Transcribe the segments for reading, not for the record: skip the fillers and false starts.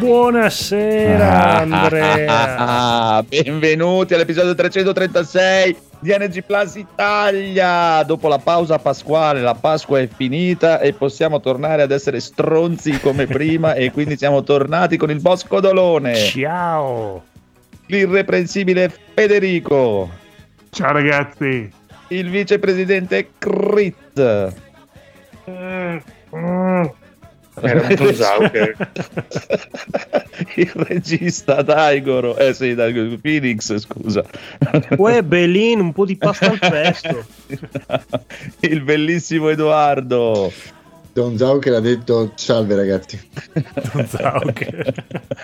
Buonasera Andrea. Benvenuti all'episodio 336 di NG Plus Italia. Dopo la pausa pasquale, la Pasqua è finita e possiamo tornare ad essere stronzi come prima e quindi siamo tornati con il boss Codolone. Ciao. L'irreprensibile Federico. Ciao ragazzi. Il vicepresidente Crit. Era un Zauker. Il regista Daigoro. Sì, Daigoro, Phoenix, scusa. Uè, Belin, un po' di pasta al pesto. Il bellissimo Edoardo. Don Zauker ha detto salve ragazzi. Don Zauker.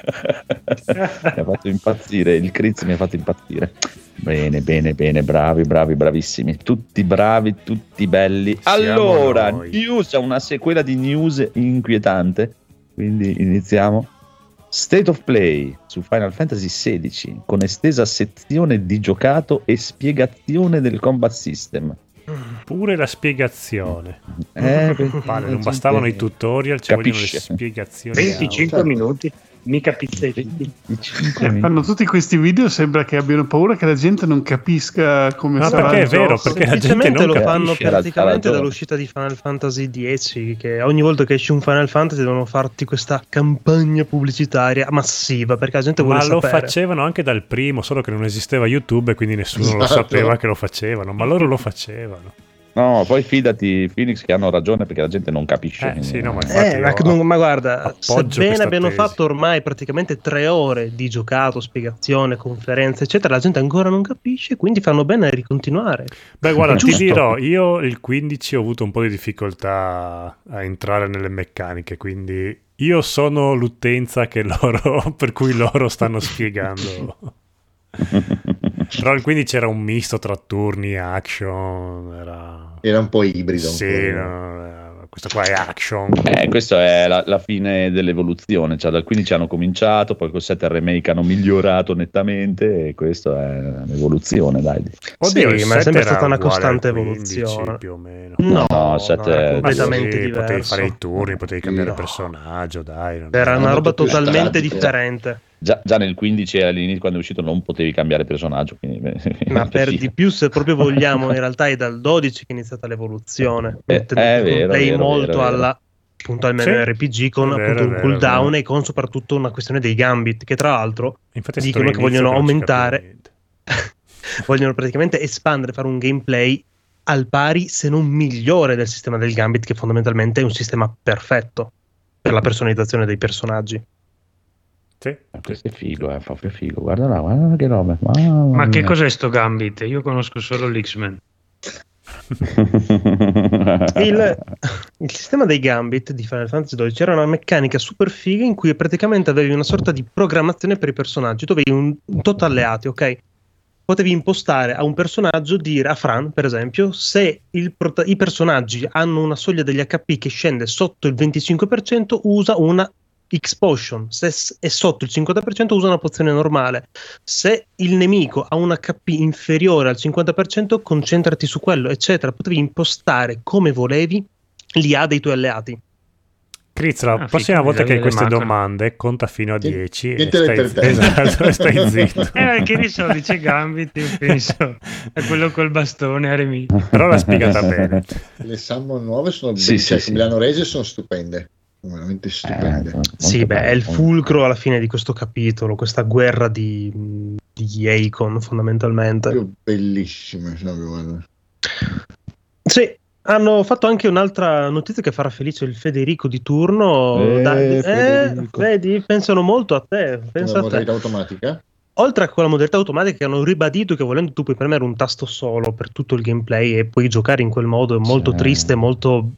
Mi ha fatto impazzire, il Critz mi ha fatto impazzire. Bene, bravissimi. Tutti bravi, tutti belli. Siamo allora, noi. news, una sequela di news inquietante. Quindi iniziamo. State of Play su Final Fantasy XVI con estesa sezione di giocato e spiegazione del combat system. Pure la spiegazione. Vale, non bastavano i tutorial, ci vogliono le capisce. spiegazioni. 25 minuti. Mica pizzetti. Fanno tutti questi video, sembra che abbiano paura che la gente non capisca come No, sarà perché il è vero, gioco. perché la gente Semplicemente non lo fanno capisce, praticamente ha ragione. dall'uscita di Final Fantasy X, che ogni volta che esce un Final Fantasy devono farti questa campagna pubblicitaria massiva perché la gente vuole Ma lo sapere. facevano anche dal primo, solo che non esisteva YouTube e quindi nessuno lo Esatto. sapeva che lo facevano, ma loro lo facevano. No, poi fidati, Phoenix, che hanno ragione perché la gente non capisce. Sì, no, ma infatti Ma guarda, appoggio sebbene questa abbiano tesi. fatto ormai praticamente 3 ore di giocato, spiegazione, conferenze, eccetera, la gente ancora non capisce, quindi fanno bene a ricontinuare. Beh, guarda, ti Giusto. dirò, io il 15 ho avuto un po' di difficoltà a entrare nelle meccaniche, quindi io sono l'utenza che loro, per cui loro stanno spiegando. Però il 15 era un misto tra turni e action, Era un po' ibrido. sì, questo qua è action. Questa è la fine dell'evoluzione, cioè dal 15 hanno cominciato, poi col 7 remake hanno migliorato nettamente e questa è un'evoluzione, dai. Oddio, Sì, il ma è 7 sempre era stata una uguale costante al 15, evoluzione. più o meno. No, sette- era Ma completamente Sì, diverso. potevi fare i turni, potevi cambiare No. personaggio, dai. non- Era una Molto roba più totalmente statico. differente. Già nel 15 all'inizio, quando è uscito, non potevi cambiare personaggio. Quindi, Ma per sì. di più, se proprio vogliamo, in realtà è dal 12 che è iniziata l'evoluzione. È vero, Play vero, molto vero. alla appunto al Sì, RPG con è vero, appunto è un vero, cooldown è vero. e con soprattutto una questione dei gambit che tra l'altro Infatti è stato dicono che l'inizio vogliono non si capiva aumentare niente. vogliono praticamente espandere, fare un gameplay al pari se non migliore del sistema del gambit, che fondamentalmente è un sistema perfetto per la personalizzazione dei personaggi. Sì, Questo è figo, è proprio figo. Guarda che roba. Ma che cos'è sto Gambit? Io conosco solo l'X-Men. Il sistema dei gambit di Final Fantasy XII era una meccanica super figa in cui praticamente avevi una sorta di programmazione per i personaggi. Tu avevi un tot alleati, ok? Potevi impostare a un personaggio, dire a Fran, per esempio, se i personaggi hanno una soglia degli HP che scende sotto il 25%, usa una X-Potion. Se è sotto il 50%, usa una pozione normale. Se il nemico ha un HP inferiore al 50%, concentrati su quello, eccetera. Potevi impostare come volevi l'IA dei tuoi alleati. Chris, la prossima volta che hai queste domande conta fino a 10 e Niente per te. esatto, stai zitto. Che ne so, dice Gambit, io penso a quello col bastone a Remy. Però l'ha spiegata bene. Le summon nuove sono Sì, bellissime, sì, sì. come le hanno rese sono stupende. Veramente stupende. Sì, beh, è il fulcro alla fine di questo capitolo, questa guerra di Akon fondamentalmente. Proprio bellissime. Guarda. Sì, hanno fatto anche un'altra notizia che farà felice il Federico di turno. Federico. Vedi, pensano molto a te. Pensa Una a te. modalità automatica. Oltre a quella modalità automatica che hanno ribadito che volendo tu puoi premere un tasto solo per tutto il gameplay e puoi giocare in quel modo, è molto triste, molto...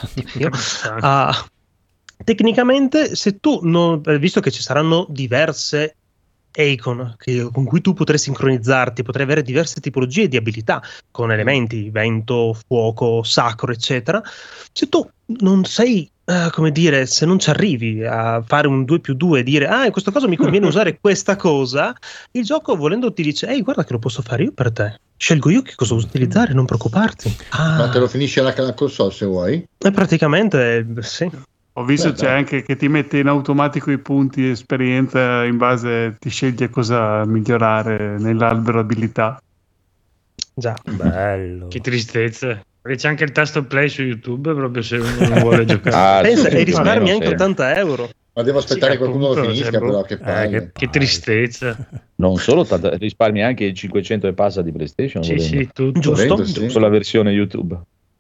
Tecnicamente, se tu visto che ci saranno diverse Akon con cui tu potrai sincronizzarti, potrai avere diverse tipologie di abilità con elementi, vento, fuoco, sacro, eccetera. Se tu non sei, come dire, se non ci arrivi a fare un 2+2 e dire in questo caso mi conviene usare questa cosa, il gioco volendo ti dice ehi, guarda che lo posso fare io per te, scelgo io che cosa utilizzare, non preoccuparti. Ma te lo finisce la console se vuoi? Praticamente sì. Ho visto Beh, c'è dai. anche che ti mette in automatico i punti esperienza in base, ti sceglie cosa migliorare nell'albero abilità. Già. Bello. Che tristezza. Perché c'è anche il tasto play su YouTube proprio se uno non vuole giocare. Ah, Pensa, sì, e risparmi almeno anche sì. 80 euro. Ma devo aspettare Sì, che qualcuno lo appunto, finisca, cioè, però che palle. Che tristezza. Non solo, risparmi anche i 500 e passa di PlayStation. Sì, volendo. sì, tutto. Giusto? Volendo, sì. Con la versione YouTube.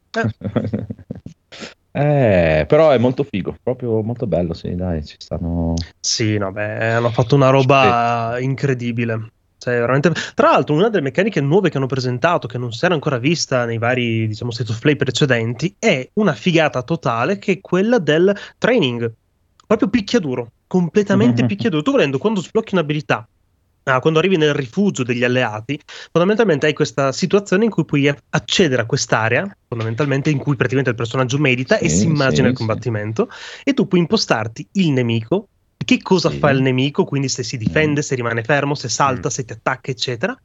Però è molto figo, proprio molto bello, sì, dai, ci stanno... Sì, no, beh, hanno fatto una roba incredibile. Cioè, veramente... Tra l'altro, una delle meccaniche nuove che hanno presentato, che non si era ancora vista nei vari, diciamo, state of play precedenti, è una figata totale, che è quella del training. Proprio picchiaduro, completamente picchiaduro. Tu volendo, quando sblocchi un'abilità, quando arrivi nel rifugio degli alleati, fondamentalmente hai questa situazione in cui puoi accedere a quest'area, fondamentalmente in cui praticamente il personaggio medita e si immagina il combattimento, e tu puoi impostarti il nemico, che cosa fa il nemico, quindi se si difende, se rimane fermo, se salta, se ti attacca, eccetera.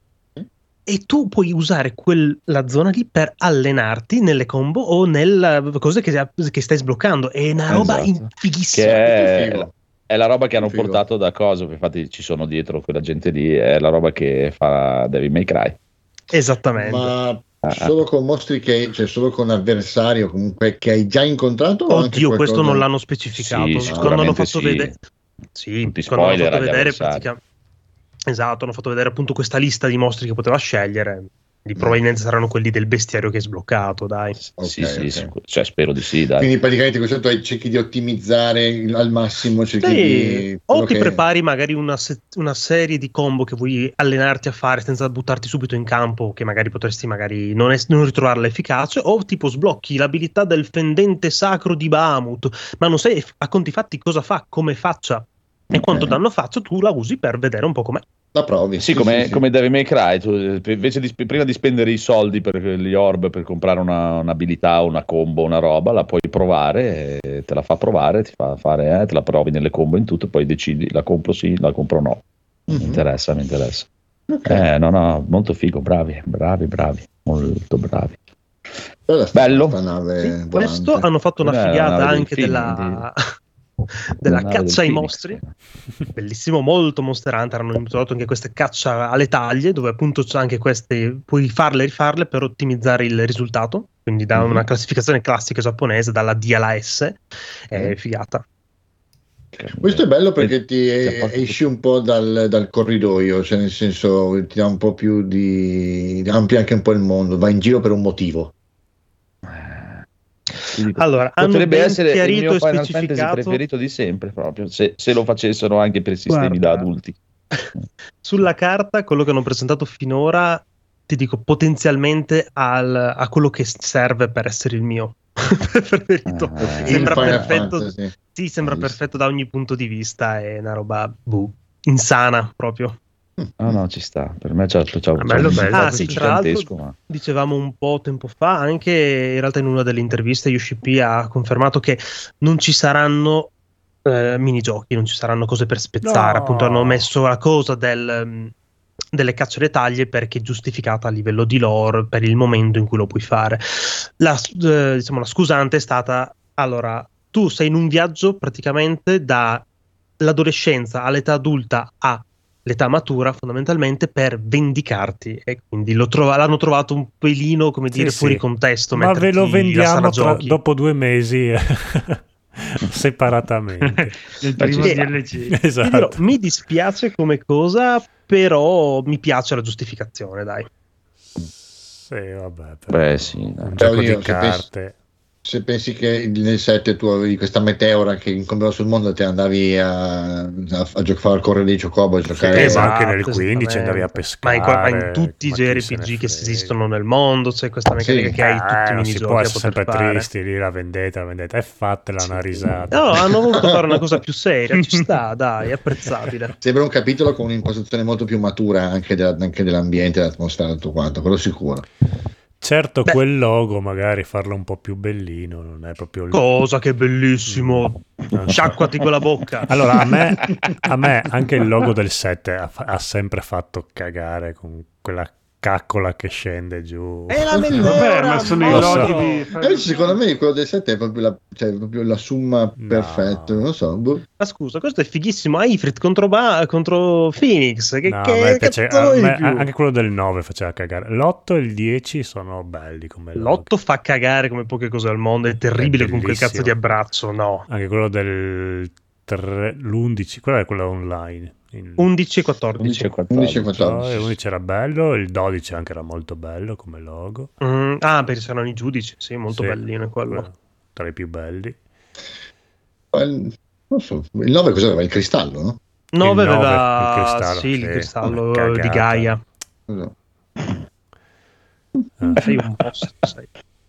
E tu puoi usare quella zona lì per allenarti nelle combo o nelle cose che stai sbloccando. È una roba fighissima. Che Figo. è la roba che hanno Figo. portato da cosa, infatti ci sono dietro quella gente lì, è la roba che fa Devil May Cry. Esattamente. Ma solo con mostri che, cioè solo con avversari o comunque che hai già incontrato? O anche Oddio, questo qualcosa- non l'hanno specificato. Sì, Quando hanno sicuramente fatto sì. vedere, sì, Tutti quando hanno spoiler fatto agli vedere avversari. esatto, hanno fatto vedere appunto questa lista di mostri che poteva scegliere. Probabilmente saranno quelli del bestiario che è sbloccato, dai. Ok, sì, ok. cioè spero di sì, dai. Quindi praticamente questo tu cerchi di ottimizzare al massimo, cerchi Sì, di... o quello ti che- prepari magari una serie di combo che vuoi allenarti a fare senza buttarti subito in campo, che magari potresti magari non ritrovarla efficace, o tipo sblocchi l'abilità del fendente sacro di Bahamut, ma non sai a conti fatti cosa fa, come faccia e quanto danno faccia, tu la usi per vedere un po' com'è. La provi. Sì, come Devil May Cry, tu, invece prima di spendere i soldi per gli orb per comprare un'abilità, una combo, una roba, la puoi provare, te la fa provare, ti fa fare, te la provi nelle combo in tutto, poi decidi la compro sì, la compro no. Mi interessa. Ok. No, molto figo, bravi, molto bravi. Bella Bello. sta nave Sì, volante. questo hanno fatto una La figata nave dei anche film, della nave caccia ai del mostri. Phoenix. Bellissimo, molto Monster Hunter. Hanno introdotto anche queste caccia alle taglie, dove appunto c'è anche queste, puoi farle e rifarle per ottimizzare il risultato, quindi da una classificazione classica giapponese, dalla D alla S. È figata. Questo è bello perché ti apporta esci un po' dal corridoio, cioè nel senso ti dà un po' più di amplia anche un po' il mondo, vai in giro per un motivo. Allora, hanno potrebbe ben essere il chiarito mio e Final Fantasy specificato. preferito di sempre, proprio se lo facessero anche per sistemi da Guarda, adulti. Sulla carta, quello che hanno presentato finora, ti dico potenzialmente a quello che serve per essere il mio preferito. Sembra Final perfetto. Fantasy. Sì, sembra Ho visto. perfetto da ogni punto di vista. È una roba insana proprio. No, ci sta. Per me c'è bello, un bello. impatto Sì, tra l'altro gigantesco, ma... dicevamo un po' tempo fa, anche in realtà in una delle interviste Yoshi P ha confermato che non ci saranno minigiochi, non ci saranno cose per spezzare. No. Appunto hanno messo la cosa delle cacce alle taglie perché è giustificata a livello di lore per il momento in cui lo puoi fare. Diciamo, la scusante è stata: allora, tu sei in un viaggio praticamente dall'adolescenza all'età adulta all'età matura, fondamentalmente per vendicarti, e quindi l'hanno trovato un pelino, come dire, fuori contesto. Ma ve lo mentre chi la vendiamo sala giochi. dopo 2 mesi separatamente. Il primo Sì. DLC. Esatto. Ti dirò, mi dispiace come cosa, però mi piace la giustificazione, dai. Sì, vabbè, però Beh, sì, dai. un gioco Oddio, di se carte. Se pensi che nel 7 tu avevi questa meteora che incombeva sul mondo, te andavi a fare il correre dei Chocobo, a giocare. Sì, ma anche nel Esatto, 15 andavi a esattamente. pescare. Ma in tutti i ma chi se ne JRPG che frega. esistono nel mondo c'è questa meccanica Sì. che hai tutti i Non si minigiochi può a essere poter sempre fare. tristi lì, la vendetta, e fatela una risata. No, hanno voluto fare una cosa più seria, ci sta, dai, è apprezzabile. Sembra un capitolo con un'impostazione molto più matura anche dell'ambiente, dell'atmosfera, tutto quanto, quello sicuro. Certo, Beh. quel logo magari farlo un po' più bellino non è proprio il... Cosa che bellissimo. Sciacquati con la bocca. Allora, a me anche il logo del 7 ha sempre fatto cagare con quella caccola che scende giù. E la Vabbè, meteora, ma sono i Lo so. loghi Secondo me quello del 7 è proprio la summa No. perfetta, non lo so. boh. Ma scusa, questo è fighissimo. Ifrit contro Phoenix. Che, No, che a me piace, cazzo vuoi di più? anche quello del 9 faceva cagare. L'8 e il 10 sono belli come log. L'8 fa cagare come poche cose al mondo. È terribile con quel bellissimo. cazzo di abbraccio. No. Anche quello del l'11, quello è quello online. 11 e 14. 11 e 14. 11 e 14. Il 11 era bello, il 12 anche era molto bello come logo. Perché c'erano i giudici. Sì, molto Sì, bellino quello. tra i più belli. Non so, il 9 cos'era? Il cristallo, no? 9 il 9, aveva il cristallo, sì, il sì, cristallo una cagata. di Gaia. Non so. Sei un po' sei.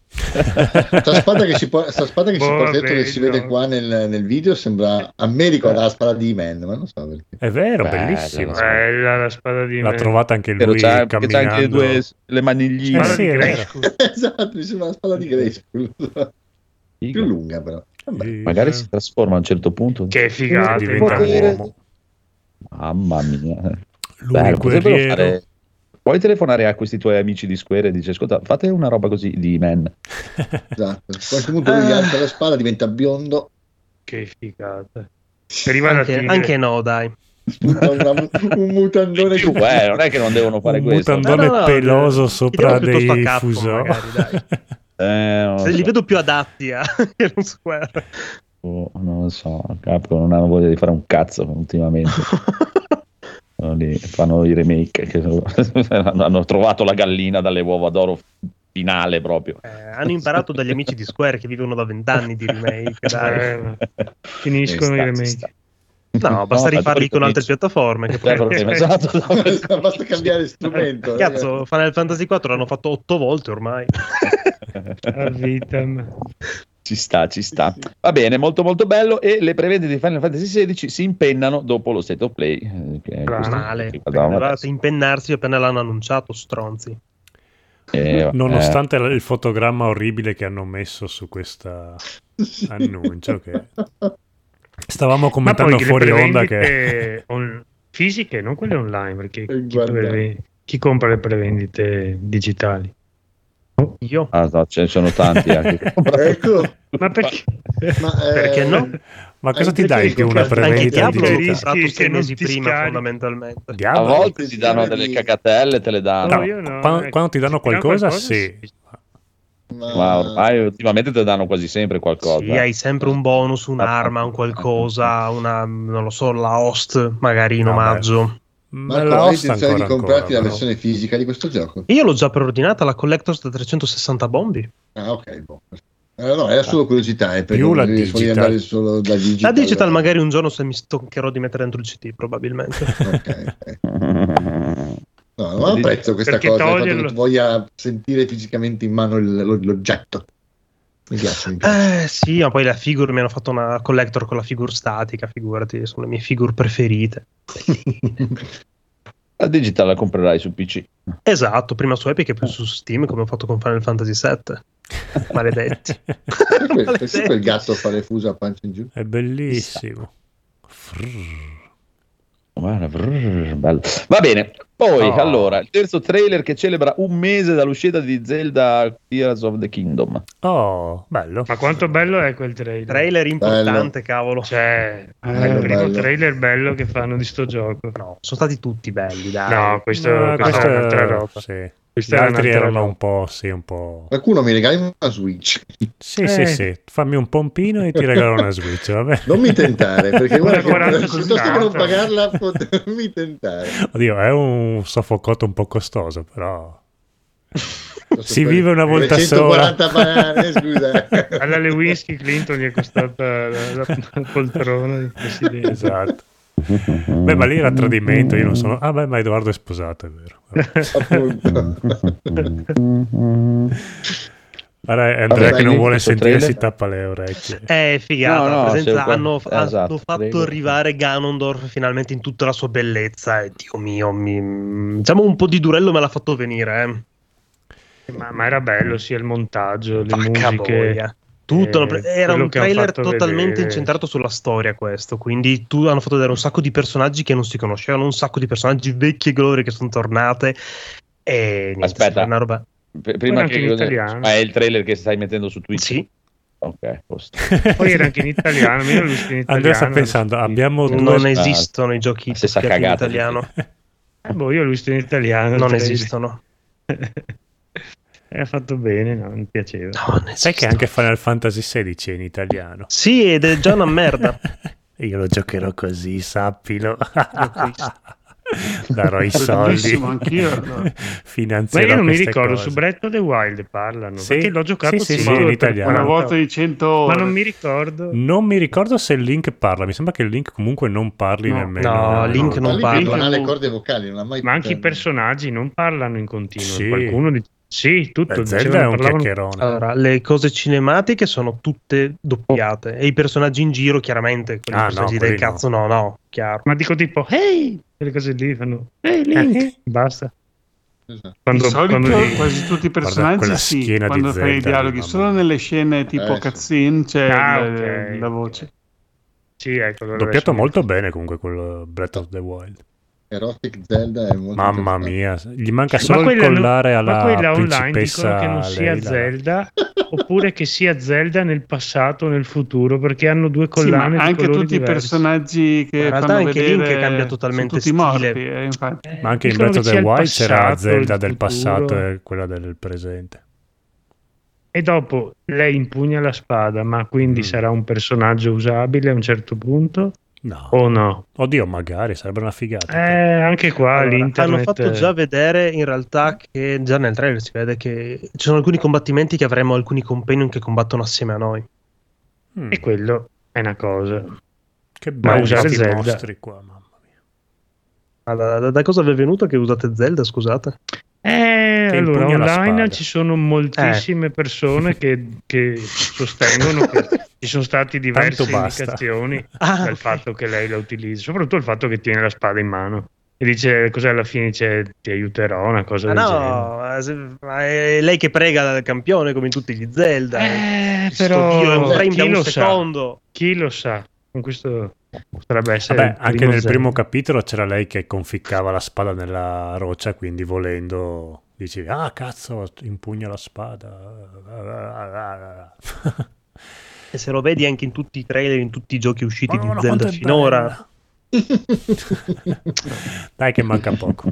Sta spada che si porta Boh, dietro che si vede bello. qua nel video sembra a me ricorda la spada di Man, ma non so perché. È vero, Bella, bellissimo. Bella la spada di L'ha me. trovata anche Però lui c'ha camminando. anche le manigline. Spada sì, di è vero. Grayskull. Esatto, mi sembra la spada di Grayskull. Più lunga però. Vabbè. Sì. Magari si trasforma a un certo punto. Che figata. diventa un immagino. uomo. Mamma mia. Lui Bello, il potrebbero guerriero. fare... Puoi telefonare a questi tuoi amici di Square e dici ascolta, fate una roba così di Man. Esatto. A qualche punto lui gli alza la spada, diventa biondo, Che figata. Arriva la tigre. Anche no, dai. spunta un mutandone Più, non è che non devono fare un questo. mutandone No, peloso ti sopra diamo piuttosto dei a Capcom, fusò. magari, dai. Non lo Se li so. vedo più adatti che non Square. Non lo so, Capcom non hanno voglia di fare un cazzo ultimamente. Sono lì, fanno i remake che hanno trovato la gallina dalle uova d'oro finale proprio. Hanno imparato dagli amici di Square che vivono da 20 anni di remake. Dai. Finiscono i Ci sta. remake. No, basta rifarli con altre piattaforme. piattaforme. Che poi... Esatto. basta cambiare strumento. Cazzo, Final Fantasy 4 l'hanno fatto 8 volte ormai. A Vitam. Ci sta. Va bene, molto molto bello. E le prevendite di Final Fantasy XVI si impennano dopo lo State of Play. Che è questo Male. che guardavamo Dovevate adesso. impennarsi appena l'hanno annunciato, stronzi. Nonostante il fotogramma orribile che hanno messo su questo annuncio, che stavamo Ma commentando poi fuori le onda che prevendite fisiche, non quelle online, perché Guarda. chi compra le prevendite digitali? Io? Ah, no, ce ne sono tanti anche. Ecco, Ma perché? ma Perché no? ma cosa ti Perché dà in più una anche Anche prevendita Diablo l'ho digitale? digitale? comprato Rischi 6 che non mesi ti prima, scarichi. fondamentalmente. A Diablo? volte ti danno delle cagatelle, te le danno. No, io no, quando ti danno ti danno qualcosa, qualcosa, sì. Ma ormai ultimamente te danno quasi sempre qualcosa. Sì, hai sempre un bonus, un'arma, un qualcosa, non lo so, la host magari in Vabbè. omaggio. Me Marco, la hai hosta intenzione di ancora, comprarti la però. versione fisica di questo gioco? Io l'ho già preordinata, la Collectors da 360 bombi. Ah, ok, boh. No, era solo curiosità, per Più non la voglio digital. andare solo da digital. La digital magari un giorno se mi stoccherò di mettere dentro il CD, probabilmente. Ok. No, non apprezzo questa Perché cosa, il fatto che toglierlo- tu voglia sentire fisicamente in mano l'oggetto. Mi piace. Sì, ma poi la figure mi hanno fatto una collector con la figure statica, figurati, sono le mie figure preferite. La digital la comprerai su PC. Esatto, prima su Epic e poi su Steam come ho fatto con Final Fantasy VII. Maledetti. Perché quel gatto fa le fusa a pancia in giù? È bellissimo. Guarda, bello. Va bene. Poi, Oh. allora, il terzo trailer che celebra un mese dall'uscita di Zelda Tears of the Kingdom. Oh, bello. Ma quanto bello è quel trailer? Trailer importante, cavolo. Cioè, è Bello, il primo bello. trailer bello che fanno di sto gioco. No, sono stati tutti belli, dai. No, questo Questo è un'altra roba. sì. Questa Gli è altri un'altra erano roba. un po', sì, un po'. Qualcuno mi regali una Switch. Sì, sì, sì. Fammi un pompino e ti regalo una Switch, va bene? Non mi tentare, perché guarda che 40 piuttosto che non costata. pagarla, non mi tentare. Oddio, è un soffocotto un po' costoso, però si Poi vive una volta 340 banane, scusa. Alla Lewinsky Clinton gli è costata la poltrona di presidente. esatto. Beh, ma lì era tradimento, io non sono. Ah, beh, ma Edoardo è sposato, è vero. Appunto. Guarda, Andrea Vabbè, che non lì vuole questo sentire trailer- si tappa le orecchie. Figata, No, presenza, se- hanno esatto, fatto prego. arrivare Ganondorf finalmente in tutta la sua bellezza e Dio mio, diciamo un po' di durello me l'ha fatto venire, Ma era bello sia il montaggio, le Vacca musiche. boia. Tutto, era quello un che hanno trailer fatto totalmente vedere. incentrato sulla storia questo, quindi hanno fatto vedere un sacco di personaggi che non si conoscevano, un sacco di personaggi vecchi e glorie che sono tornate E niente, Aspetta. una roba. Prima anche che in italiano. è il trailer che stai mettendo su Twitch? Sì. Ok, posto. Poi era anche in italiano, io l'ho visto in italiano. Andrea sta pensando, abbiamo due... Non esistono i giochi Stessa doppiati in cagata. italiano. Io l'ho visto in italiano. il Non trailer. esistono. Ha fatto bene, no, mi piaceva. Non Sai esistono. che anche Final Fantasy XVI è in italiano? Sì, ed è già una merda. Io lo giocherò così, sappilo. Darò i soldi. Bellissimo, anch'io. allora. Ma Finanzierò io non mi queste ricordo, cose. su Breath of the Wild parlano, Sì, perché l'ho giocato sì, solo in per italiano. Una 40 volta di 100 ore. ma non mi ricordo. Non mi ricordo se il Link parla. Mi sembra che il Link comunque non parli No. nemmeno. No, Link non Link parla. non ha le corde vocali, non ha mai Ma anche i personaggi non parlano in continuo. Sì. Qualcuno dice sì, tutto. Beh, Zelda dicevano, è un parlavano- chiacchierone. Allora, le cose cinematiche sono tutte doppiate e i personaggi in giro, chiaramente, quelli Ah, personaggi no, del quelli no. cazzo, no, chiaro. Ma dico tipo, hey, quelle cose lì fanno, hey Link, basta. Esatto. Quando, Di solito quando- quasi tutti i Guarda personaggi quella sì, schiena di quando fai i Zelda, dialoghi, mamma solo mia. nelle scene tipo Sì. cutscene c'è ok. la voce. Sì, ecco, allora Doppiato adesso- molto bene comunque quello Breath of the Wild. Erotic Zelda è molto Mamma interessante. mia, gli manca solo il quella no- collare alla ma quella online principessa dicono che non sia Leila. Zelda oppure che sia Zelda nel passato o nel futuro, perché hanno due Sì, ma collane di anche colori tutti i diversi. personaggi che In realtà fanno anche vedere Link cambia totalmente sono tutti stile. morti, infatti. Ma anche in Dicono Breath of che the sia il Wild c'era passato, Zelda il del futuro. passato e quella del presente. E dopo lei impugna la spada, ma quindi Mm. sarà un personaggio usabile a un certo punto No. o no? Oddio, magari sarebbe una figata. Anche qua Allora, l'internet hanno fatto già vedere in realtà che già nel trailer si vede che ci sono alcuni combattimenti che avremo alcuni companion che combattono assieme a noi. Mm, e quello è una cosa. che ma belli usare questi Zelda. mostri qua, mamma mia. Da cosa vi è venuto che usate Zelda, scusate? Allora, impugna la online spada. ci sono moltissime persone che sostengono che ci sono state diverse Tanto basta. indicazioni Ah, dal ok. fatto che lei la utilizza, soprattutto il fatto che tiene la spada in mano e dice cos'è alla fine, dice ti aiuterò, una cosa del genere. No, ma è lei che prega il campione come in tutti gli Zelda. Sto però Dio, è un frame chi da un lo sa? secondo. Chi lo sa? Con questo potrebbe essere Vabbè, il anche primo nel Zelda. primo capitolo c'era lei che conficcava la spada nella roccia, quindi volendo dici, ah cazzo, impugna la spada. E se lo vedi anche in tutti i trailer, in tutti i giochi usciti di Madonna, Zelda quanto è finora. bella. Dai che manca poco.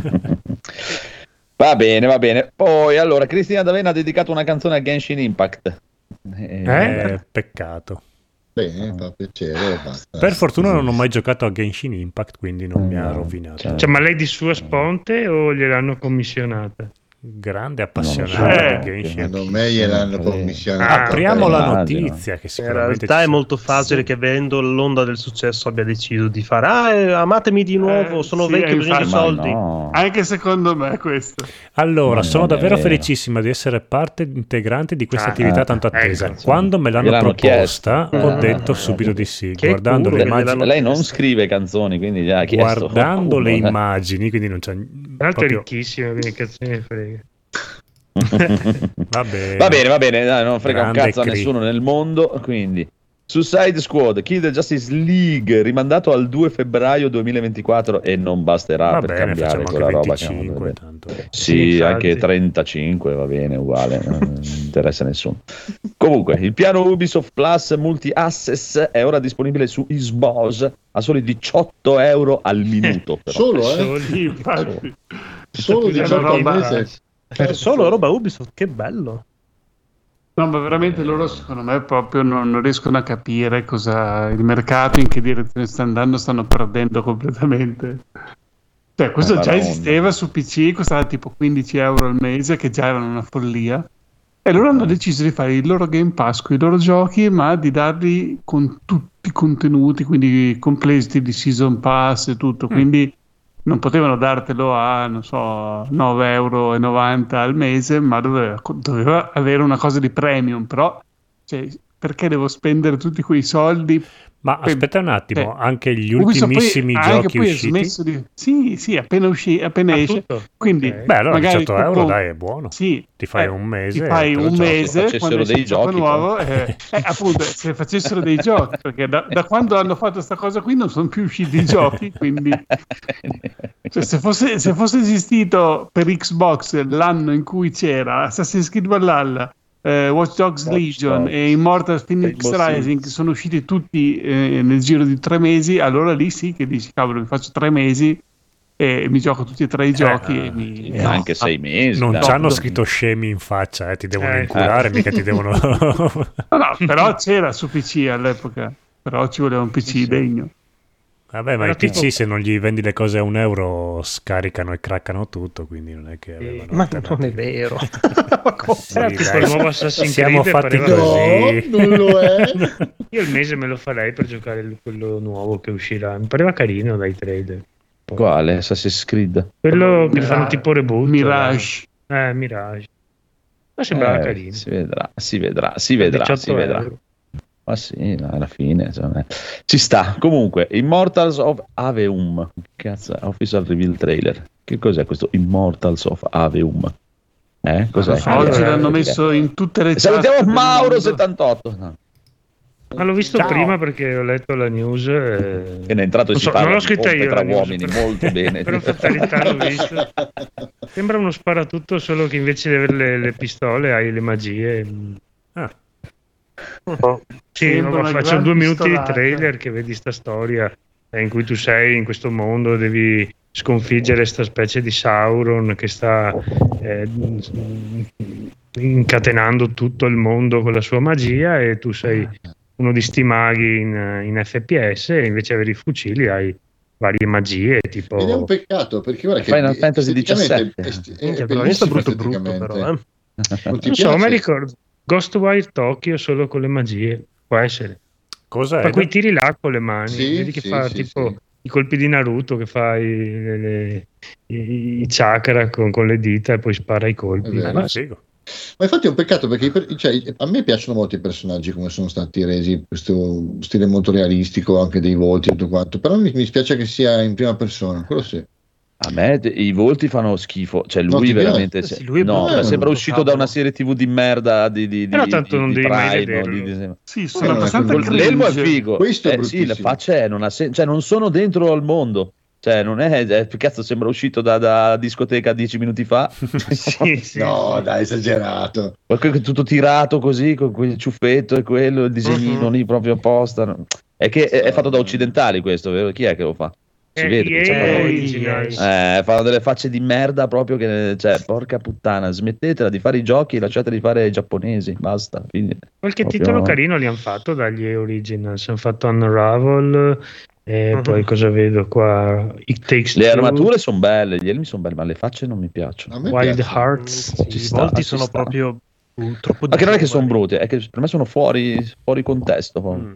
Va bene, va bene. Poi, allora, Cristina D'Avena ha dedicato una canzone a Genshin Impact. Peccato. Bene, fa piacere. Basta. Per fortuna non ho mai giocato a Genshin Impact, quindi non mi ha rovinato. Cioè, ma lei di sua sponte o gliel'hanno commissionata? Grande Non appassionato lo so, di perché Genshin. Secondo me gliel'hanno commissionato. Apriamo la immagino. notizia che In sicuramente realtà ci è sono. molto facile che avendo l'onda del successo abbia deciso di fare amatemi di nuovo, sono sì, vecchio, ho bisogno di infatti. soldi. No. Anche secondo me questo. Allora, Ma sono non è davvero vero. felicissima di essere parte integrante di questa attività tanto attesa. ecco. Quando me l'hanno Gliel'hanno proposta, chiesto. ho detto subito di sì. Che Guardando culo le che immagini, gliel'hanno Lei non chiesto. scrive canzoni, quindi gli ha chiesto. guardando le qualcuno, immagini, quindi non c'è Tra l'altro è proprio... ricchissimo, quindi cazzo ne frega. Va bene. Va bene, dai, non frega un Grande cazzo a Cri. nessuno nel mondo, quindi Suicide Squad, Kill the Justice League, rimandato al 2 febbraio 2024 e non basterà Va per bene, cambiare facciamo quella anche roba 25 che tanto. Sì, Sì, anche infatti. 35 va bene, uguale, non interessa a nessuno. Comunque, il piano Ubisoft Plus Multi-Access è ora disponibile su Xbox a soli 18 euro al minuto. Però. Solo, Sì, infatti. Solo È una 18 al roba- mese. Per solo roba Ubisoft, che bello. No, ma veramente loro secondo me proprio non riescono a capire cosa il mercato, in che direzione sta andando, stanno perdendo completamente. Cioè, questo già Madonna. esisteva su PC, costava tipo 15 euro al mese, che già erano una follia. E loro hanno deciso di fare il loro Game Pass con i loro giochi, ma di darli con tutti i contenuti, quindi completi di Season Pass e tutto. Quindi non potevano dartelo a, non so, 9,90 euro al mese, ma doveva avere una cosa di premium. Però, cioè, perché devo spendere tutti quei soldi Ma Poi- aspetta un attimo, anche gli Ubisoft ultimissimi poi, anche giochi poi ha usciti? smesso di... Sì, appena esce. Tutto. Quindi, Ok. Beh, allora magari 18 tu euro, con- dai, è buono. Sì, Ti fai un mese Ti e fai te lo un giochi. mese Facessero quando esce dei il gioco giochi, nuovo. Appunto, se facessero dei giochi, perché da quando hanno fatto questa cosa qui non sono più usciti i giochi. Quindi, cioè, se fosse esistito per Xbox l'anno in cui c'era Assassin's Creed Valhalla, Watch Dogs Legion Dogs, e Immortal Phoenix Rainbow Rising, Six. che sono usciti tutti nel giro di 3 mesi, allora lì sì che dici, cavolo, mi faccio 3 mesi e mi gioco tutti e 3 i giochi. E mi... Ma anche 6 mesi. Non dai. ci hanno scritto scemi in faccia, ti devono inculare, mica ti devono... No, però c'era su PC all'epoca, però ci voleva un PC degno. Vabbè, ma Era i PC tipo- se non gli vendi le cose a €1 scaricano e craccano tutto, quindi non è che avevano Ma alternative. non è vero. Era Sì, tipo dai, il nuovo Assassin's siamo Creed, fatti pareva così. No, non lo è. Io il mese me lo farei per giocare quello nuovo che uscirà. Mi pareva carino dai trailer. Quale? Assassin's Creed? Quello che fanno tipo reboot. Mirage. Mirage. Ma sembrava carino. Si vedrà. 18 euro. Ma sì, alla fine insomma, ci sta. Comunque, Immortals of Aveum. Cazzo, official reveal trailer. Che cos'è questo Immortals of Aveum? Cos'è? Non so, oggi l'hanno messo in tutte le chat Salutiamo del Mauro mondo. 78. No. Ma l'ho visto Ciao. prima perché ho letto la news. Che ne è entrato e Non si so, parla non l'ho di scritta pompe io tra la news, uomini, per- molto bene. per fatalità l'ho visto. Sembra uno sparatutto, solo che invece di avere le pistole hai le magie. Ah. Sì, Sembra una faccio gran 2 minuti di pistolata. trailer che vedi sta storia in cui tu sei in questo mondo, devi sconfiggere sta specie di Sauron che sta incatenando tutto il mondo con la sua magia, e tu sei uno di sti maghi in FPS, e invece di avere i fucili hai varie magie tipo... Ed è un peccato perché guarda che Final Fantasy esteticamente 17. Minchia, è però questo è bellissimo brutto però, esteticamente. Non ti Non so, piace? mi ricordo Ghostwire Tokyo solo con le magie, può essere. Cos'è? Ma quei tiri là con le mani, Sì, vedi che sì, fa sì, tipo sì. i colpi di Naruto, che fa i chakra con le dita e poi spara i colpi. È vero. Ma Figo. Ma infatti è un peccato perché cioè, a me piacciono molto i personaggi come sono stati resi, questo stile molto realistico anche dei volti e tutto quanto, però mi spiace che sia in prima persona, quello sì. A me i volti fanno schifo, cioè No, lui ti veramente piace? Sì, lui è no, brutto, sembra brutto, uscito da cavolo. una serie TV di merda di Però tanto non di devi mai Prime, vederlo. Sì, sono no, abbastanza quello- l'elmo è cringe. figo. Questo è Sì, bruttissimo. la faccia non ha cioè non sono dentro al mondo. Cioè non è cazzo, sembra uscito da discoteca 10 minuti fa. sì, No, sì. dai, esagerato. Qualcosa che è tutto tirato così con quel ciuffetto e quello, il disegnino lì proprio apposta. No? È che è fatto da occidentali questo, vero? Chi è che lo fa? Si vede che EA c'è Originals. fanno delle facce di merda proprio che, cioè, porca puttana, smettetela di fare i giochi e lasciate di fare i giapponesi, basta. Quindi, Qualche proprio- titolo carino li hanno fatto dagli EA Originals. Hanno fatto Unravel, e poi cosa vedo qua? It Takes le Two, armature sono belle, gli elmi sono belli, ma le facce non mi piacciono. A me Wild piace. Hearts. Sì, Ci i sta, volti ci sono sta. proprio troppo Ma che non è che sono disumani. brutti, è che per me sono fuori contesto. proprio.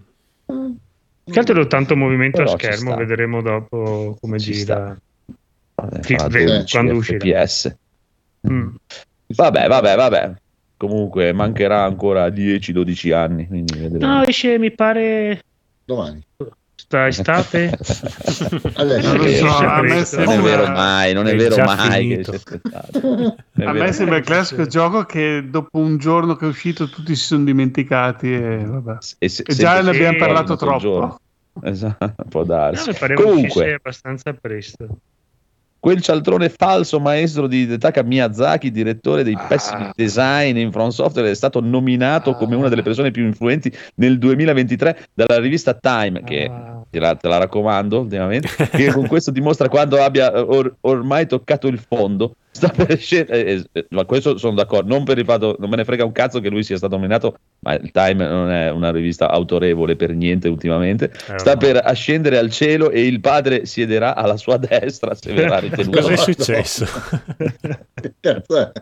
Che altro tanto movimento Però a ci schermo, sta. vedremo dopo come Ci gira. Vabbè, Sì, farà vedo 12 quando uscirà. FPS. Mm. Vabbè. Comunque mancherà ancora 10-12 anni, quindi vedremo. No, esce mi pare Domani. sta estate. Adesso Non lo che- so, a me Non è sembra- vero mai, non è È vero già mai finito. che sia aspettato. È A vero. me sembra il classico gioco che dopo un giorno che è uscito tutti si sono dimenticati e vabbè. E E già ne sì, abbiamo parlato quel troppo. giorno. Esatto, può No, darsi. mi pareva Comunque, uscisse abbastanza presto. quel cialtrone falso maestro di Taka Miyazaki, direttore dei pessimi design in From Software, è stato nominato come una delle persone più influenti nel 2023 dalla rivista Time, che te la raccomando ultimamente, che con questo dimostra quando abbia ormai toccato il fondo. Sta per scendere, ma questo sono d'accordo, non per il fatto, non me ne frega un cazzo che lui sia stato nominato, ma il Time non è una rivista autorevole per niente ultimamente. Sta per ascendere al cielo e il padre siederà alla sua destra se verrà ritenuto. Cosa è successo? Che cazzo è?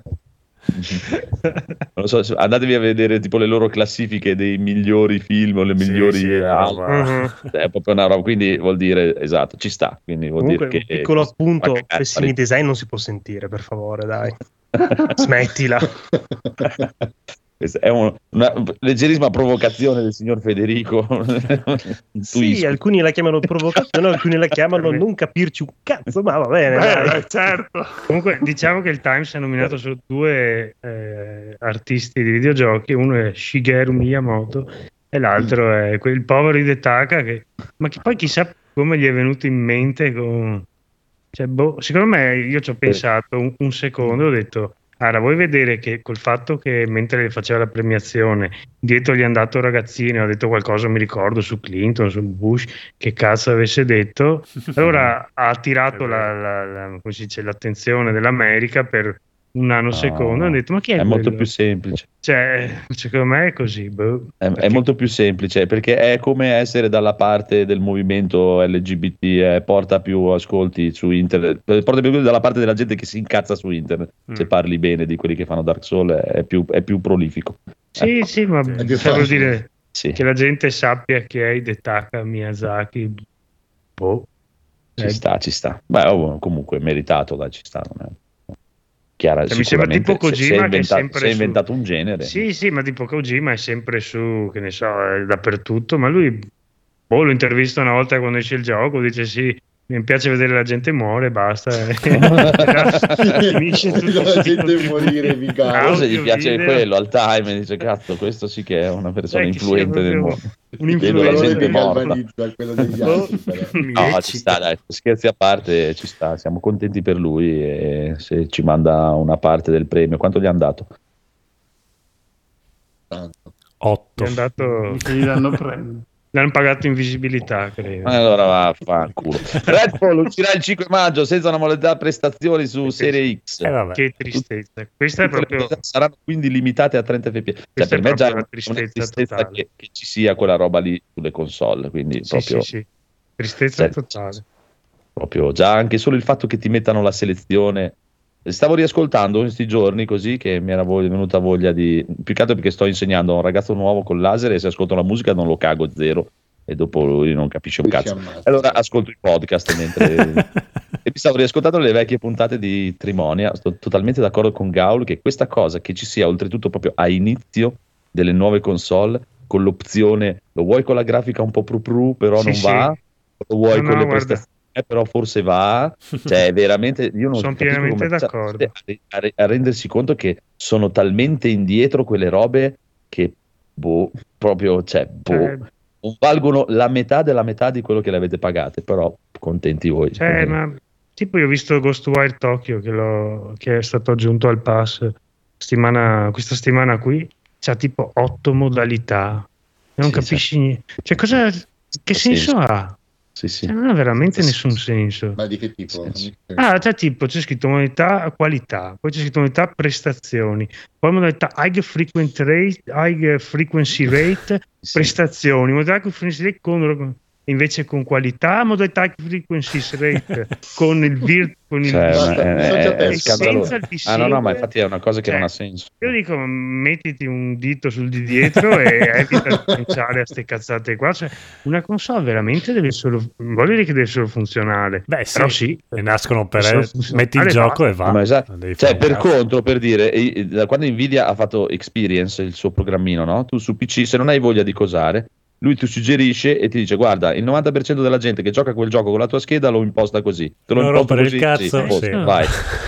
Non lo so, andatevi a vedere tipo le loro classifiche dei migliori film o le migliori Sì, roba. è proprio una roba, quindi vuol dire esatto, ci sta, quindi vuol Comunque, dire che un piccolo appunto, ma che pessimi design non si può sentire, per favore, dai. Smettila. Questa è una leggerissima provocazione del signor Federico. Sì, alcuni la chiamano provocazione, alcuni la chiamano non capirci un cazzo, ma va bene. Dai. Certo. Comunque diciamo che il Times ha nominato solo 2 artisti di videogiochi, uno è Shigeru Miyamoto e l'altro è quel povero Hidetaka ma che poi chissà come gli è venuto in mente secondo me io ci ho pensato un secondo, ho detto vuoi vedere che col fatto che mentre faceva la premiazione dietro gli è andato un ragazzino, ha detto qualcosa, mi ricordo, su Clinton, su Bush, che cazzo avesse detto, allora ha attirato come si dice, l'attenzione dell'America per un nanosecondo, hanno detto ma chi è quello? Molto più semplice, secondo me è così, è molto più semplice, perché è come essere dalla parte del movimento LGBT, porta più ascolti su internet, porta più dalla parte della gente che si incazza su internet. Se parli bene di quelli che fanno Dark Souls è più prolifico. Sì, ma devo dire sì, che la gente sappia che è Hidetaka Miyazaki. Ci sta. Beh, comunque meritato, dai, ci sta, non è... Chiara, mi sembra tipo Kojima che è sempre inventato un genere. Sì, ma tipo Kojima è sempre su, che ne so, dappertutto, ma lui lo intervista una volta quando esce il gioco, dice sì, mi piace vedere la gente muore, basta. Finisce tutto. La gente morire, forse gli piace quello al time, dice cazzo, questo sì che è una persona influente nel mondo. La gente morta. Quello degli altri, no, ci sta, dai, scherzi a parte, ci sta, siamo contenti per lui e se ci manda una parte del premio, quanto gli hanno dato? 8. Gli hanno dato... Gli danno premio. L'hanno pagato in visibilità, credo. Allora vaffanculo. Redfall uscirà il 5 maggio senza una modalità prestazioni su Serie X. Che tristezza. Questa è proprio... Saranno quindi limitate a 30 fps. Cioè, per me già è una tristezza che ci sia quella roba lì sulle console. Quindi proprio... Sì. Tristezza totale. Proprio già anche solo il fatto che ti mettano la selezione. Stavo riascoltando in questi giorni così che mi era venuta voglia di... Più che altro perché sto insegnando a un ragazzo nuovo con laser e se ascolto la musica non lo cago zero e dopo lui non capisce un cazzo. Allora ascolto i podcast mentre... e mi stavo riascoltando le vecchie puntate di Trimonia. Sto totalmente d'accordo con Gaul che questa cosa che ci sia oltretutto proprio a inizio delle nuove console con l'opzione lo vuoi con la grafica un po' però non va, lo vuoi con le prestazioni però forse va, cioè veramente io non sono pienamente d'accordo a rendersi conto che sono talmente indietro quelle robe che proprio non valgono la metà della metà di quello che le avete pagate, però contenti voi. Ma tipo io ho visto Ghostwire Tokyo che è stato aggiunto al pass questa settimana qui, c'ha tipo 8 modalità e non capisci niente, cioè che senso ha? Sì. Non ha veramente nessun senso. Ma di che tipo? C'è scritto modalità qualità, poi c'è scritto modalità prestazioni, poi modalità high frequency rate prestazioni, modalità high frequency rate invece con qualità, modalità high frequency rate con il scandaloso. No, ma infatti è una cosa che non ha senso. Io dico mettiti un dito sul di dietro e evita di pensare a ste cazzate qua, cioè una console veramente deve solo, voglio dire che deve solo funzionare. Però sì, e nascono metti il gioco e va. Esatto. Cioè per contro, per dire, quando Nvidia ha fatto Experience, il suo programmino, no? Tu su PC se non hai voglia di cosare, lui ti suggerisce e ti dice guarda il 90% della gente che gioca quel gioco con la tua scheda lo imposta così, te lo imposto così, il cazzo, vai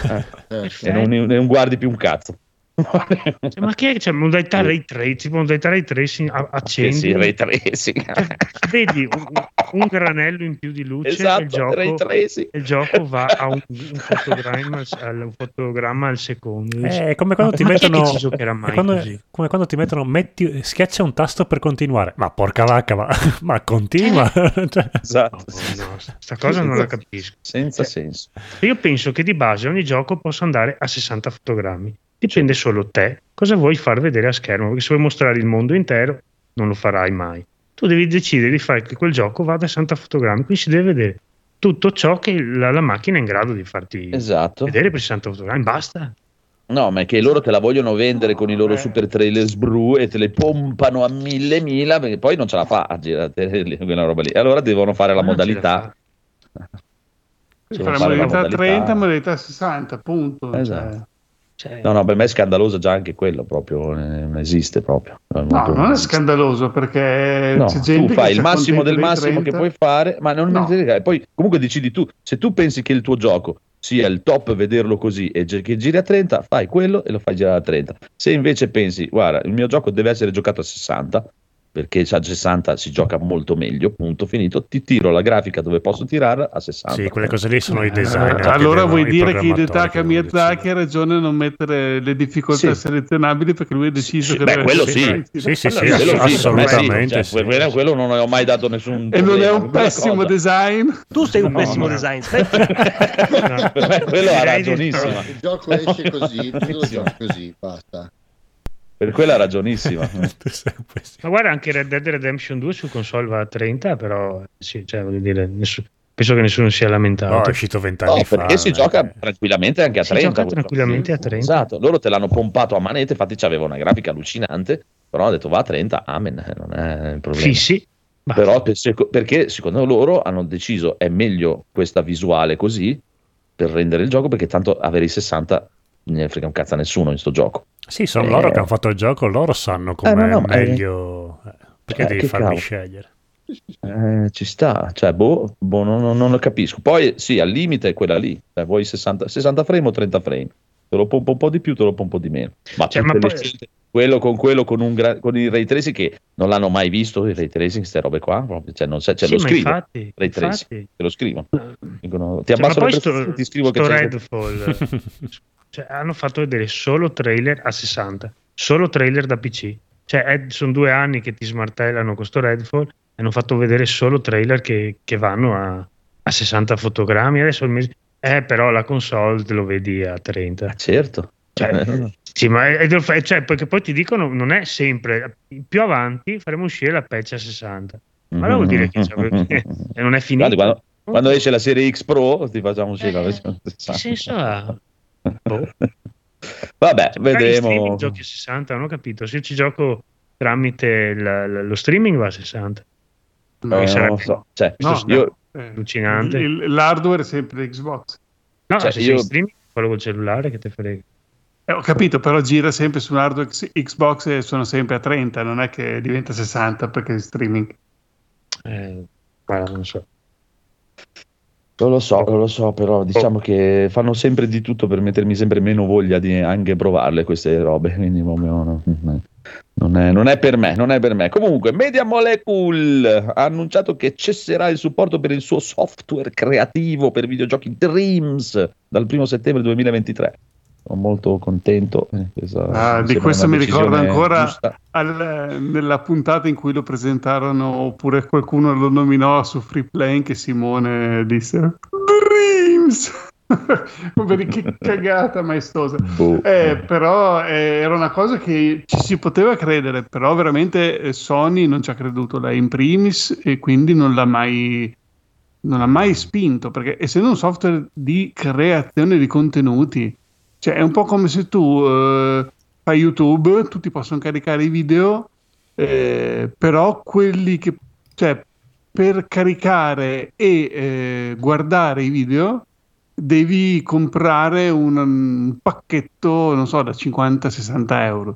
e non guardi più un cazzo. Ma che c'è modalità ray tracing accendi ray tracing. Vedi un granello in più di luce e il gioco va a un fotogramma al secondo. È come quando ti mettono come quando ti mettono schiaccia un tasto per continuare, ma porca vacca, ma continua. Esatto. Sta cosa non la capisco, senza senso. Io penso che di base ogni gioco possa andare a 60 fotogrammi. Dipende solo te cosa vuoi far vedere a schermo, perché se vuoi mostrare il mondo intero non lo farai mai. Tu devi decidere di fare che quel gioco vada a 60 fotogrammi, quindi si deve vedere tutto ciò che la macchina è in grado di farti vedere per 60 fotogrammi, basta. No, ma è che loro te la vogliono vendere con i loro super trailer sbru e te le pompano a 1000 perché poi non ce la fa a girare quella roba lì. Allora devono fare la modalità. Fare modalità 30, modalità 60, appunto. Esatto. No, per me è scandaloso già anche quello, proprio non esiste proprio. Non è scandaloso, perché no, c'è gente tu fai che il massimo del dei massimo 30. che puoi fare, ma non No. e poi comunque decidi tu. Se tu pensi che il tuo gioco sia il top, vederlo così e che giri a 30, fai quello e lo fai girare a 30. Se invece pensi, guarda, il mio gioco deve essere giocato a 60, perché a 60 si gioca molto meglio, punto finito, ti tiro la grafica dove posso tirarla a 60. Sì, quelle cose lì sono i designer. Allora vuoi i dire che programmatori Miyazaki ha ragione a non mettere le difficoltà selezionabili, perché lui ha deciso che beh, deve quello essere sì, quello assolutamente. quello non ne ho mai dato nessun e problema. non è un pessimo design. Tu sei un pessimo design. Per me quello ha ragionissima. Il gioco esce così, tu lo giochi così, basta. Per quella ha ragionissima. Ma guarda, anche Red Dead Redemption 2 su console va a 30, però sì, cioè, voglio dire, penso che nessuno sia lamentato. No, è uscito 20 anni fa. Perché si gioca tranquillamente anche a 30. Si gioca tranquillamente a 30. Esatto, loro te l'hanno pompato a manette, infatti c'aveva una grafica allucinante, però hanno detto va a 30, amen, non è il problema. Fissi. Però perché secondo loro hanno deciso è meglio questa visuale così per rendere il gioco, perché tanto avere i 60 non ne frega un cazzo a nessuno in sto gioco. Sì, sono loro che hanno fatto il gioco, loro sanno come è meglio. Perché devi farmi scegliere? Ci sta, cioè, non lo capisco. Poi sì, al limite è quella lì, vuoi 60 frame o 30 frame, te lo pompo un po' di più, te lo pompo di meno. Ma quello con il ray tracing, che non l'hanno mai visto il ray tracing, queste robe qua, cioè, non c'è, lo scrivo ray tracing, te lo scrivono. Dicono, ti abbasso le prestazioni, ti scrivo che c'è Redfall. Cioè, hanno fatto vedere solo trailer a 60, solo trailer da PC. Cioè, sono 2 anni che ti smartellano con sto Redfall e hanno fatto vedere solo trailer che vanno a 60 fotogrammi. Adesso però la console te lo vedi a 30. Certo. Sì, ma perché poi ti dicono non è sempre più avanti faremo uscire la patch a 60. Ma allora vuol dire che non è finito. Quando esce la serie X Pro ti facciamo uscire la versione 60. Che senso ha? Vabbè, vedremo. Giochi a 60, non ho capito. Se io ci gioco tramite lo streaming va a 60. Non lo so. Cioè, allucinante. L'hardware è sempre Xbox. No, se sei in streaming quello col cellulare che te frega. Ho capito, però gira sempre su un hardware Xbox e sono sempre a 30, non è che diventa 60 perché è streaming. Guarda, non so. Lo so, però diciamo che fanno sempre di tutto per mettermi sempre meno voglia di anche provarle queste robe, quindi non è per me. Comunque, Media Molecule ha annunciato che cesserà il supporto per il suo software creativo per videogiochi Dreams dal 1 settembre 2023. Sono molto contento. Di questo mi ricordo ancora nella puntata in cui lo presentarono, oppure qualcuno lo nominò su Free Play, che Simone disse Dreams. Vedi che cagata maestosa. Però era una cosa che ci si poteva credere, però veramente Sony non ci ha creduto, lei in primis, e quindi non l'ha mai spinto, perché essendo un software di creazione di contenuti, cioè è un po' come se tu fai YouTube, tutti possono caricare i video, però quelli che, cioè, per caricare e guardare i video devi comprare un pacchetto, non so, da 50-60 euro.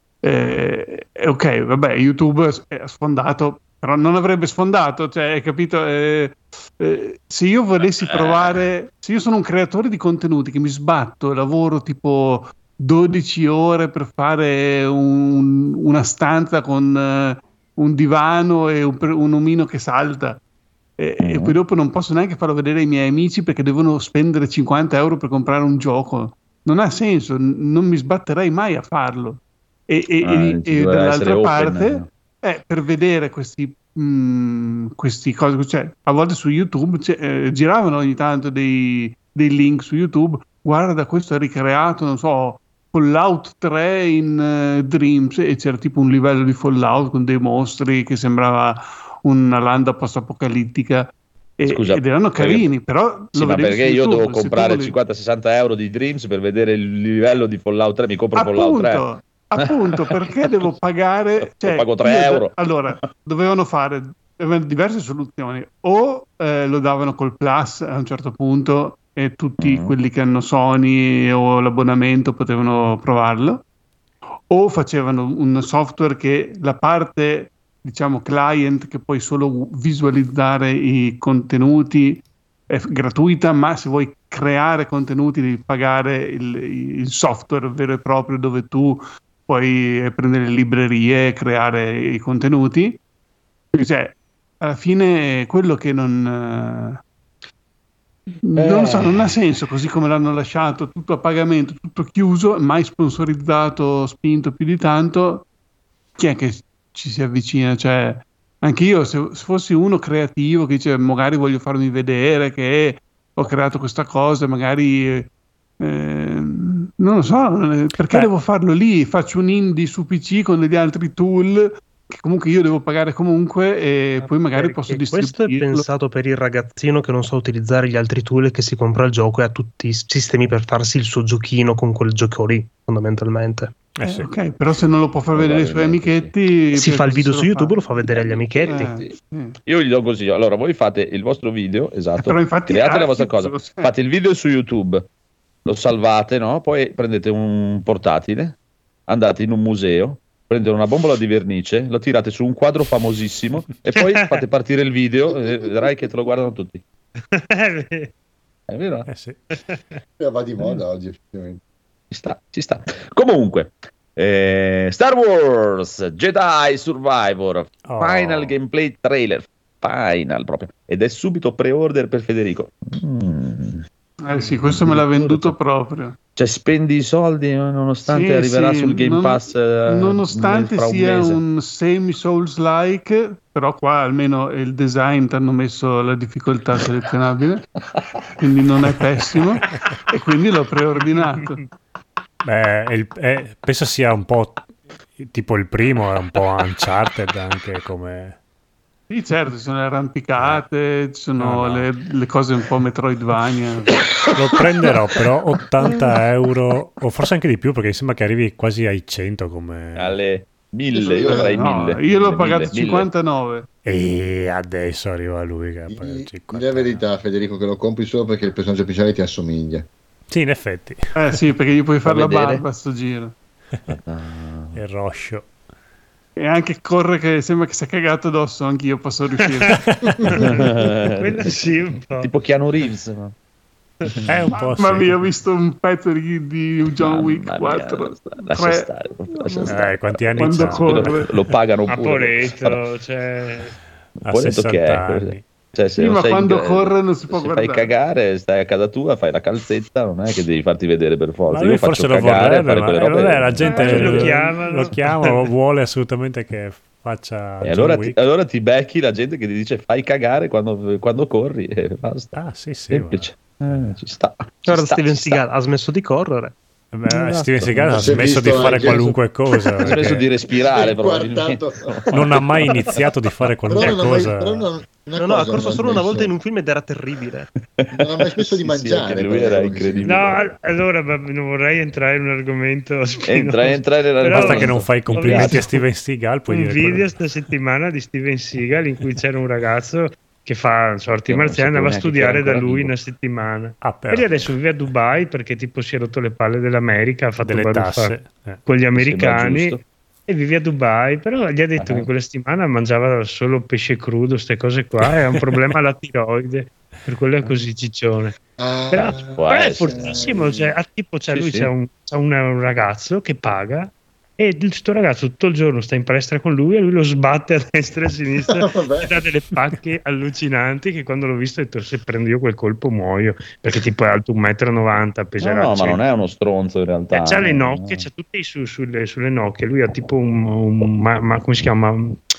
Ok, vabbè, YouTube è sfondato, però non avrebbe sfondato, cioè, hai capito? Se io volessi provare, se io sono un creatore di contenuti che mi sbatto e lavoro tipo 12 ore per fare una stanza con un divano e un omino che salta, e poi dopo non posso neanche farlo vedere ai miei amici perché devono spendere 50 euro per comprare un gioco, non ha senso, non mi sbatterei mai a farlo. E dall'altra parte, per vedere questi cose, cioè, a volte su YouTube giravano ogni tanto dei link su YouTube, guarda, questo è ricreato, non so, Fallout 3 in Dreams, e c'era tipo un livello di Fallout con dei mostri che sembrava una landa post-apocalittica, ed erano carini, però sì, ma perché io devo comprare 50-60 euro di Dreams per vedere il livello di Fallout 3? Mi compro Fallout 3. Appunto, perché devo pagare? Cioè, pago 3 euro. Allora, dovevano fare diverse soluzioni, o lo davano col Plus a un certo punto, e tutti quelli che hanno Sony o l'abbonamento potevano provarlo, o facevano un software che la parte, diciamo, client, che puoi solo visualizzare i contenuti, è gratuita, ma se vuoi creare contenuti devi pagare il software vero e proprio, dove tu puoi prendere le librerie e creare i contenuti. Cioè, alla fine quello che non lo so, non ha senso, così come l'hanno lasciato tutto a pagamento, tutto chiuso, mai sponsorizzato, spinto più di tanto. Chi è che ci si avvicina? Cioè, anche io, se fossi uno creativo che dice magari voglio farmi vedere che ho creato questa cosa, magari non lo so, perché devo farlo lì? Faccio un indie su PC con degli altri tool che comunque io devo pagare comunque, e poi magari posso distribuirlo. Questo è pensato per il ragazzino che non sa utilizzare gli altri tool, che si compra il gioco e ha tutti i sistemi per farsi il suo giochino con quel gioco lì, fondamentalmente. Sì. Ok, però se non lo può far vedere ai suoi amichetti, si fa il video su YouTube, lo fa vedere agli amichetti. Io gli do un consiglio. Allora, voi fate il vostro video, esatto, però infatti create la vostra cosa, fate il video su YouTube, lo salvate, no? Poi prendete un portatile, andate in un museo, prendete una bombola di vernice, lo tirate su un quadro famosissimo e poi fate partire il video e vedrai che te lo guardano tutti. È vero? Sì. Va di moda oggi, effettivamente. Ci sta. Comunque, Star Wars Jedi Survivor Final Gameplay Trailer. Final proprio. Ed è subito pre-order per Federico. Sì, questo me l'ha venduto proprio. Cioè, spendi i soldi nonostante arriverà sul Game Pass. Nonostante sia un semi-Souls-like, però qua almeno il design ti hanno messo la difficoltà selezionabile, quindi non è pessimo, e quindi l'ho preordinato. Penso sia un po' tipo il primo, è un po' Uncharted anche come... Sì, certo, ci sono le arrampicate, ci sono le cose un po' Metroidvania. Lo prenderò, però 80 euro, o forse anche di più, perché mi sembra che arrivi quasi ai 100 come... Alle 1000, io avrei 1000. Io l'ho pagato 59. E adesso arriva lui che ha pagato 50. È la verità, Federico, che lo compri solo perché il personaggio principale ti assomiglia. Sì, in effetti. Sì, perché gli puoi fare la barba a sto giro. Il roscio. E anche corre che sembra che si è cagato addosso, anch'io posso riuscire. Quello sì, un po'. Tipo Keanu Reeves. È un po'. Mamma mia, ho visto un pezzo di John Wick 4. Lascia stare. Quanti anni quando c'ha? Lo pagano pure. Poletto, cioè... A 60 anni. Cioè, se ma quando corre non si può se guardare. fai cagare, stai a casa tua, fai la calzetta, non è che devi farti vedere per forza. Ma lui io forse faccio lo cagare, vorrebbe, fare quelle robe. La gente lo chiama, vuole assolutamente che faccia. E allora ti becchi la gente che ti dice fai cagare quando corri e basta. Sì, semplice. Ci sta. Guarda, Steven Seagal ha smesso di correre. Steven Seagal ha smesso di fare qualunque cosa. Ha smesso di respirare, probabilmente. Non ha mai iniziato di fare qualunque cosa. Ha corso solo una volta in un film ed era terribile. Non ha mai smesso di mangiare. Lui era incredibile. No, allora non vorrei entrare in un argomento. Basta che non fai complimenti a Steven Seagal. Un video sta settimana di Steven Seagal in cui c'era un ragazzo che fa arti marziali, andava a studiare da lui una settimana e lui adesso vive a Dubai perché tipo si è rotto le palle dell'America, ha fatto delle tasse con gli americani e vive a Dubai, però gli ha detto che in quella settimana mangiava solo pesce crudo, queste cose qua, e ha un problema alla tiroide, per quello è così ciccione. Però è fortissimo, cioè, lui c'è un ragazzo che paga e questo ragazzo tutto il giorno sta in palestra con lui e lui lo sbatte a destra e a sinistra e dà delle pacche allucinanti che quando l'ho visto ho detto se prendo io quel colpo muoio, perché tipo è alto 1,90 m, peserà no, ma non è uno stronzo in realtà, c'ha le nocche, c'ha tutte sulle nocche, lui ha tipo ma come si chiama,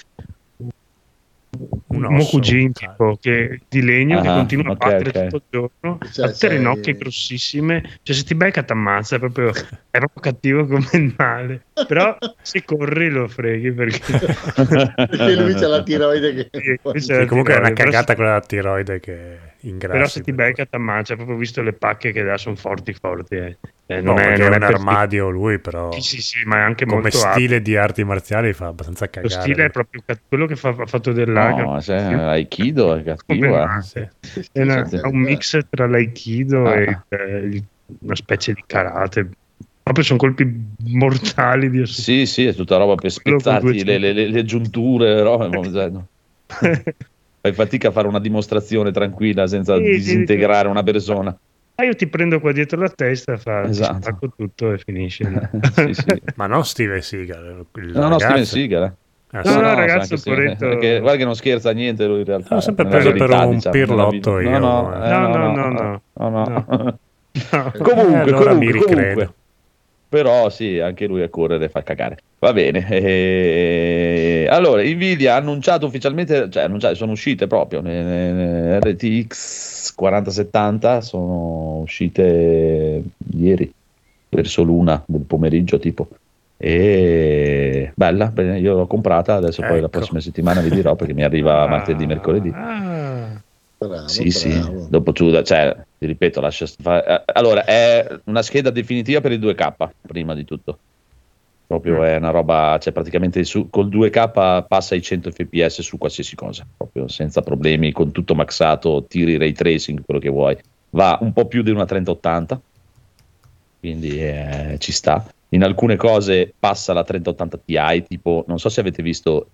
un Mokujin tipo di legno che continua a battere tutto il giorno, ha tutte le nocche grossissime, cioè se ti becca t'ammazza, è proprio cattivo come il male, però se corri lo freghi perché lui c'ha la tiroide che comunque è una cagata quella della tiroide che ingrassi. Però se ti becca t'ammazza, proprio visto le pacche che dà, sono forti. Non è un armadio lui, però sì, ma è anche come molto stile di arti marziali fa abbastanza Lo cagare. stile è proprio quello che ha fatto dell'Aga. No, Aikido è cattivo, Sì. È un mix tra l'Aikido e una specie di karate. Proprio sono colpi mortali di Sì, è tutta roba per spezzarti le giunture, roba. Fai fatica a fare una dimostrazione tranquilla senza disintegrare una persona. Io ti prendo qua dietro la testa, ti Esatto. spacco tutto e finisce. Sì. Ma non Steven Seagal, No, Steven Seagal. No, ragazzo, poretto. Guarda che non scherza niente lui in realtà. L'ho sempre preso per un pirlotto io. No. Comunque, allora mi ricredo. Comunque. Però sì, anche lui a correre fa cagare. Va bene. Allora, Nvidia ha annunciato ufficialmente, sono uscite proprio le RTX 4070, sono uscite ieri, verso l'1 del pomeriggio tipo. E bella, io l'ho comprata, adesso poi la prossima settimana vi dirò perché mi arriva martedì, mercoledì. Bravo, Sì. Dopo ti ripeto, lascia fare. Allora, è una scheda definitiva per il 2K, prima di tutto. Proprio è una roba, praticamente col 2K passa i 100 fps su qualsiasi cosa, proprio senza problemi, con tutto maxato, tiri ray tracing, quello che vuoi. Va un po' più di una 3080, quindi ci sta. In alcune cose passa la 3080 Ti, tipo, non so se avete visto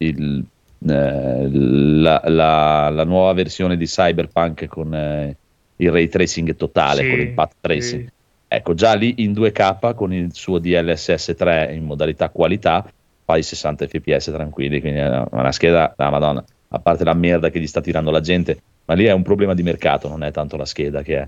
la nuova versione di Cyberpunk con il ray tracing totale, con il path tracing. Sì. Ecco, già lì in 2K con il suo DLSS 3 in modalità qualità fai 60 fps tranquilli, quindi è una scheda, madonna, a parte la merda che gli sta tirando la gente, ma lì è un problema di mercato, non è tanto la scheda che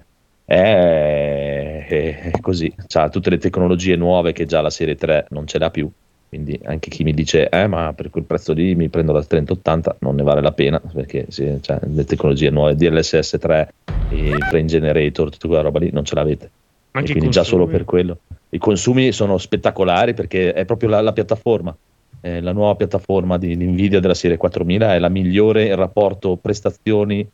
è così, c'ha tutte le tecnologie nuove che già la serie 3 non ce l'ha più. Quindi anche chi mi dice ma per quel prezzo lì mi prendo la 3080 non ne vale la pena, perché le tecnologie nuove, DLSS 3, il frame generator, tutta quella roba lì non ce l'avete. E quindi già solo per quello i consumi sono spettacolari, perché è proprio la piattaforma, la nuova piattaforma di Nvidia della serie 4000 è la migliore in rapporto prestazioni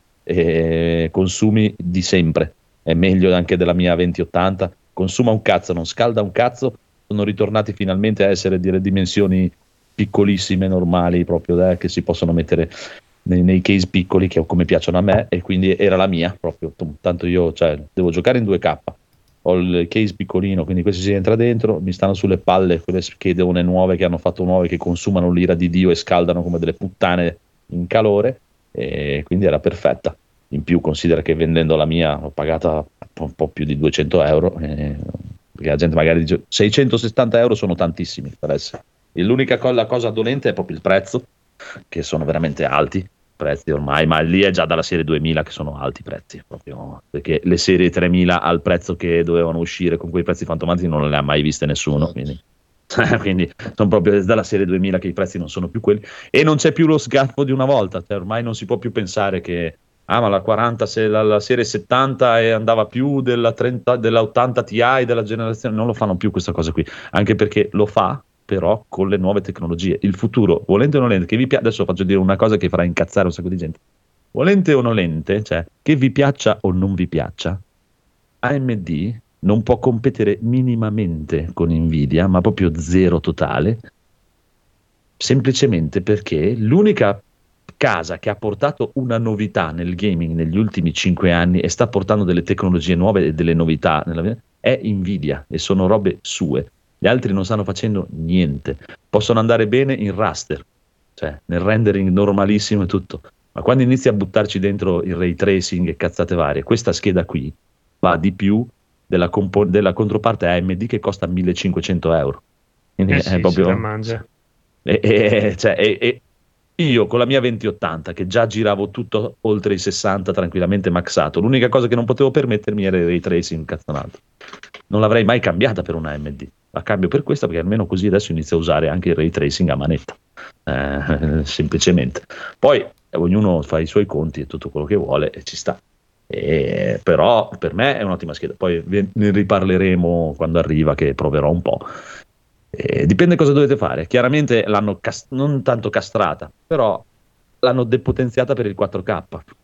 e consumi di sempre, è meglio anche della mia 2080, consuma un cazzo, non scalda un cazzo. Sono ritornati finalmente a essere delle dimensioni piccolissime, normali, proprio che si possono mettere nei case piccoli, che come piacciono a me, e quindi era la mia, proprio. Tanto io devo giocare in 2K, ho il case piccolino, quindi questo si entra dentro, mi stanno sulle palle quelle schedone nuove che hanno fatto nuove, che consumano l'ira di Dio e scaldano come delle puttane in calore, e quindi era perfetta. In più considera che vendendo la mia l'ho pagata un po' più di 200 euro, perché la gente magari dice 670 euro sono tantissimi per essere. L'unica cosa dolente è proprio il prezzo, che sono veramente alti prezzi ormai, ma lì è già dalla serie 2000 che sono alti i prezzi, proprio perché le serie 3000 al prezzo che dovevano uscire con quei prezzi fantomatici non le ha mai viste nessuno, quindi sono proprio dalla serie 2000 che i prezzi non sono più quelli, e non c'è più lo sgaffo di una volta, ormai non si può più pensare che ma la 40, se la serie 70 andava più della 30, della 80 Ti della generazione, non lo fanno più questa cosa qui, anche perché lo fa però con le nuove tecnologie. Il futuro, volente o nolente, che vi adesso faccio dire una cosa che farà incazzare un sacco di gente, volente o nolente, che vi piaccia o non vi piaccia, AMD non può competere minimamente con Nvidia, ma proprio zero totale, semplicemente perché l'unica casa che ha portato una novità nel gaming negli ultimi 5 anni e sta portando delle tecnologie nuove e delle novità nella vita è Nvidia, e sono robe sue. Gli altri non stanno facendo niente. Possono andare bene in raster, nel rendering normalissimo e tutto, ma quando inizi a buttarci dentro il ray tracing e cazzate varie, questa scheda qui va di più della controparte AMD che costa 1500 euro. Quindi è proprio se la mangia. Io con la mia 2080 che già giravo tutto oltre i 60 tranquillamente maxato, l'unica cosa che non potevo permettermi era il ray tracing cazzonato. Non l'avrei mai cambiata per un AMD, la cambio per questa perché almeno così adesso inizio a usare anche il ray tracing a manetta, semplicemente. Poi ognuno fa i suoi conti e tutto quello che vuole e ci sta, però per me è un'ottima scheda, poi ne riparleremo quando arriva, che proverò un po'. Dipende cosa dovete fare. Chiaramente l'hanno non tanto castrata, però l'hanno depotenziata per il 4K,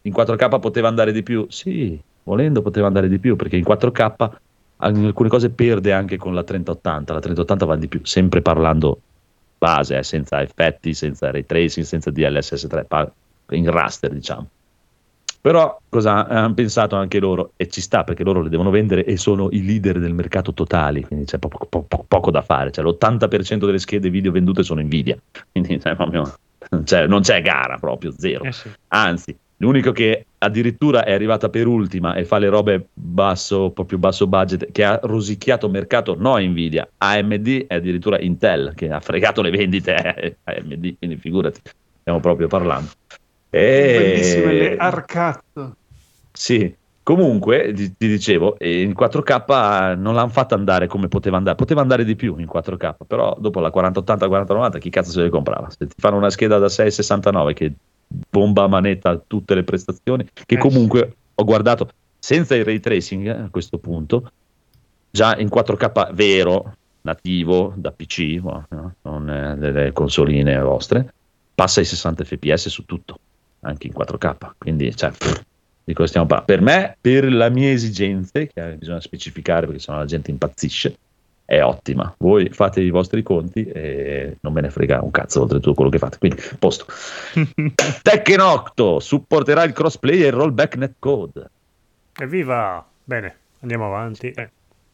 in 4K poteva andare di più? Sì, volendo poteva andare di più, perché in 4K alcune cose perde anche con la 3080. La 3080 va di più, sempre parlando base, senza effetti, senza ray tracing, senza DLSS 3, in raster, diciamo. Però cosa hanno pensato anche loro? E ci sta, perché loro le devono vendere e sono i leader del mercato totali, quindi c'è poco da fare. Cioè, l'80% delle schede video vendute sono Nvidia, quindi proprio, non c'è gara, proprio zero. Sì. Anzi, l'unico che addirittura è arrivata per ultima e fa le robe proprio basso budget, che ha rosicchiato mercato, no Nvidia, AMD e addirittura Intel, che ha fregato le vendite a AMD, quindi figurati, stiamo proprio parlando. Bellissime le Arcazzo. Sì, comunque ti dicevo, in 4K non l'hanno fatta andare come poteva andare di più in 4K, però dopo la 4080, 4090 chi cazzo se le comprava? Se ti fanno una scheda da 669 che bomba a manetta tutte le prestazioni, che comunque ho guardato senza il ray tracing a questo punto, già in 4K vero, nativo, da PC, no? Non delle consoline vostre, passa i 60 fps su tutto, anche in 4K, quindi cioè, di cosa stiamo parlando? Per me, per le mie esigenze, che bisogna specificare perché sennò la gente impazzisce, è ottima. Voi fate i vostri conti e non me ne frega un cazzo oltre tutto quello che fate, quindi posto. Tekken 8 supporterà il crossplay e il rollback netcode. Evviva! Bene, andiamo avanti. Che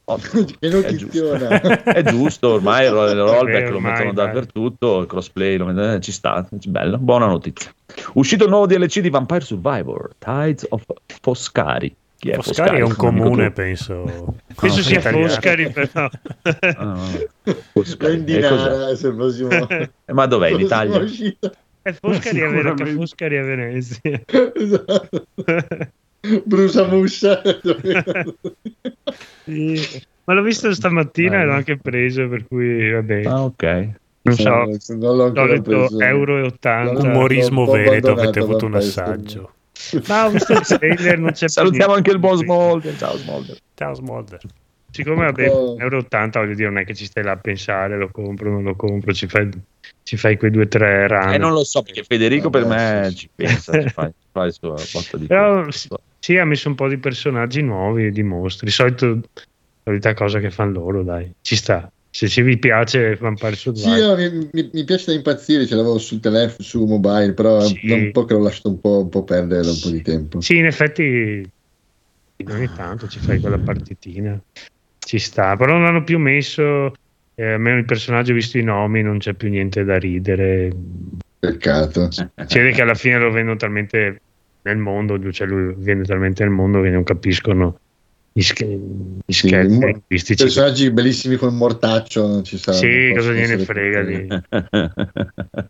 notiziona. È giusto, ormai il rollback lo ormai, mettono dai. dappertutto, il crossplay lo mettono, ci sta, bello, buona notizia. Uscito il nuovo DLC di Vampire Survivor, Tides of Foscari. Chi è Foscari è un Come amico comune, tuo? penso. Penso sia italiano. Foscari, però. Foscari. Vendinara, se il prossimo... Ma dov'è in prossima Italia? uscita. È Foscari a Venezia. Sicuramente. Foscari a Venezia. Esatto. Brusa Muscia. Sì. Ma l'ho visto stamattina e l'ho Bello. anche preso, per cui va bene. Ah, ok. Non so, Non l'ho ancora solito preso. €1,80. Umorismo Un po' veneto, abbandonato avete avuto un Vampire Survivor. assaggio. Ma ho visto il trailer, non c'è più Salutiamo niente. anche il buon Smolder. Ciao Smolder. Ciao Smolder. Siccome vabbè, Oh. €1,80, voglio dire, non è che ci stai là a pensare, lo compro, non lo compro, ci fai quei 2-3 run. Non lo so, perché Federico per me Sì. ci pensa, ci fa il suo botta di Però conto. sì, ha messo un po' di personaggi nuovi e di mostri. Solita cosa che fanno loro, dai, ci sta. Se vi piace Vampire Sì, Survivor. mi piace da impazzire, ce l'avevo sul telefono, su mobile, però Sì. è un po' che l'ho lasciato un po' perdere da un po' di tempo. Sì, in effetti ogni tanto ci fai quella partitina, ci sta, però non hanno più messo, almeno il personaggio, visto i nomi, non c'è più niente da ridere. Peccato. Si vede che alla fine lo vendono talmente nel mondo, cioè lui vende talmente nel mondo che non capiscono gli scherzi linguistici. Personaggi bellissimi con mortaccio non ci saranno. Sì, possono cosa gliene essere frega tutti. lì.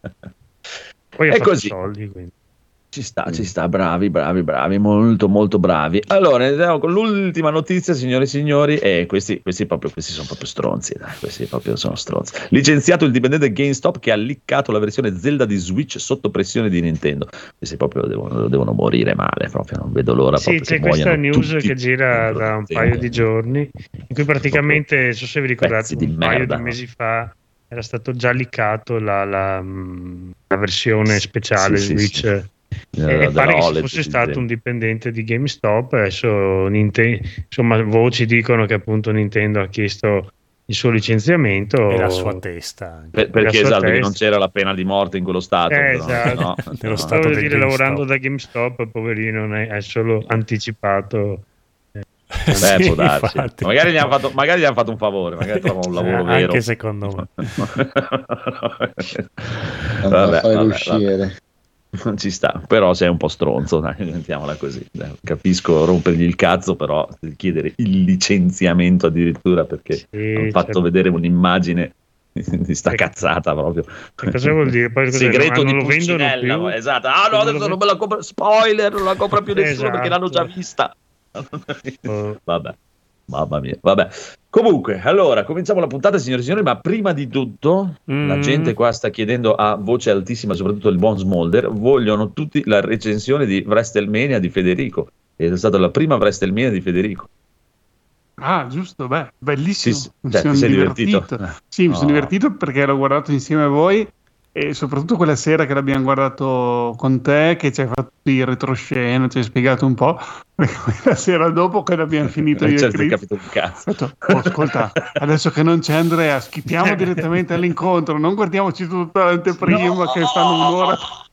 Poi ha È fatto così. soldi, quindi. Ci sta, bravi, molto molto bravi. Allora, andiamo con l'ultima notizia, signore e signori, e questi sono proprio stronzi, dai, questi proprio sono stronzi. Licenziato il dipendente GameStop che ha liccato la versione Zelda di Switch sotto pressione di Nintendo. Questi proprio devono morire male, proprio non vedo l'ora. Sì, proprio c'è che questa muoiano news tutti che gira dentro da un Nintendo. paio di giorni, in cui praticamente, non so se vi ricordate, Pezzi di un paio merda, di no? mesi fa era stato già liccato la versione speciale Sì, Switch. sì. E pare che ci OLED fosse di stato Zelda. un dipendente di GameStop. Adesso insomma, voci dicono che appunto Nintendo ha chiesto il suo licenziamento E la sua testa. anche. Perché la sua esatto, che testa. non c'era la pena di morte in quello stato. però, Esatto. no, Nello no. stato Voglio del dire, GameStop. lavorando da GameStop, poverino, è solo anticipato. Sì, Può darsi. infatti. Magari gli hanno fatto un favore, magari trovano un lavoro vero. Anche secondo me. Andrà a fare l'usciere. Ci sta, però sei un po' stronzo, dai, mettiamola così. Dai, capisco rompergli il cazzo, però chiedere il licenziamento addirittura perché Sì, hanno fatto certo. vedere un'immagine di sta cazzata proprio. Che cosa vuol dire? Poi cos'è? Segreto Non di lo vendono Pulcinella, più? esatto. Ah no, adesso non me la compra, spoiler, non la compra più nessuno Esatto. perché l'hanno già vista. Oh. Vabbè, mamma mia, vabbè. Comunque, allora, cominciamo la puntata, signore e signori, ma prima di tutto, la gente qua sta chiedendo a voce altissima, soprattutto il buon Smolder, vogliono tutti la recensione di WrestleMania di Federico. È stata la prima WrestleMania di Federico. Ah, giusto, bellissimo. Sì, Mi cioè, sono ti sei divertito. divertito? Sì, mi No. sono divertito perché l'ho guardato insieme a voi E soprattutto quella sera che l'abbiamo guardato con te, che ci hai fatto il retroscena, ci hai spiegato un po', perché la sera dopo che l'abbiamo finito io e Certo, Chris, capito un cazzo. ho detto, ascolta, adesso che non c'è Andrea, schippiamo direttamente all'incontro, non guardiamoci tutta l'anteprima che stanno un'ora.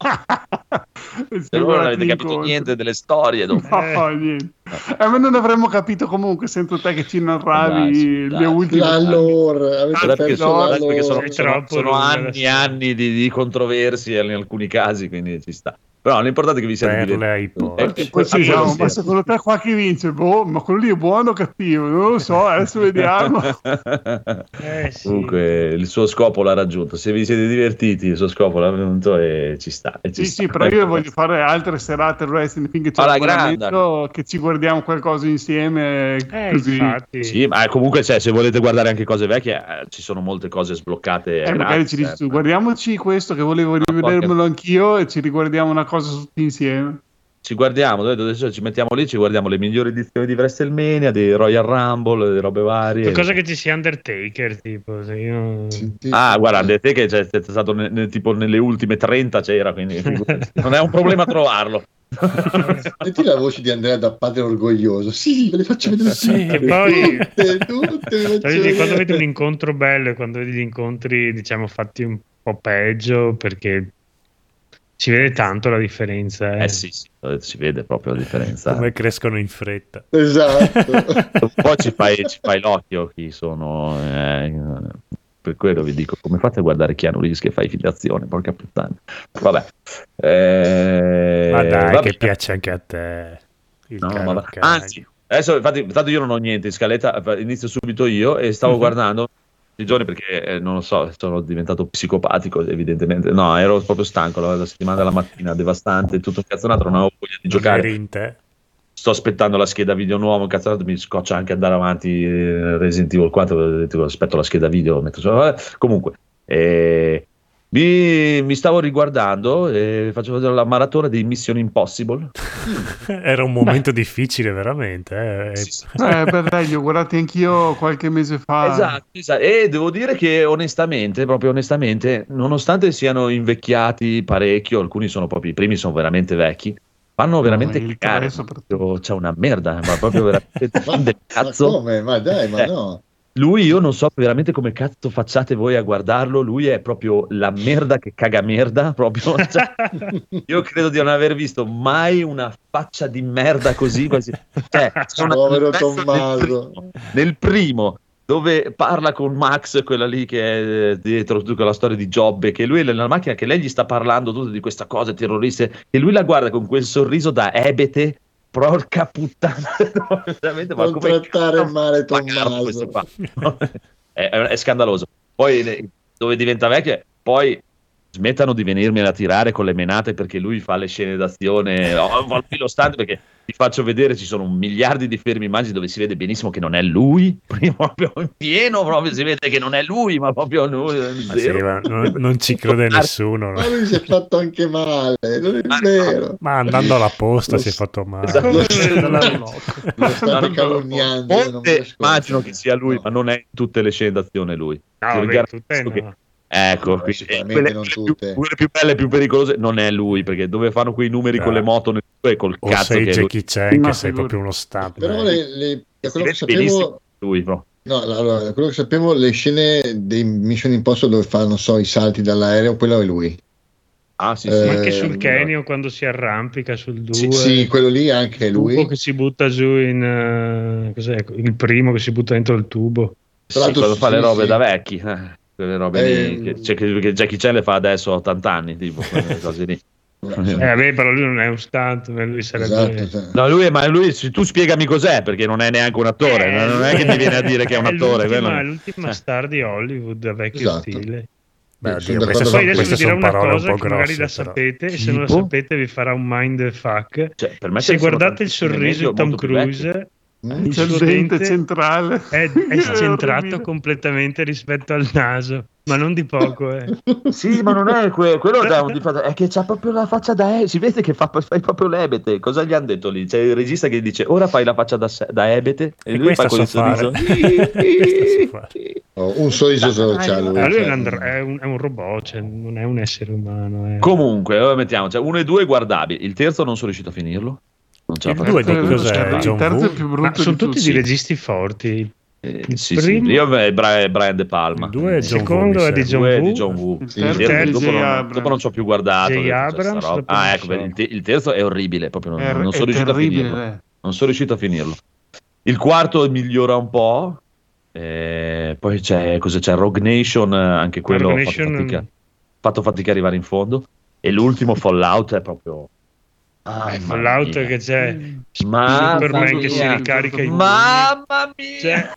Se voi non avete capito niente delle storie, dopo. No, niente. Ma non avremmo capito comunque senza te che ci narravi le ultime. La lore, avete Perché perso sono, la perché lore. sono anni e anni di controversie in alcuni casi, quindi ci sta. Però l'importante è che vi siate Perle ai divertiti. porci. Poi ci diciamo, ma secondo te qua chi vince? Boh, ma quello lì è buono o cattivo? Non lo so, adesso vediamo. Sì. Comunque il suo scopo l'ha raggiunto. Se vi siete divertiti, il suo scopo l'ha raggiunto e ci sta. E ci sta. Sì, però io voglio fare altre serate wrestling finché c'è l'abbonamento, che ci guardiamo qualcosa insieme. Così. Infatti. Sì, ma comunque se volete guardare anche cose vecchie, ci sono molte cose sbloccate. Magari ci dici tu, guardiamoci questo che volevo rivedermelo anch'io e ci riguardiamo una cosa tutti insieme. Ci guardiamo, adesso ci mettiamo lì, ci guardiamo le migliori edizioni di WrestleMania, di Royal Rumble, di robe varie. Cosa che ci sia Undertaker, tipo. Se io... Guarda, Undertaker c'è stato tipo nelle ultime 30 c'era, quindi non è un problema trovarlo. Senti la voce di Andrea da padre orgoglioso. Sì, ve le faccio vedere Che poi tutte quando vedi un incontro bello e quando vedi gli incontri, diciamo, fatti un po' peggio, perché si vede tanto la differenza. Sì, si vede proprio la differenza. Come crescono in fretta. Esatto. Poi ci fai l'occhio chi sono. Per quello vi dico, come fate a guardare Keanu Reeves che fa filiazione? Porca puttana. Vabbè. Ma dai, vabbè. che piace anche a te. Anzi, adesso infatti io non ho niente in scaletta, inizio subito io e stavo guardando i giorni perché non lo so, sono diventato psicopatico evidentemente. No, ero proprio stanco, la settimana della mattina devastante, tutto incazzonato, non avevo voglia di giocare. Sto aspettando la scheda video nuova, incazzato, mi scoccia anche andare avanti Resident Evil 4, aspetto la scheda video, comunque mi stavo riguardando e faccio vedere la maratona di Mission Impossible. Era un momento difficile veramente. Dai, li ho guardati anch'io qualche mese fa. Esatto. E devo dire che proprio onestamente, nonostante siano invecchiati parecchio, alcuni sono proprio, i primi sono veramente vecchi, fanno veramente cagare. C'è una merda, ma proprio veramente del cazzo. Ma come? Ma dai, ma no. Lui, io non so veramente come cazzo facciate voi a guardarlo. Lui è proprio la merda che caga merda. Proprio. Cioè, io credo di non aver visto mai una faccia di merda così. Povero Tommaso. Nel primo, dove parla con Max, quella lì che è dietro tutta la storia di Giobbe, che lui è nella macchina, che lei gli sta parlando tutto di questa cosa terroriste, e lui la guarda con quel sorriso da ebete. Porca puttana, non trattare male Tommaso. È scandaloso. Poi dove diventa vecchio, poi smettano di venirmi a tirare con le menate perché lui fa le scene d'azione al filo stante, perché vi faccio vedere, ci sono miliardi di fermi immagini dove si vede benissimo che non è lui, proprio in pieno, proprio si vede che non è lui, ma proprio lui, non ci crede nessuno. Ma lui si è fatto anche male, non è vero. Ma andando alla posta si è fatto male. Lo state calunniando. Immagino che sia lui, ma non è in tutte le scene d'azione lui. Ecco, quelle più belle e più pericolose non è lui, perché dove fanno quei numeri con le moto col o cazzo sei che Jackie Chan, che sei proprio uno stunt. Però quello che sapevo lui, no? Allora, quello che sapevo, le scene dei Mission Impossible dove fa, non so, i salti dall'aereo, quello è lui. Sì. Ma anche sul Canyon quando si arrampica sul 2. Sì, quello lì anche è lui. Che si butta giù in cos'è? Il primo che si butta dentro il tubo. Quando fa le robe da vecchi. Quelle robe lì che Jackie Chan le fa adesso a 80 anni, tipo quelle cose lì. Però lui non è un stunt, lui sarebbe... Esatto. No, lui tu spiegami cos'è, perché non è neanche un attore, non è che mi viene a dire che è un attore. È l'ultima star di Hollywood a vecchio stile. Poi adesso vi dirò una cosa che magari la sapete, e se non la sapete vi farà un mindfuck. Per me se guardate il sorriso di Tom Cruise, Il C'è il suo dente dente centrale. è È scentrato orribile. completamente rispetto al naso, ma non di poco, Sì, ma non è quello da un difetto, è che c'ha proprio la faccia da si vede che fai proprio l'ebete. Cosa gli hanno detto lì? C'è il regista che dice ora fai la faccia da ebete e lui questa fa con il so fare. sorriso. Questa so fare. Un sorriso solo c'ha lui. Ma lui cioè, è un robot, cioè, non è un essere umano. Comunque, mettiamo, cioè 1 e 2 guardabili. Il terzo non sono riuscito a finirlo. Non ce la Il faccio. due di Il cos'è? John terzo è Woo? il più Ma brutto sono di tutti tutti. di registi forti. Sì, primo- sì. Io Brian De Palma. Il 2 è Il John secondo Woo, è mi di sembra. John Due Woo. di John Woo. Il Il terzo terzo è di dopo, J. non, Abrams. dopo non ci ho più guardato. J. ho detto, Abrams, sta roba. dopo non Ecco, so. il terzo è orribile, proprio non sono È riuscito a finirlo. terribile. Non sono riuscito a finirlo. Il quarto migliora un po'. Poi c'è Rogue Nation, anche quello Rogue ho fatto Nation- fatica. Fatto fatica a arrivare in fondo. E l'ultimo Fallout è proprio. Fallout che c'è Mamma Superman che si mia. ricarica i pugni. Mamma mia. Cioè,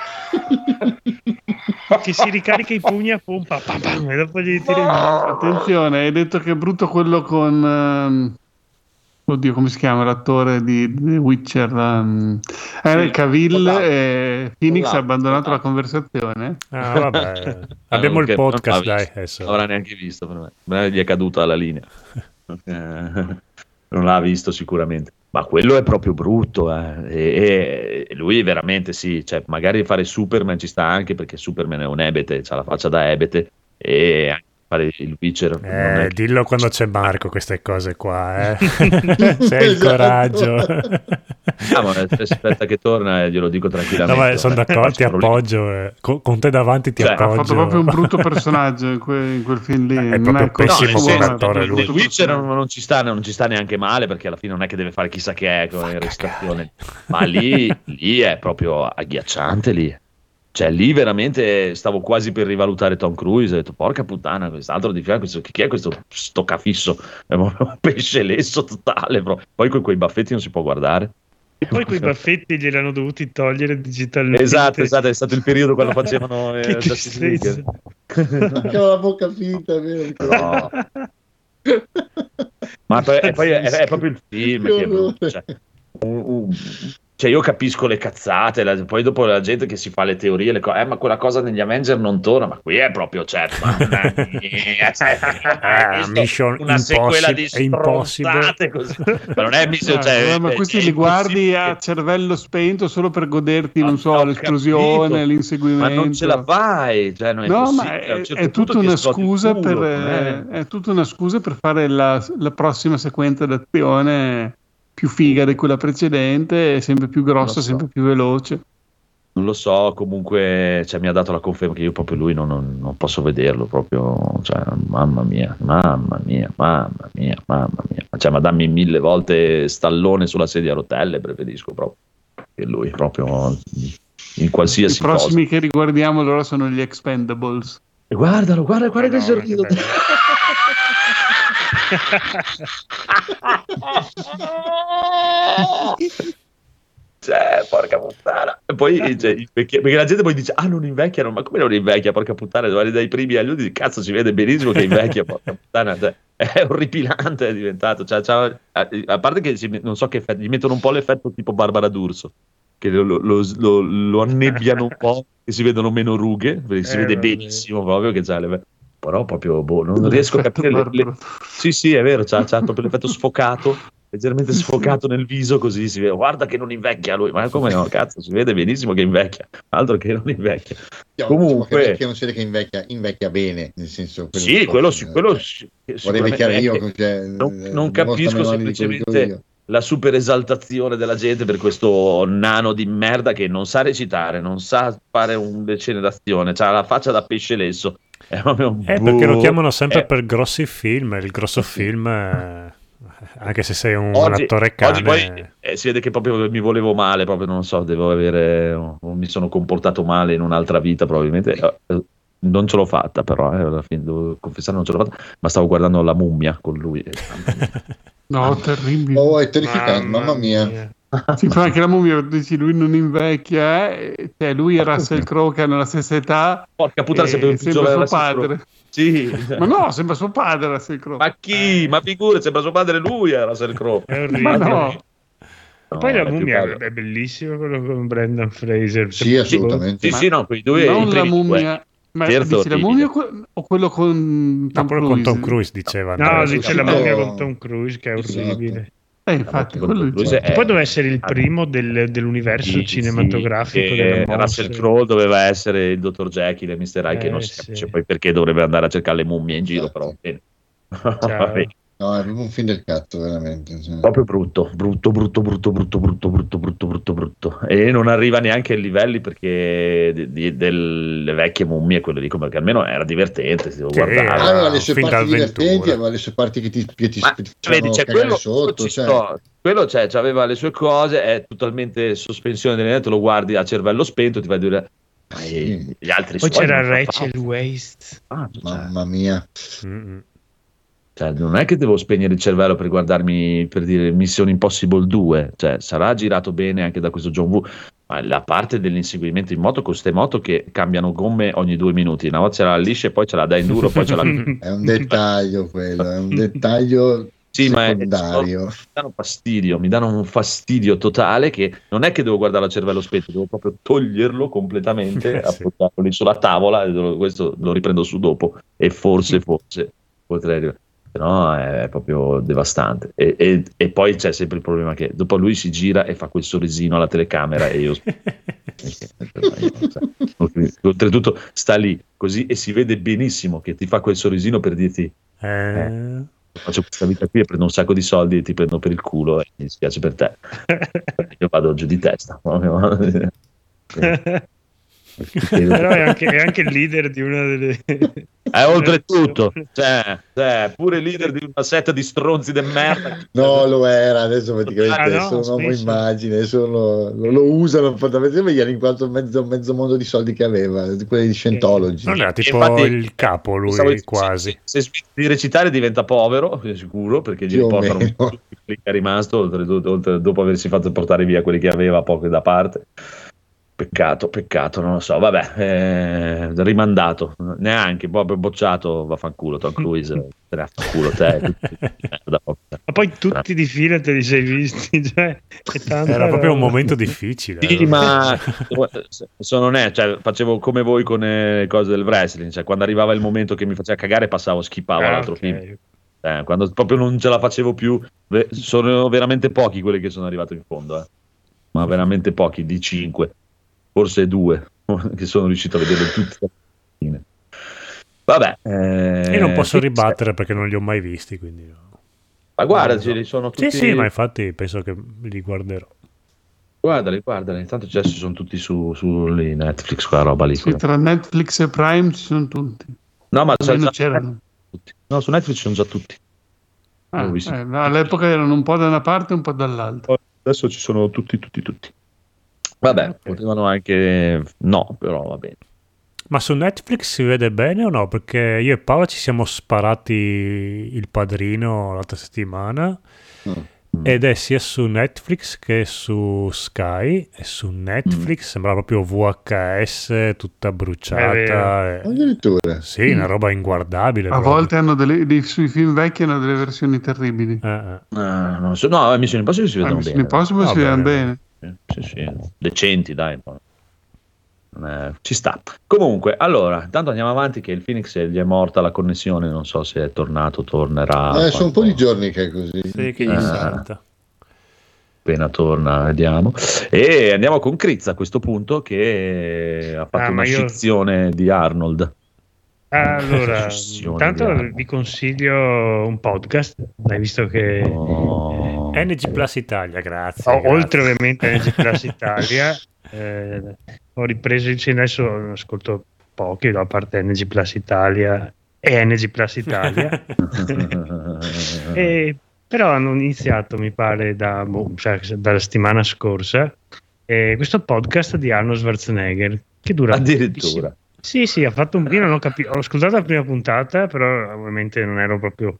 che si ricarica i pugni a pompa pam, pam, e dopo gli tira in mano. Attenzione, hai detto che è brutto quello con oddio, come si chiama l'attore di The Witcher? Cavill e Phoenix ha abbandonato la conversazione. Ah, vabbè. Abbiamo il Ok, podcast, non l'ha dai. visto. Adesso. Non l'avrà neanche visto per me gli è caduta la linea. Non l'ha visto sicuramente, ma quello è proprio brutto, e lui veramente sì, cioè magari fare Superman ci sta anche perché Superman è un ebete, c'ha la faccia da ebete, e anche fare il Witcher non è che- Dillo quando c'è Marco queste cose qua, se hai il coraggio. ma aspetta che torna e glielo dico No, tranquillamente. ma sono d'accordo, ti Problemi. appoggio. Con te davanti ti Cioè, Ha fatto appoggio. proprio un brutto personaggio in quel film lì. È Non proprio così pessimo buono, come è attore proprio lui. The brutto Witcher personaggio. non ci sta neanche male perché alla fine non è che deve fare chissà che è con le recitazioni, ma lì è proprio agghiacciante lì. Cioè lì veramente stavo quasi per rivalutare Tom Cruise, ho detto porca puttana, quest'altro di fianco, chi è questo stoccafisso? È proprio un pesce lesso totale, poi con quei baffetti non si può guardare. E poi quei baffetti gliel'hanno dovuti togliere digitalmente. Esatto, è stato il periodo quando facevano Che Justice League. C'ho la bocca finta, è vero? No. Ma poi è proprio il film che è brutto, cioè, cioè io capisco le cazzate, poi dopo la gente che si fa le teorie, ma quella cosa negli Avenger non torna, ma qui è proprio, cioè, mamma mia, Mission una sequela di Impossible. stronzate così. Ma non è Mission, cioè, ma questi li guardi a cervello spento solo per goderti, non so, ho l'esplosione, capito, l'inseguimento. ma non ce la fai, cioè, non è No, ma possibile. A un certo è punto tutta ti una esplode il scusa culo, è tutta una scusa per fare la prossima sequenza d'azione più figa di quella precedente, sempre più grossa, sempre più veloce. Non lo so, comunque mi ha dato la conferma che io proprio lui non posso vederlo proprio, cioè, mamma mia, cioè, ma dammi 1000 volte Stallone sulla sedia a rotelle, preferisco proprio che lui proprio in qualsiasi I prossimi cosa. che riguardiamo allora sono gli Expendables. E guarda che sorriso. Cioè, porca puttana. E poi perché la gente poi dice non invecchiano, ma come non invecchia, porca puttana, dai primi agli ultimi, cazzo, si vede benissimo che invecchia, porca puttana, cioè, è orripilante, è diventato, cioè, a parte che non so che effetto, gli mettono un po' l'effetto tipo Barbara D'Urso, che lo annebbiano un po', che si vedono meno rughe, perché si vede benissimo proprio che c'ha però proprio non riesco a capire sì, è vero, c'ha proprio l'effetto sfocato, leggermente sfocato nel viso, così si vede, guarda che non invecchia lui, ma come no, cazzo, si vede benissimo che invecchia, altro che non invecchia. Comunque non si vede che invecchia bene, nel senso quello vorrei invecchiare io, non capisco semplicemente la super esaltazione della gente per questo nano di merda che non sa recitare, non sa fare un scene d'azione, c'ha la faccia da pesce lesso. Perché lo chiamano sempre per grossi film, il grosso film, anche se sei un attore cane. Oggi poi si vede che proprio mi volevo male, proprio non so, mi sono comportato male in un'altra vita probabilmente, non ce l'ho fatta però, alla fine devo confessare non ce l'ho fatta, ma stavo guardando La Mummia con lui. No, terribile. Oh, è terrificante, mamma mia. Sì, fa anche La Mummia, dici lui non invecchia, cioè lui e Russell Crowe che hanno la stessa età. Porca puttana, sembra suo padre. Sì. Ma no, sembra suo padre Russell Crowe. Ma chi? Ma figure, sembra suo padre lui era Russell Crowe. È orribile. Ma no. E poi la è più mummia bello. è bellissimo, quello con Brendan Fraser. Sì, assolutamente. Sì, no, quei due Non i la primi mummia, ma Terzo dici la orribile. mummia o quello con No, Tom quello Cruise? con Tom Cruise diceva No, Andrea. dice la uscito- mummia con Tom Cruise che è Esatto. orribile. Infatti, Con quello Tom Cruise dicevo. è- Poi doveva essere il primo dell'universo Sì, cinematografico sì, delle che Russell mostre. Crowe doveva essere il dottor Jekyll e Mr. Hyde, che non si Sì. capisce poi perché dovrebbe andare a cercare le mummie in giro, Esatto. però bene. Ciao. Vabbè. No, è proprio un film del cazzo, veramente. Cioè. Proprio brutto. E non arriva neanche ai livelli perché delle vecchie mummie, quello dico, perché almeno era divertente, si devo Sì, guardare. Aveva le un sue film parti d'avventura. divertenti, aveva le sue parti che ti Ma facevano vedi, c'è cagare quello sotto. ci Cioè. sto. Quello aveva le sue cose, è totalmente sospensione dell'energia, lo guardi a cervello spento, ti vai a dire ma Sì. gli altri Poi suoi c'era non fa Rachel paura. Waste. Mamma mia. Mm-mm. Cioè, non è che devo spegnere il cervello per guardarmi, per dire, Mission Impossible 2, cioè sarà girato bene anche da questo John Woo, ma la parte dell'inseguimento in moto con queste moto che cambiano gomme ogni 2 minuti, una volta ce l'ha liscia e poi ce l'ha da enduro, poi ce l'ha... È un dettaglio quello, è un dettaglio Sì, ma secondario. mi danno un fastidio totale che non è che devo guardare a cervello spento, devo proprio toglierlo completamente, Sì. appoggiarlo lì sulla tavola, e questo lo riprendo su dopo e forse potrei... Però è proprio devastante. E poi c'è sempre il problema che dopo lui si gira e fa quel sorrisino alla telecamera e io... Oltretutto sta lì così e si vede benissimo che ti fa quel sorrisino per dirti faccio questa vita qui e prendo un sacco di soldi e ti prendo per il culo e mi dispiace per te. Io vado giù di testa. Però è anche il leader di una delle... Oltretutto, cioè, pure il leader di una setta di stronzi de merda. No, lo era, adesso praticamente è solo un uomo spesso. immagine, adesso lo usano fondamentalmente per gli quanto mezzo mondo di soldi che aveva, quelli di Scientology. Non era tipo Infatti, il capo lui, quasi. Se smette di recitare diventa povero, sicuro, perché gli Più o riportano meno. tutti quelli che è rimasto, oltre, dopo aversi fatto portare via quelli che aveva, poco da parte. Peccato, non lo so, vabbè, rimandato, neanche, proprio bocciato, vaffanculo, Tom Cruise, te ne affanculo te. Ma poi tutti di fila te li sei visti, cioè, è tanta Era proprio un roba. momento difficile. Sì, ma sono onesto, cioè, facevo come voi con le cose del wrestling, cioè, quando arrivava il momento che mi faceva cagare skippavo all'altro ok. film. Quando proprio non ce la facevo più, sono veramente pochi quelli che sono arrivati in fondo, ma veramente pochi, di 5, forse 2, che sono riuscito a vederli tutti. Vabbè, Io non posso ribattere perché non li ho mai visti, quindi no. ma guarda, ce li sono tutti. Sì, ma infatti penso che li guarderò. Guardali, intanto adesso sono tutti su lì, Netflix, quella roba lì. Sì, tra Netflix e Prime ci sono tutti. No, ma Almeno c'erano. tutti. No, su Netflix sono già tutti. L'ho visto. No, all'epoca erano un po' da una parte e un po' dall'altra. Adesso ci sono tutti. Vabbè, potevano anche... No, però va bene. Ma su Netflix si vede bene o no? Perché io e Paola ci siamo sparati Il Padrino l'altra settimana ed è sia su Netflix che su Sky, e su Netflix sembra proprio VHS tutta bruciata. Addirittura. Sì, una roba inguardabile. A proprio. volte hanno sui film vecchi hanno delle versioni terribili. Non so, no, Mission Impossible si vedono Mission bene. Impossible si vedono bene. Sì, decenti, dai. Ci sta. Comunque, allora, intanto andiamo avanti che il Phoenix gli è morta la connessione, non so se è tornato, tornerà. Sono un po' di giorni che è così. Sì, che gli salta. Appena torna, vediamo. E andiamo con Crizza a questo punto, che ha fatto una scizione di Arnold. Allora, intanto vi consiglio un podcast, hai visto che NG Plus Italia, grazie. Oltre ovviamente a NG Plus Italia, ho ripreso adesso ascolto pochi, a parte NG Plus Italia e NG Plus Italia. Però hanno iniziato, mi pare, dalla settimana scorsa, questo podcast di Arnold Schwarzenegger, che dura addirittura. Sì, ha fatto io non ho capito, ho ascoltato la prima puntata, però ovviamente non ero proprio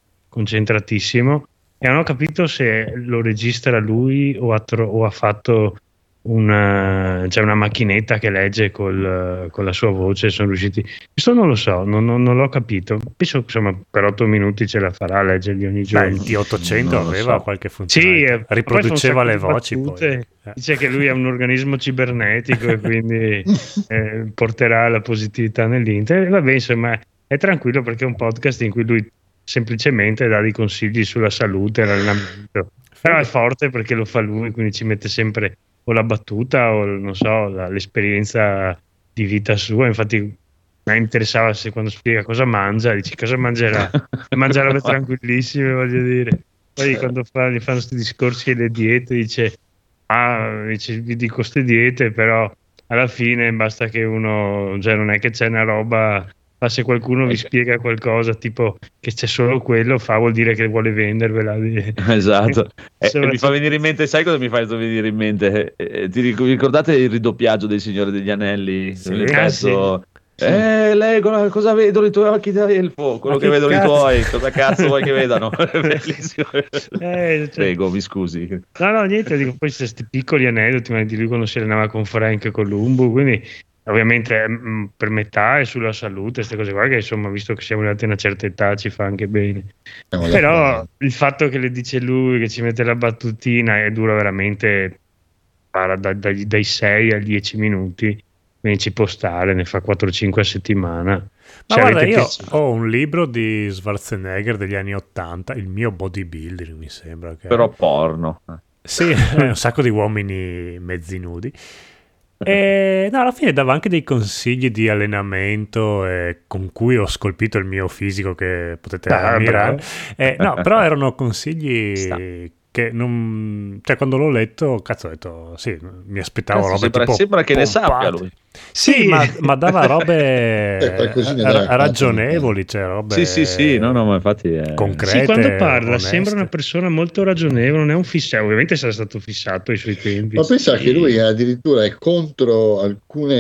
concentratissimo e non ho capito se lo registra lui o ha fatto c'è una macchinetta che legge con la sua voce, sono riusciti. Questo non lo so, non l'ho capito. Penso insomma per 8 minuti ce la farà a leggerli ogni giorno. Il T800 Non lo aveva so. qualche funzione, riproduceva le voci battute. poi. Dice che lui è un organismo cibernetico e quindi porterà la positività nell'Inter. Vabbè, insomma, è tranquillo perché è un podcast in cui lui semplicemente dà dei consigli sulla salute e l'allenamento. Però è forte perché lo fa lui, quindi ci mette sempre o la battuta o non so, l'esperienza di vita sua. Infatti mi interessava se quando spiega cosa mangia, dici cosa mangerà, e mangia robe tranquillissime, voglio dire. Poi quando gli fanno questi discorsi e le diete dice vi dico queste diete, però alla fine basta che uno, cioè non è che c'è una roba, ma se qualcuno vi spiega qualcosa tipo che c'è solo quello, vuol dire che vuole vendervela. Esatto. Insomma, Mi fa venire in mente, sai cosa mi fa venire in mente? Ti ricordate il ridoppiaggio del Signore degli Anelli? Sì. Il pezzo, lei cosa vedono i tuoi occhi da elfo? Quello Ma che che vedono cazzo? i tuoi, cosa cazzo vuoi che vedano? Bellissimo. cioè- Prego, mi scusi. No, niente, dico, poi c'è questi piccoli aneddoti, ma di lui quando si allenava con Frank Columbu, quindi ovviamente per metà è sulla salute, queste cose qua, che insomma, visto che siamo arrivati a una certa età, ci fa anche bene. Però il fatto che le dice lui, che ci mette la battutina e dura veramente dai 6 ai 10 minuti, quindi ci può stare, ne fa 4-5 a settimana. Ma Se guarda, avete io piacere. ho un libro di Schwarzenegger degli anni 80, il mio bodybuilding mi sembra che Però porno. sì, un sacco di uomini mezzi nudi. E no, alla fine dava anche dei consigli di allenamento con cui ho scolpito il mio fisico che potete ammirare. No, però erano consigli che non... Cioè, quando l'ho letto, cazzo, ho detto, sì, mi aspettavo robe tipo sembra che ne sappia pompate. lui. Sì, ma dava robe qualcosina dai, ragionevoli, cioè robe Sì, no, ma infatti concrete. Sì, quando parla oneste. sembra una persona molto ragionevole, non è un fissato, ovviamente sarà stato fissato ai suoi tempi. Ma pensa che lui addirittura è contro alcuni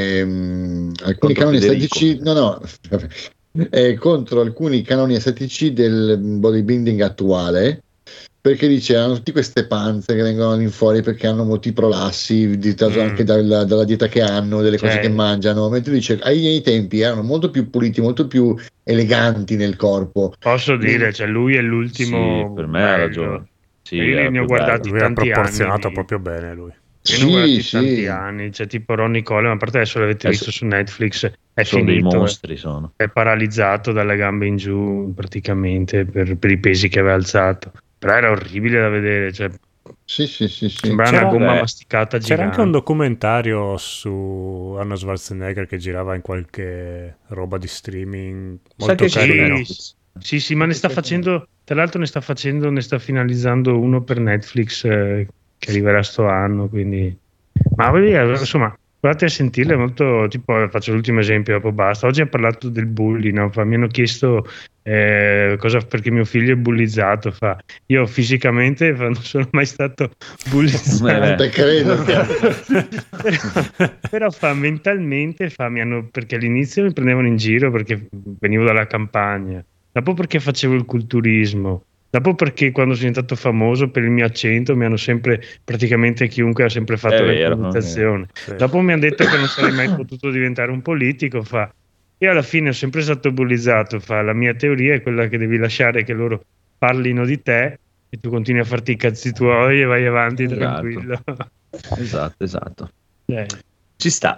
canoni Federico. estetici. No, è contro alcuni canoni estetici del bodybuilding attuale, perché dice hanno tutte queste panze che vengono in fuori perché hanno molti prolassi, ditato anche dalla dieta che hanno, delle cose che mangiano, mentre dice ai tempi erano molto più puliti, molto più eleganti nel corpo. Posso dire, cioè lui è l'ultimo. Sì, per me ha ragione. Sì, io ne ho guardati Lui ha tanti proporzionato anni. proprio bene lui. Io ne ho guardati tanti anni, cioè tipo Ronnie Coleman, a parte adesso l'avete visto su Netflix, è sono finito, dei mostri, sono. è paralizzato dalle gambe in giù praticamente per i pesi che aveva alzato. Però era orribile da vedere, cioè Sì. sembrava una gomma masticata gigante. C'era anche un documentario su Arnold Schwarzenegger che girava in qualche roba di streaming molto carino. Sì, ma ne sta facendo, tra l'altro ne sta finalizzando uno per Netflix che arriverà sto anno, quindi ma insomma provate a sentirlo, è molto tipo, faccio l'ultimo esempio dopo basta. Oggi ha parlato del bulli, no? Mi hanno chiesto cosa perché mio figlio è bullizzato, io fisicamente non sono mai stato bullizzato. Non te credo. però mentalmente perché all'inizio mi prendevano in giro perché venivo dalla campagna, dopo perché facevo il culturismo, dopo perché quando sono diventato famoso per il mio accento mi hanno sempre, praticamente chiunque ha sempre fatto la commutazione. Dopo mi hanno detto che non sarei mai potuto diventare un politico, io alla fine ho sempre stato bullizzato, la mia teoria è quella che devi lasciare che loro parlino di te e tu continui a farti i cazzi tuoi e vai avanti tranquillo. Esatto. Ci sta.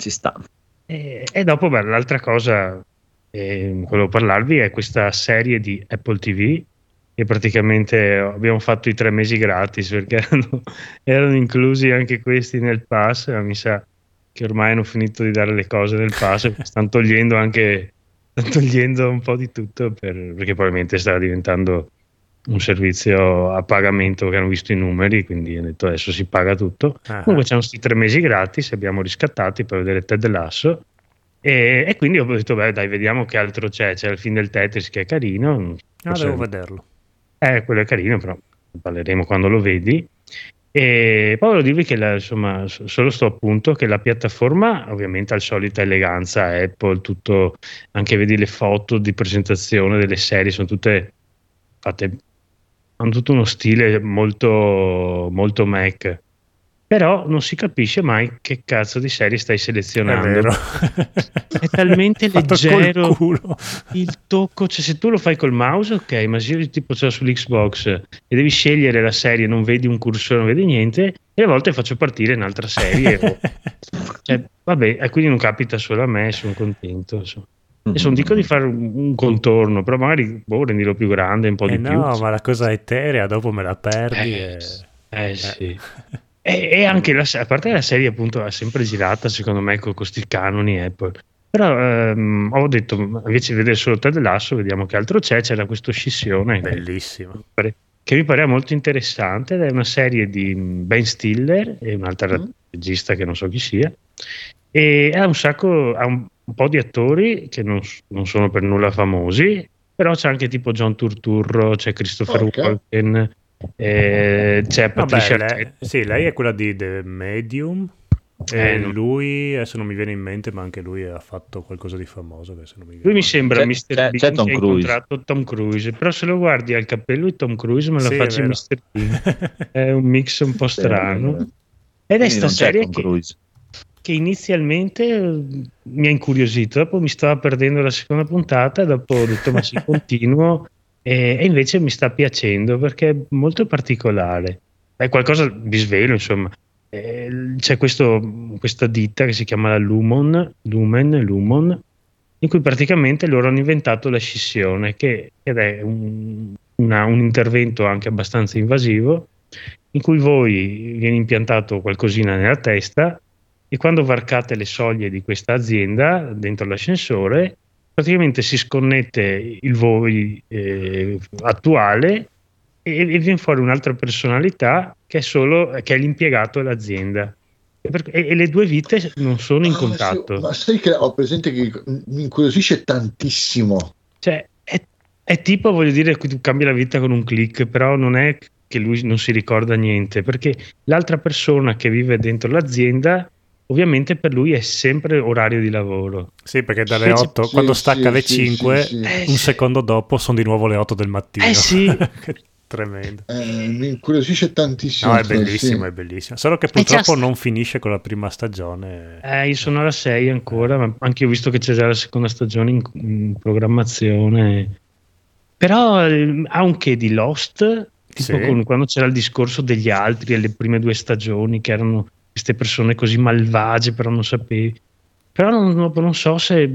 E dopo l'altra cosa volevo parlarvi è questa serie di Apple TV che praticamente abbiamo fatto i 3 mesi gratis perché erano inclusi anche questi nel pass, ma mi sa che ormai hanno finito di dare le cose nel pass, stanno togliendo un po' di tutto perché probabilmente sta diventando un servizio a pagamento che hanno visto i numeri, quindi hanno detto adesso si paga tutto. Comunque c'erano questi 3 mesi gratis, abbiamo riscattati per vedere Ted Lasso e quindi ho detto dai, vediamo che altro c'è il film del Tetris che è carino. Devo vederlo. Quello è carino, però parleremo quando lo vedi. E poi volevo dirvi che insomma solo sto appunto che la piattaforma ovviamente ha la solita eleganza Apple, tutto, anche vedi le foto di presentazione delle serie sono tutte fatte, hanno tutto uno stile molto molto Mac, però non si capisce mai che cazzo di serie stai È selezionando. vero. È talmente Fatto col leggero culo. il tocco, cioè se tu lo fai col mouse, ok, ma se io tipo ce l'ho sull'Xbox e devi scegliere la serie, non vedi un cursore, non vedi niente, e a volte faccio partire un'altra serie. Cioè, vabbè, e quindi non capita solo a me, sono contento. Insomma. Adesso non dico di fare un contorno, però magari rendilo più grande, un po' di più. No, ma la cosa eterea dopo me la perdi. Sì. E anche a parte la serie appunto è sempre girata secondo me con questi canoni Apple, però ho detto invece di vedere solo Ted Lasso vediamo che altro c'era questa scissione Bellissimo. che mi pareva molto interessante, ed è una serie di Ben Stiller e un'altra regista che non so chi sia, e ha un po' di attori che non sono per nulla famosi, però c'è anche tipo John Turturro, c'è Christopher Walken, c'è Patricia Arquette. Lei è quella di The Medium. Lui adesso non mi viene in mente, ma anche lui ha fatto qualcosa di famoso. Lui mi sembra Mr. Bean c'è Tom che ha incontrato Tom Cruise, però se lo guardi al cappello di Tom Cruise me lo faccio Mr. Bean. È un mix un po' strano. Ed è sta serie che inizialmente mi ha incuriosito, dopo mi stava perdendo la seconda puntata, dopo ho detto ma sì, continuo, e invece mi sta piacendo perché è molto particolare, è qualcosa vi svelo, insomma. C'è questa ditta che si chiama la Lumen, in cui praticamente loro hanno inventato la scissione, ed è un intervento anche abbastanza invasivo, in cui viene impiantato qualcosina nella testa, e quando varcate le soglie di questa azienda dentro l'ascensore, praticamente si sconnette il voi attuale e viene fuori un'altra personalità che è l'impiegato dell'azienda, e le due vite non sono in contatto. Ma sai che ho presente che mi incuriosisce tantissimo, cioè è tipo, voglio dire, tu cambi la vita con un click, però non è che lui non si ricorda niente, perché l'altra persona che vive dentro l'azienda ovviamente per lui è sempre orario di lavoro. Sì, perché dalle 8, quando stacca alle 5, un secondo dopo sono di nuovo le 8 del mattino. Sì. Tremendo. Mi incuriosisce tantissimo. No, è bellissimo, è bellissimo. Solo che purtroppo non finisce con la prima stagione. Io sono alla 6 ancora, ma anche io ho visto che c'è già la seconda stagione in programmazione. Però ha un che di Lost, tipo quando c'era il discorso degli altri e le prime 2 stagioni, che erano queste persone così malvagie, però non sapevi. Però non so se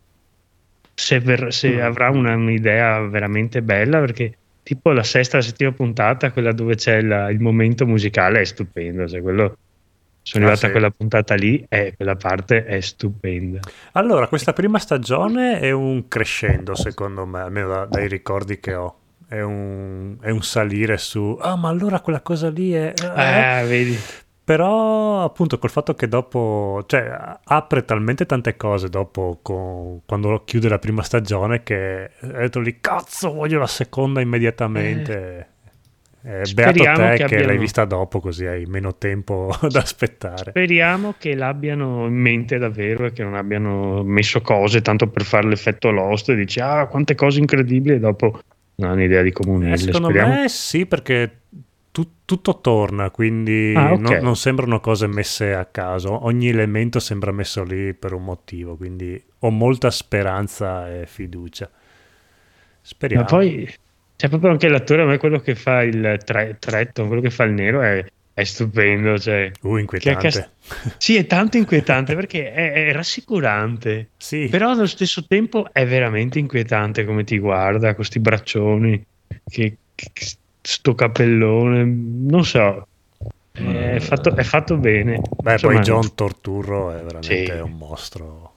avrà un'idea veramente bella, perché tipo la sesta, la settima puntata, quella dove c'è il momento musicale, è stupendo. Cioè sono arrivata a quella puntata lì e quella parte è stupenda. Allora, questa prima stagione è un crescendo, secondo me, almeno dai ricordi che ho. È un salire su. Ma allora quella cosa lì è. Vedi. Però appunto col fatto che dopo, cioè, apre talmente tante cose dopo quando chiude la prima stagione, che ho detto lì, cazzo, voglio la seconda immediatamente. Beato te che l'hai vista dopo, così hai meno tempo da aspettare. Speriamo che l'abbiano in mente davvero e che non abbiano messo cose tanto per fare l'effetto Lost e dici quante cose incredibili, e dopo non hanno idea di comunelle. Secondo me sì, perché tutto torna, quindi non sembrano cose messe a caso, ogni elemento sembra messo lì per un motivo, quindi ho molta speranza e fiducia. Speriamo. Ma poi c'è proprio anche l'attore, a me quello che fa il Tretton, quello che fa il nero è stupendo, cioè inquietante. Sì, è tanto inquietante perché è rassicurante, sì. Però allo stesso tempo è veramente inquietante come ti guarda con sti braccioni, che sto cappellone, non so, è fatto bene. Beh, insomma, poi John Turturro è veramente un mostro.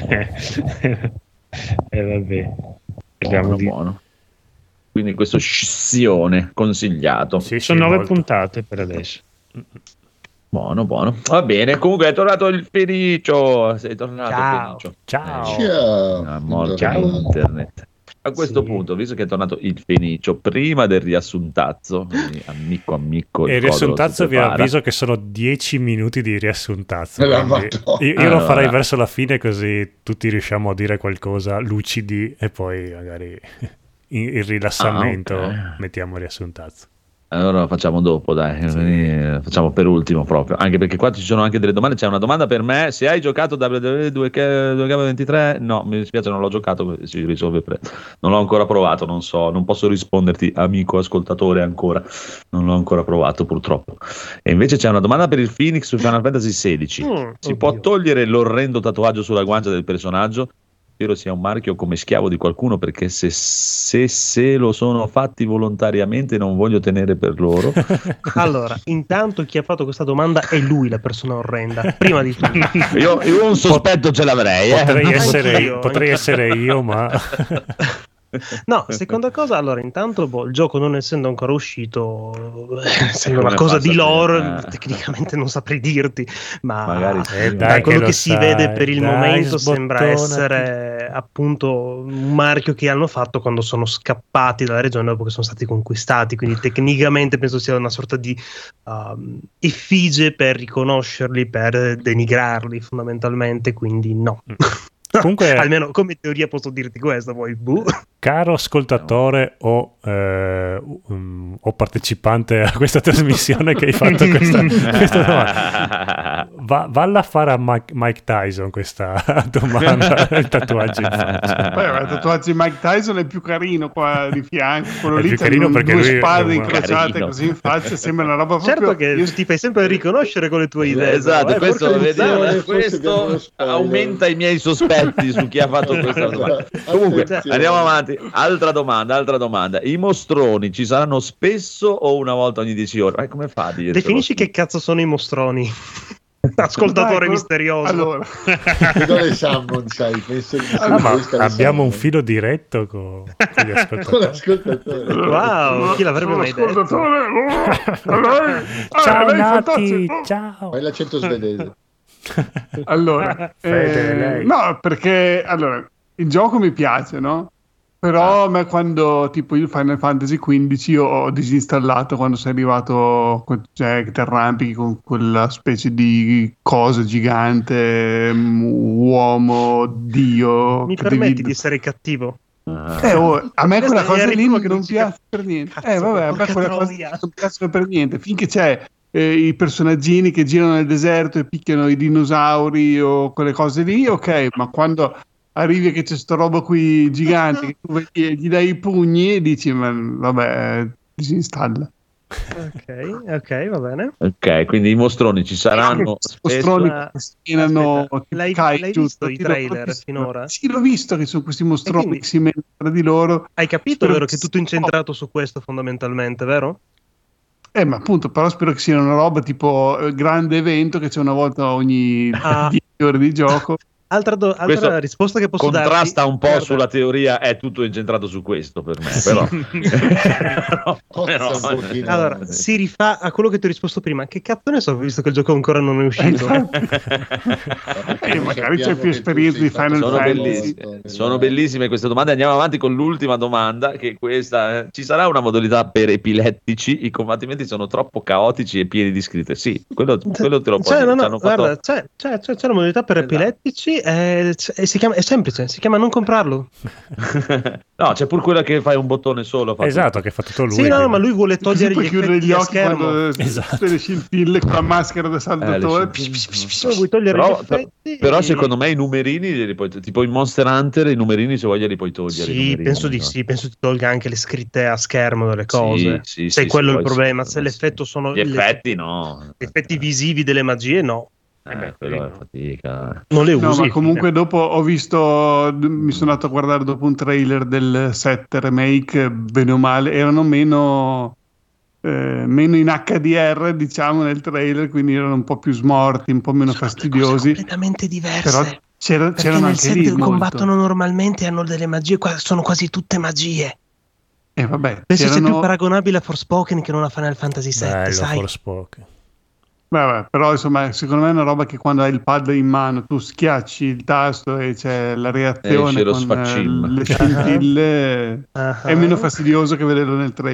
Vabbè. Buono. Quindi questo scissione consigliato. Sono 9 puntate per adesso. Buono. Va bene. Comunque è tornato il Fenicio. Sei tornato, Fenicio. Ciao. Morto in internet. A questo punto, visto che è tornato il Fenicio, prima del riassuntazzo, amico. E il riassuntazzo vi avviso che sono 10 minuti di riassuntazzo. Io lo farei verso la fine, così tutti riusciamo a dire qualcosa lucidi, e poi magari il rilassamento mettiamo il riassuntazzo. Allora lo facciamo dopo, dai. Facciamo per ultimo proprio. Anche perché qua ci sono anche delle domande. C'è una domanda per me: se hai giocato WWE 2K23? No, mi dispiace, non l'ho giocato. Si risolve presto. Non l'ho ancora provato, non so, non posso risponderti, amico ascoltatore, ancora. Non l'ho ancora provato, purtroppo. E invece c'è una domanda per il Phoenix su Final Fantasy XVI. Si può togliere l'orrendo tatuaggio sulla guancia del personaggio? Spero sia un marchio come schiavo di qualcuno, perché se lo sono fatti volontariamente non voglio tenere per loro. Allora, intanto chi ha fatto questa domanda è lui la persona orrenda, prima di tutto. Io un sospetto ce l'avrei. Potrei essere io, ma... No, seconda cosa, allora intanto il gioco non essendo ancora uscito, essendo una Come cosa fa di a lore, sapere? tecnicamente non saprei dirti, ma Magari da quello che si vede sai, per il dai, momento sembra sbottonati. essere appunto un marchio che hanno fatto quando sono scappati dalla regione dopo che sono stati conquistati, quindi tecnicamente penso sia una sorta di effigie per riconoscerli, per denigrarli fondamentalmente, quindi no. Comunque, almeno come teoria posso dirti questo, poi caro ascoltatore o partecipante a questa trasmissione che hai fatto questa domanda, valla a fare a Mike Tyson questa domanda, il tatuaggio in faccia. Poi il tatuaggio di Mike Tyson è più carino qua di fianco, quello È lì più c'ha carino perché due lui è spade un- incrociate carino. così in faccia, sembra una roba certo proprio... che ti fai sempre riconoscere con le tue idee, Esatto, però, questo, porca vedi, puttana. forse abbiamo uno questo spoiler. aumenta i miei sospetti su chi ha fatto questa domanda. Comunque, Attenzione. andiamo avanti. Altra domanda. I mostroni ci saranno spesso o una volta ogni 10 ore? Ma come fa a dirlo? Definisci che cazzo sono i mostroni. Ascoltatore Dai, misterioso. Allora, Vedo le summon, sai, penso che Ma riesca alle abbiamo un summon. filo diretto con gli Con ascoltatori. l'ascoltatore. Wow, chi l'avrebbe mai detto? Ciao lei Nati, fantastico. ciao. Fai l'accento svedese. Allora, Fede, lei. no, perché allora il gioco mi piace, no? Però a me quando tipo io Final Fantasy XV io ho disinstallato quando sei arrivato, cioè che ti arrampichi con quella specie di cosa gigante, uomo, dio. Mi che permetti devi- di essere cattivo? a me quella Questa è cosa il lì ritmo che non non si piace capisce. per niente. Cazzo, Vabbè, a me porca quella cosa troia. non piace per niente. Finché c'è i personaggini che girano nel deserto e picchiano i dinosauri o quelle cose lì, ok, ma quando arrivi che c'è sta roba qui gigante che tu vedi e gli dai i pugni e dici, ma vabbè, disinstalla. Ok, va bene. Ok, quindi i mostroni ci saranno Mostroni Ma- che schienano aspetta, tipo l'hai kaiju, visto i tiro trailer fortissimo. finora? Sì, l'ho visto che sono questi mostroni quindi- che si menano tra di loro. Hai capito, Spero vero, che che è tutto incentrato su questo fondamentalmente, vero? Ma appunto, però spero che sia una roba tipo grande evento che c'è una volta ogni 10 ore di gioco. Altra Questo risposta che posso contrasta darti. un po' Guarda, sulla teoria, è tutto incentrato su questo per me, Sì. però. Cozza un pochino. Allora, si rifà a quello che ti ho risposto prima. Che cazzo ne so, visto che il gioco ancora non è uscito? Magari c'è più esperienza di Final Sono Fantasy. bellissime. Sono bellissime queste domande. Andiamo avanti con l'ultima domanda, che è questa. Ci sarà una modalità per epilettici? I combattimenti sono troppo caotici e pieni di scritte. Sì, quello te lo può Cioè, dire. no, Ci hanno fatto- guarda, c'è una modalità per Esatto. epilettici e è semplice, si chiama non comprarlo. No, c'è pure quella che fai un bottone solo. fa Esatto, che fa tutto lui. Sì, no, quindi. ma lui vuole Così togliere puoi gli chiudere effetti gli a occhi schermo. quando Esatto. tutte le scintille con la maschera da saldatore. Tu vuoi togliere Però, gli effetti? però secondo me i numerini glieli puoi, tipo in Monster Hunter i numerini se vuoi glieli puoi togliere. i Sì, numerini, penso di no? sì, penso ti tolga anche le scritte a schermo delle cose. Sì, Se sì, quello è il poi problema, sì, se l'effetto sono gli effetti no. gli effetti visivi delle magie, no. Quello è fatica. Non le No, usi. ma comunque dopo ho visto, mi sono andato a guardare dopo un trailer del 7 remake, bene o male, erano meno in HDR, diciamo, nel trailer, quindi erano un po' più smorti, un po' meno Sono due fastidiosi. cose completamente diverse. Però c'erano Perché nel anche lì 7 molto. combattono normalmente e hanno delle magie, sono quasi tutte magie. Vabbè, Penso sia più c'erano... paragonabile a Forspoken che non a Final Fantasy VII, Bello, sai? Forspoken. Vabbè, però insomma, secondo me è una roba che quando hai il pad in mano tu schiacci il tasto e c'è la reazione Esce lo con sfaccin. le scintille, Ah. è meno fastidioso che vederlo nel trailer.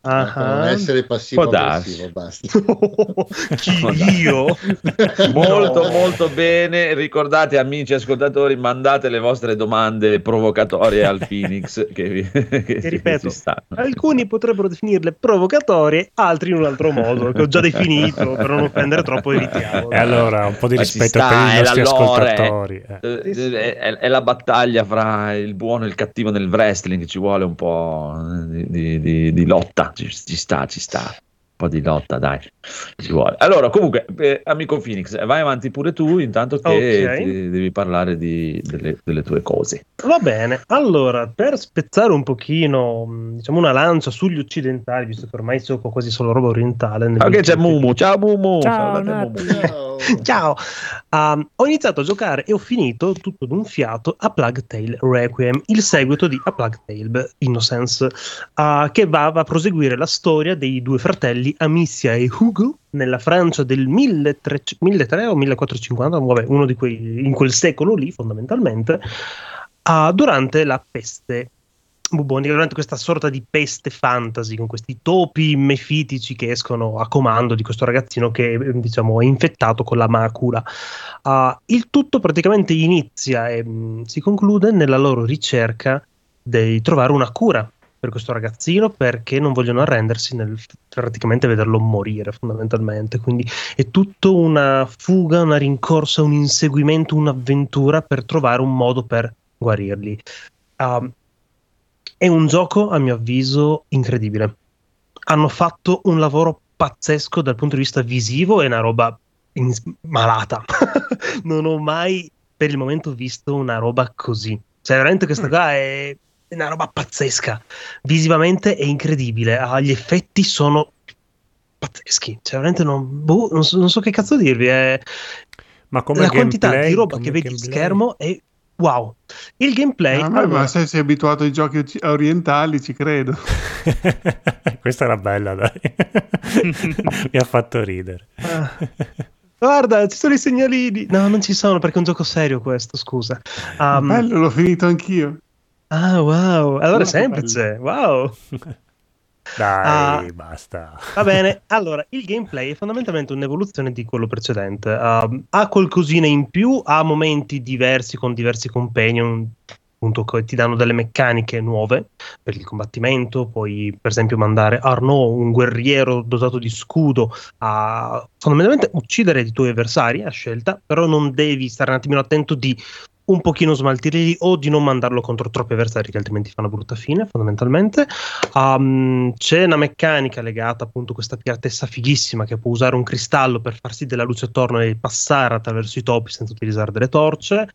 Non essere passivo-aggressivo, basta. Chi io? Molto bene. Ricordate, amici ascoltatori, mandate le vostre domande provocatorie al Phoenix che ripeto, ci stanno. alcuni potrebbero definirle provocatorie, altri in un altro modo che ho già definito, per non offendere troppo evitiamo. E allora un po' di Ma ci rispetto sta, per i è nostri l'allore. ascoltatori. È la battaglia fra il buono e il cattivo nel wrestling, ci vuole un po' di lotta, ci sta un po' di lotta, dai, ci vuole. Allora, comunque, amico Phoenix, vai avanti pure tu, intanto che ti devi parlare delle tue cose. Va bene, allora, per spezzare un pochino, diciamo, una lancia sugli occidentali, visto che ormai gioco quasi solo roba orientale. Ok, c'è Mumu, ciao Mumu. Ciao, Ciao. Ho iniziato a giocare e ho finito tutto d'un fiato A Plague Tale Requiem, il seguito di A Plague Tale Innocence, che va a proseguire la storia dei due fratelli Amicia e Hugo nella Francia del 1300 o 1450, vabbè, uno di quei, in quel secolo lì fondamentalmente, durante la peste bubonica, durante questa sorta di peste fantasy con questi topi mefitici che escono a comando di questo ragazzino che, diciamo, è infettato con la macula. Il tutto praticamente inizia e si conclude nella loro ricerca di trovare una cura per questo ragazzino, perché non vogliono arrendersi nel praticamente vederlo morire fondamentalmente. Quindi è tutto una fuga, una rincorsa, un inseguimento, un'avventura per trovare un modo per guarirli. È un gioco, a mio avviso, incredibile. Hanno fatto un lavoro pazzesco dal punto di vista visivo, è una roba malata. Non ho mai per il momento visto una roba così. Cioè veramente questa qua è una roba pazzesca. Visivamente è incredibile. Gli effetti sono pazzeschi. Cioè veramente non so che cazzo dirvi. Ma come la gameplay, quantità di roba che vedi in schermo è wow. Il gameplay ma se sei abituato ai giochi orientali, ci credo. Questa era bella, dai. Mi ha fatto ridere. Guarda, ci sono i segnalini. No, non ci sono, perché è un gioco serio questo, scusa. Bello, l'ho finito anch'io. Ah, wow. Allora è semplice. Wow. Dai, basta. Va bene, allora il gameplay è fondamentalmente un'evoluzione di quello precedente. Ha qualcosina in più, ha momenti diversi con diversi companion, appunto, che ti danno delle meccaniche nuove per il combattimento. Puoi per esempio mandare Arnaud, un guerriero dotato di scudo, a fondamentalmente uccidere i tuoi avversari a scelta, però non devi stare un attimino attento di un pochino smaltirli o di non mandarlo contro troppi avversari che altrimenti fanno brutta fine fondamentalmente. C'è una meccanica legata appunto a questa piratessa fighissima che può usare un cristallo per farsi della luce attorno e passare attraverso i topi senza utilizzare delle torce.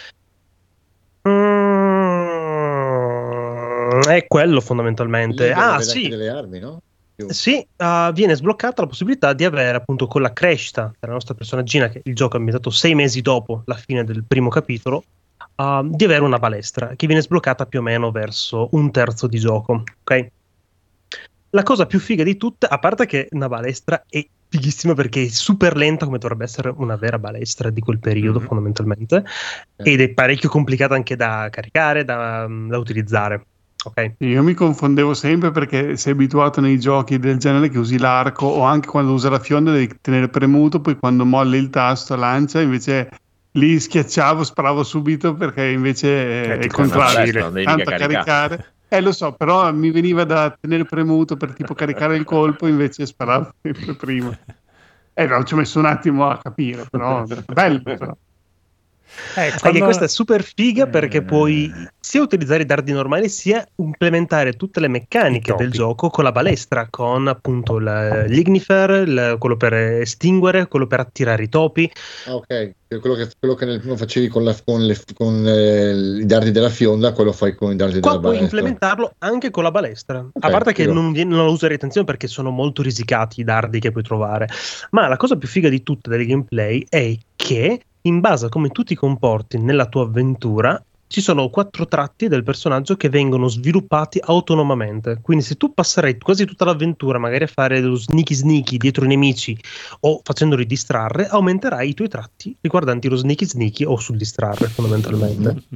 È quello fondamentalmente. Sì, delle armi, no? Sì, viene sbloccata la possibilità di avere appunto con la crescita della nostra personaggina, che il gioco è ambientato 6 mesi dopo la fine del primo capitolo, di avere una balestra che viene sbloccata più o meno verso un terzo di gioco, ok? La cosa più figa di tutte, a parte che una balestra è fighissima perché è super lenta come dovrebbe essere una vera balestra di quel periodo fondamentalmente, ed è parecchio complicata anche da caricare, da utilizzare. Okay. Io mi confondevo sempre perché sei abituato nei giochi del genere che usi l'arco, o anche quando usa la fionda devi tenere premuto, poi quando molli il tasto lancia, invece lì schiacciavo, sparavo subito, perché invece è il contrario, tanto a caricare. Lo so, però mi veniva da tenere premuto per tipo caricare il colpo, invece sparavo sempre prima. No, ci ho messo un attimo a capire, però è bello però. Anche questa è super figa perché puoi sia utilizzare i dardi normali sia implementare tutte le meccaniche del gioco con la balestra, con appunto l'ignifer, quello per estinguere, quello per attirare i topi. Ok, quello che nel primo facevi con i dardi della fionda, quello fai con i dardi della balestra. Qua puoi implementarlo anche con la balestra, a parte che non lo userei, attenzione, perché sono molto risicati i dardi che puoi trovare. Ma la cosa più figa di tutte del gameplay è che in base a come tu ti comporti nella tua avventura ci sono 4 tratti del personaggio che vengono sviluppati autonomamente. Quindi se tu passerai quasi tutta l'avventura magari a fare lo sneaky dietro i nemici o facendoli distrarre, aumenterai i tuoi tratti riguardanti lo sneaky o sul distrarre fondamentalmente.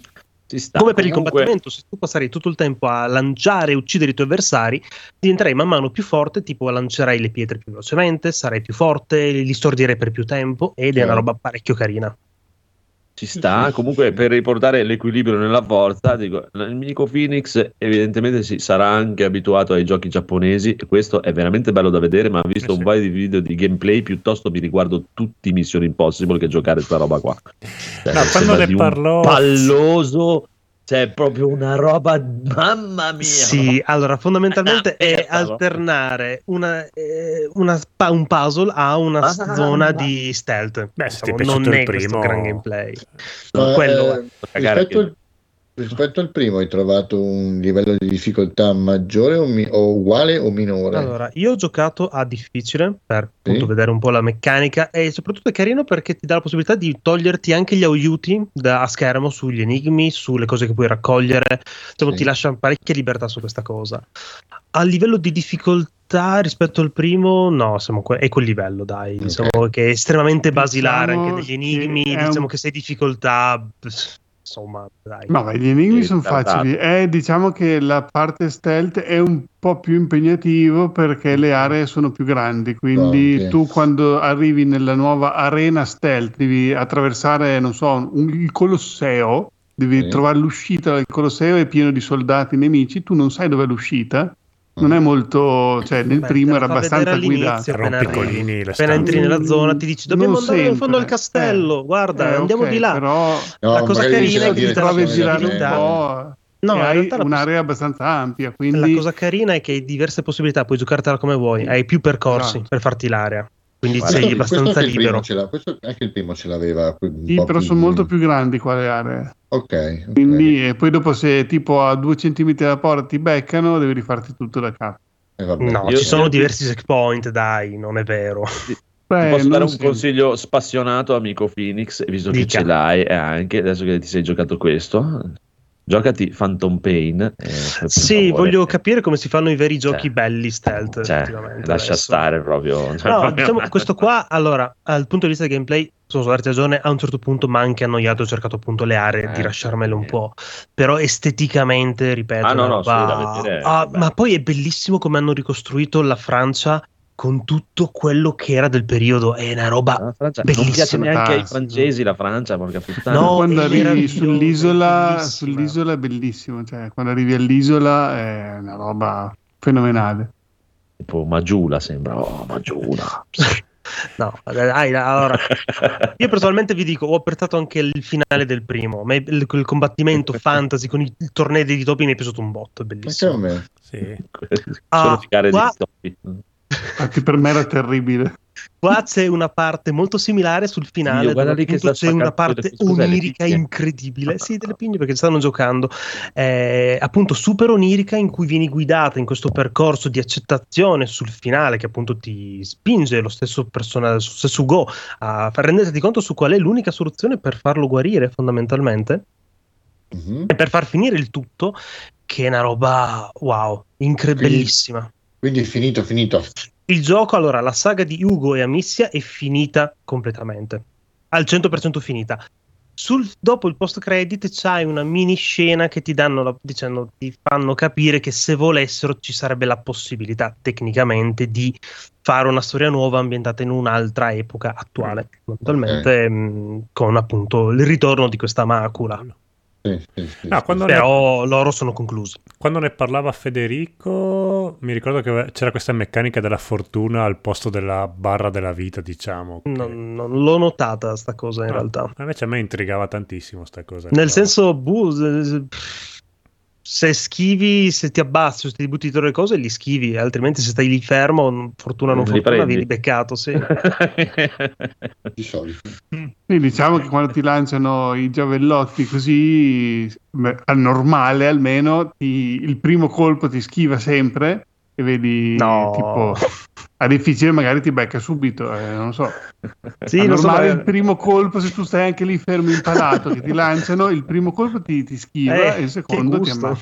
Ci sta. Come per il Comunque- combattimento, se tu passerai tutto il tempo a lanciare e uccidere i tuoi avversari, diventerai man mano più forte, tipo lancerai le pietre più velocemente, sarai più forte, li stordirai per più tempo, ed è una roba parecchio carina. Ci sta, comunque per riportare l'equilibrio nella forza, dico, il Nico Phoenix evidentemente sarà anche abituato ai giochi giapponesi e questo è veramente bello da vedere, ma ho visto un paio di video di gameplay, piuttosto mi riguardo tutti Mission Impossible che giocare sta roba qua. Cioè, No, quando ne parlò palloso, cioè proprio una roba, mamma mia. Sì, allora fondamentalmente è Pensalo. alternare un puzzle a una zona di stealth. Beh, se ti è Diciamo, piaciuto non il è questo primo- gran gameplay. Ma, Quello è. rispetto al primo hai trovato un livello di difficoltà maggiore o uguale o minore? Allora, io ho giocato a difficile per appunto Sì. vedere un po' la meccanica, e soprattutto è carino perché ti dà la possibilità di toglierti anche gli aiuti a schermo sugli enigmi, sulle cose che puoi raccogliere. Insomma, Sì. ti lascia parecchia libertà su questa cosa. A livello di difficoltà rispetto al primo, no, è quel livello, dai. Diciamo che è estremamente basilare, Diciamo anche degli enigmi, che è diciamo un- che sei difficoltà, insomma, dai. No, ma gli enigmi Sì, sono ritardato. facili. Diciamo che la parte stealth è un po' più impegnativo perché le aree sono più grandi. Quindi Ok. tu quando arrivi nella nuova arena stealth devi attraversare, non so, il Colosseo, devi Sì. trovare l'uscita del Colosseo, è pieno di soldati nemici, tu non sai dov'è l'uscita. Non è molto, cioè nel Beh, primo te era lo fa vedere abbastanza all'inizio, guidato. Erano appena piccolini arrivi. le Appena stanze. entri nella zona ti dici dobbiamo Non andare nel fondo del sempre, castello, guarda, andiamo ok, di là. Però La cosa magari carina è dice che la ti dà la provi a girare un possibilità. po' No, e in hai realtà un'area abbastanza ampia, la quindi cosa carina è che hai diverse possibilità, puoi giocartela come vuoi, hai più percorsi Esatto. per farti l'area, quindi Guarda, sei Questo abbastanza anche il primo libero. ce l'ha, questo anche il primo ce l'aveva. Un sì, po' però più- sono molto più grandi qua le aree. Ok. Quindi, e poi dopo se tipo a 2 centimetri dalla porta ti beccano, devi rifarti tutto da capo. Vabbè. No, Io- ci sono io- diversi checkpoint, dai, non è vero. Ti Beh, posso non dare un sempre. consiglio spassionato, amico Phoenix, visto che Dica. ce l'hai e anche adesso che ti sei giocato questo, giocati Phantom Pain. Per Sì, favore. voglio capire come si fanno i veri giochi Cioè, belli stealth, cioè, effettivamente. lascia adesso. stare proprio. Cioè, No, proprio- diciamo, questo qua, allora, dal punto di vista del gameplay, sono darti ragione, a un certo punto mi ha anche annoiato, ho cercato appunto le aree di lasciarmele un po', però esteticamente, ripeto, Ah, no, una no, sì, roba- da vedere è Ah, bello. ma poi è bellissimo come hanno ricostruito la Francia con tutto quello che era del periodo, è una roba La Francia- non piace bellissima. neanche ai Fantastico. francesi la Francia, porca puttana. No, Quando è arrivi meravigliosa, sull'isola, bellissima. sull'isola è bellissimo, cioè quando arrivi all'isola è una roba fenomenale. Tipo Maggiula sembra. Oh, Maggiula. No, dai, allora, io personalmente vi dico, ho apprezzato anche il finale del primo, ma il combattimento fantasy con i tornei dei topi mi è piaciuto un botto, è Anche a bellissimo. me. Sì. Sono ficare qua- di topi. Anche per me era terribile. Qua c'è una parte molto similare sul finale, Dio, guarda dove lì che appunto sta c'è una spaccando parte le- cos'è, le onirica pigne? incredibile. Sì, delle pigne perché stanno giocando. Appunto super onirica, in cui vieni guidata in questo percorso di accettazione sul finale, che appunto ti spinge lo stesso personaggio, lo stesso Go, a renderti conto su qual è l'unica soluzione per farlo guarire fondamentalmente. Mhm. E per far finire il tutto, che è una roba wow, bellissima. Quindi è finito. Il gioco, allora, la saga di Ugo e Amicia è finita completamente, al 100% finita. Dopo il post credit c'hai una mini scena che ti danno, dicendo, ti fanno capire che se volessero ci sarebbe la possibilità tecnicamente di fare una storia nuova ambientata in un'altra epoca attuale, eventualmente con appunto il ritorno di questa macula. Sì. No, quando Però loro sono conclusi. Quando ne parlava Federico, mi ricordo che c'era questa meccanica della fortuna al posto della barra della vita, diciamo. che- Non l'ho notata sta cosa in No, realtà. invece a me intrigava tantissimo sta cosa. Nel qua. senso, se schivi, se ti abbassi o se ti butti dietro le cose, li schivi, altrimenti se stai lì fermo, fortuna o non Li fortuna, prendi. vieni beccato, sì. Di solito. Quindi diciamo che quando ti lanciano i giavellotti così, al normale almeno, il primo colpo ti schiva sempre e vedi No. tipo a difficile magari ti becca subito, non lo so. Sì, Al lo so, normale ma- il primo colpo, se tu stai anche lì fermo impalato che ti lanciano, il primo colpo ti schiva e il che secondo ti gusto. ammazza.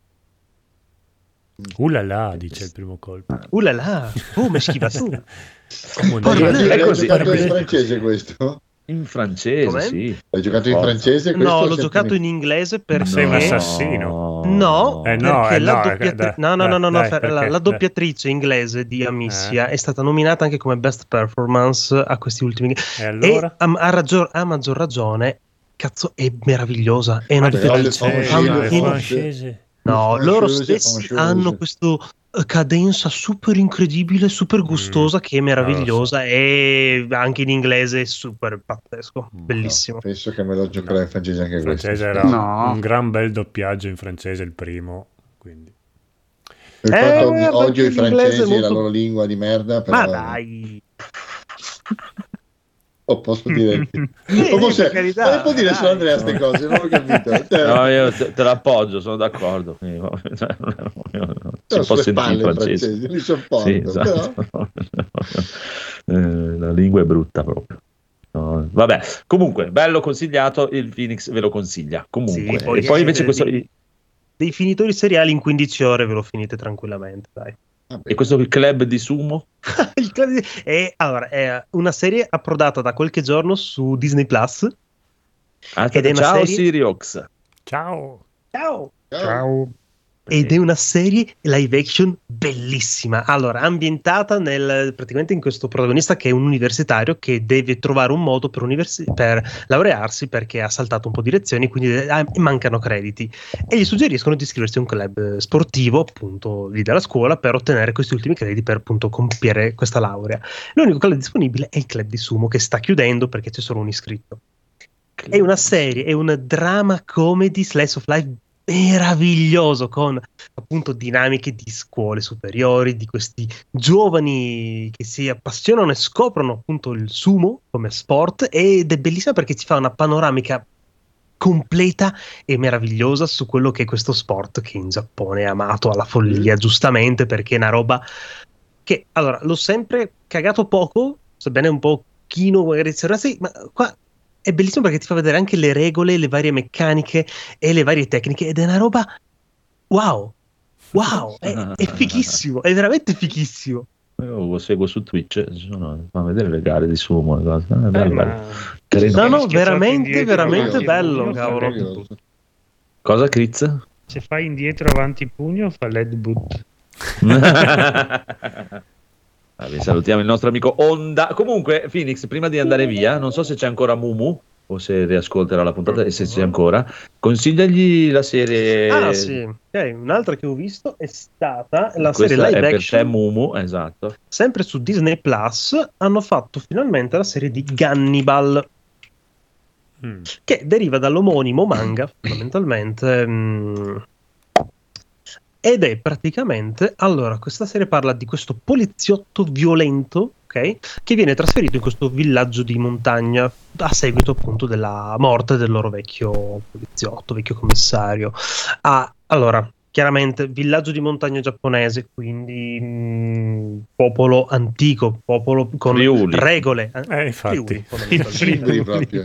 Là là, dice il primo colpo. Là, mi schiva tu. Come Porca- non- è L'hai così. giocato in francese questo? In francese, Com'è? sì. L'hai giocato in Forza. francese? No, l'ho Questo giocato in inglese perché... sei un assassino. No, perché la perché? doppiatrice inglese di Amicia è stata nominata anche come Best Performance a questi ultimi. E allora? E a maggior ragione, cazzo, è meravigliosa. È una Ah, però le doppiatrice francese. No, Le loro francese, stessi francese. hanno questo cadenza super incredibile, super gustosa, che è meravigliosa, e anche in inglese è super pazzesco, bellissimo. No, penso che me lo giocherò in francese anche Il francese questo. era No. un gran bel doppiaggio in francese, il primo, quindi. Per quanto guarda, odio i l'inglese è francesi e molto- la loro lingua di merda, però Ma dai, posso dire per carità, può dire dai. solo Andrea queste cose, non ho capito. No, io te l'appoggio, sono d'accordo. Quindi, si Sono può sulle sentire spalle in i francese. francesi, li sopporto, Sì, esatto. La lingua è brutta proprio. No, vabbè, comunque, bello consigliato, il Phoenix ve lo consiglia. Comunque. Sì, poi e poi invece questo... dei finitori seriali in 15 ore ve lo finite tranquillamente, dai. E questo il club di sumo? Allora, è una serie approdata da qualche giorno su Disney Plus. Ed è una Ciao serie- Siriox. Ciao. Ciao! Ciao. Ed è una serie live action bellissima. Allora, ambientata praticamente in questo protagonista che è un universitario che deve trovare un modo per laurearsi, perché ha saltato un po' di lezioni, quindi mancano crediti. E gli suggeriscono di iscriversi a un club sportivo, appunto, lì della scuola, per ottenere questi ultimi crediti per appunto compiere questa laurea. L'unico club disponibile è il club di sumo, che sta chiudendo perché c'è solo un iscritto. È una serie, è un drama comedy slice of life meraviglioso, con appunto dinamiche di scuole superiori, di questi giovani che si appassionano e scoprono appunto il sumo come sport, ed è bellissima perché ci fa una panoramica completa e meravigliosa su quello che è questo sport, che in Giappone è amato alla follia, giustamente, perché è una roba che, allora, l'ho sempre cagato poco, sebbene un pochino magari ma qua è bellissimo perché ti fa vedere anche le regole, le varie meccaniche e le varie tecniche, ed è una roba wow, è fighissimo, è veramente fighissimo. Io lo seguo su Twitch, fa vedere le gare di sumo. Bello. Ma... Carino. No, Schiacciato veramente, indietro, veramente avanti, bello, pugno, fa cavolo. led boot. Cosa, Critz? Se fai indietro avanti pugno fa led boot. Vabbè, salutiamo il nostro amico Onda. Comunque, Phoenix, prima di andare via, non so se c'è ancora Mumu o se riascolterà la puntata, e se c'è ancora, consigliagli la serie. Ah sì, ok, un'altra che ho visto è stata la Questa serie live è per action, te, Mumu, esatto. sempre su Disney Plus. Hanno fatto finalmente la serie di Gannibal, che deriva dall'omonimo manga fondamentalmente, ed è praticamente, allora, questa serie parla di questo poliziotto violento, ok, che viene trasferito in questo villaggio di montagna a seguito appunto della morte del loro vecchio poliziotto, vecchio commissario. Allora, chiaramente villaggio di montagna giapponese, quindi popolo antico, popolo con Friuli. regole. Infatti. Cimbri proprio.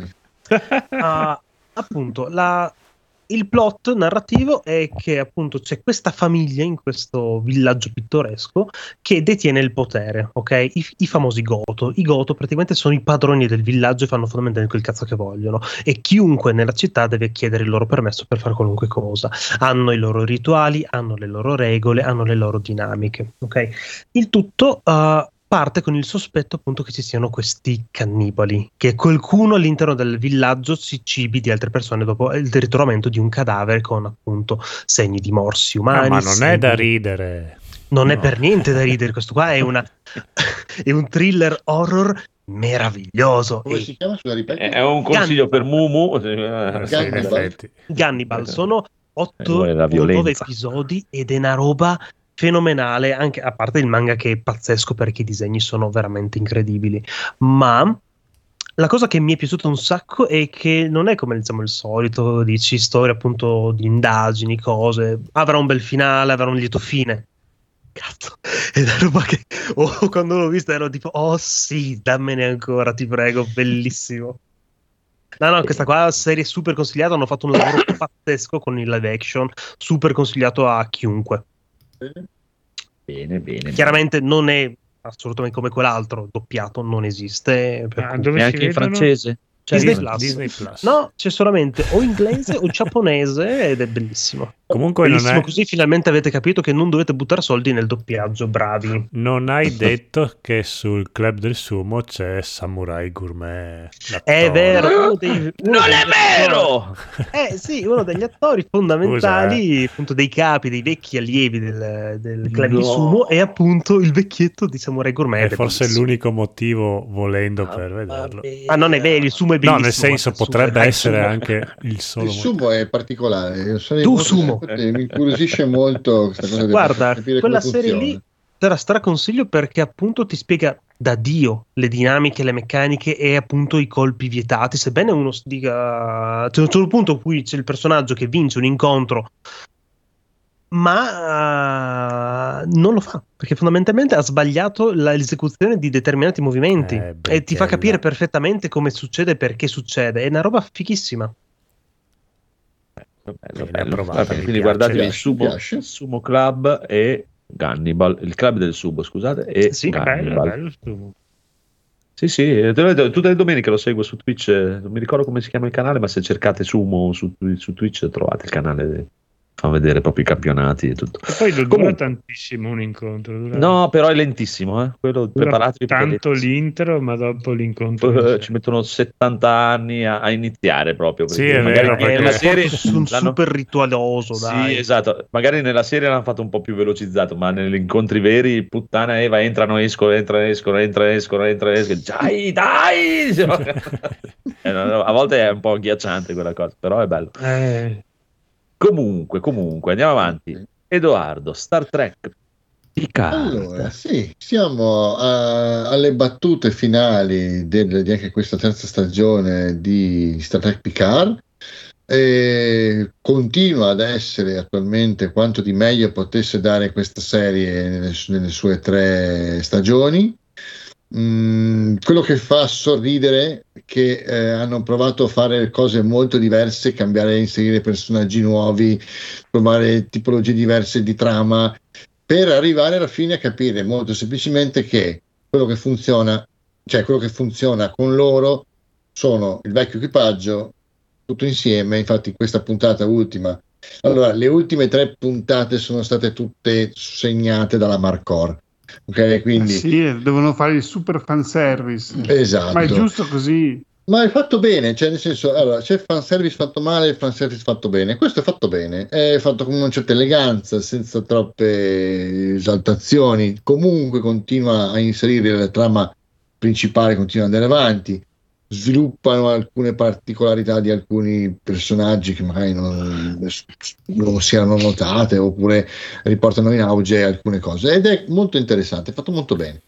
Appunto, il plot narrativo è che appunto c'è questa famiglia in questo villaggio pittoresco che detiene il potere, ok? I famosi Goto. I Goto praticamente sono i padroni del villaggio e fanno fondamentalmente quel cazzo che vogliono, e chiunque nella città deve chiedere il loro permesso per fare qualunque cosa. Hanno i loro rituali, hanno le loro regole, hanno le loro dinamiche, ok? Il tutto parte con il sospetto appunto che ci siano questi cannibali, che qualcuno all'interno del villaggio si cibi di altre persone dopo il ritrovamento di un cadavere con appunto segni di morsi umani. Ma non è da ridere. Non è No. per niente da ridere, questo qua è è un thriller horror meraviglioso. Come si chiama? Sulla ripeti? È un consiglio per Mumu. Sì, in Gannibal. effetti. Gannibal, sono 8 vuole la o 9 violenza. episodi ed è una roba fenomenale, anche a parte il manga che è pazzesco perché i disegni sono veramente incredibili. Ma la cosa che mi è piaciuta un sacco è che non è come, diciamo, il solito, dici storia appunto di indagini, cose, avrà un bel finale, avrà un lieto fine. Cazzo, è una roba che quando l'ho vista ero tipo, oh sì, dammene ancora, ti prego, bellissimo. No, questa qua serie super consigliata, hanno fatto un lavoro pazzesco con il live action, super consigliato a chiunque. Bene. Chiaramente non è assolutamente come quell'altro, doppiato non esiste, per cui- Dove si Neanche in vedono? francese? Cioè, Disney Plus. No, c'è solamente o inglese o giapponese ed è bellissimo. Comunque Bellissimo, non è... così finalmente avete capito che non dovete buttare soldi nel doppiaggio, bravi. Non hai detto che sul club del sumo c'è Samurai Gourmet. È vero, Non è vero! Sì, uno degli attori fondamentali, appunto dei capi, dei vecchi allievi del club di sumo, è appunto il vecchietto di Samurai Gourmet. È ed è forse bellissimo. l'unico motivo volendo per vederlo. Ah, non è vero, il sumo è No, bellissimo. nel senso guarda, il potrebbe sumo è- essere sumo. anche il solo Il sumo è particolare. Io sarei Tu molto sumo. Mi incuriosisce molto questa cosa. Guarda, capire quella come serie funziona. lì te la straconsiglio perché appunto ti spiega da Dio le dinamiche, le meccaniche e appunto i colpi vietati, sebbene uno si dica c'è un certo punto in cui c'è il personaggio che vince un incontro ma non lo fa perché fondamentalmente ha sbagliato l'esecuzione di determinati movimenti e ti fa Benchella. capire perfettamente come succede e perché succede, è una roba fighissima. Bene, provate, mi Quindi piace. guardatevi Mi il Sumo, piace. Sumo Club e Gannibal, il club del Sumo, scusate, e Sì, Gannibal. Bello sumo. Sì, tutte le domeniche lo seguo su Twitch, non mi ricordo come si chiama il canale, ma se cercate Sumo su Twitch trovate il canale, fa vedere proprio i campionati e tutto. E poi lo dura Comunque- tantissimo un incontro. Dura, No, però è lentissimo, quello dura preparatevi perché è tanto lentissimo. l'intro, ma dopo l'incontro. Ci mettono 70 anni a iniziare proprio. Sì, perché è magari vero, perché- nella serie un l'hanno- super ritualoso, Sì, dai. esatto. Magari nella serie l'hanno fatto un po' più velocizzato, ma negli incontri veri, puttana Eva, entrano, escono. Dai, dai! A volte è un po' agghiacciante quella cosa, però è bello. Comunque, andiamo avanti. Edoardo, Star Trek Picard. Allora, sì, siamo alle battute finali di anche questa terza stagione di Star Trek Picard. E continua ad essere attualmente quanto di meglio potesse dare questa serie nelle sue 3 stagioni. Quello che fa sorridere è che hanno provato a fare cose molto diverse, cambiare, inserire personaggi nuovi, provare tipologie diverse di trama, per arrivare alla fine a capire molto semplicemente che quello che funziona con loro sono il vecchio equipaggio tutto insieme. Infatti questa puntata ultima, allora le ultime 3 puntate sono state tutte segnate dalla Marcor, ok? Quindi Sì, devono fare il super fanservice. esatto, Ma è giusto così. ma è fatto bene, cioè nel senso, allora c'è fanservice fatto male e fanservice fatto bene. Questo è fatto bene, è fatto con una certa eleganza, senza troppe esaltazioni. Comunque continua a inserire la trama principale, continua ad andare avanti, sviluppano alcune particolarità di alcuni personaggi che magari non si erano notate, oppure riportano in auge alcune cose, ed è molto interessante, è fatto molto bene.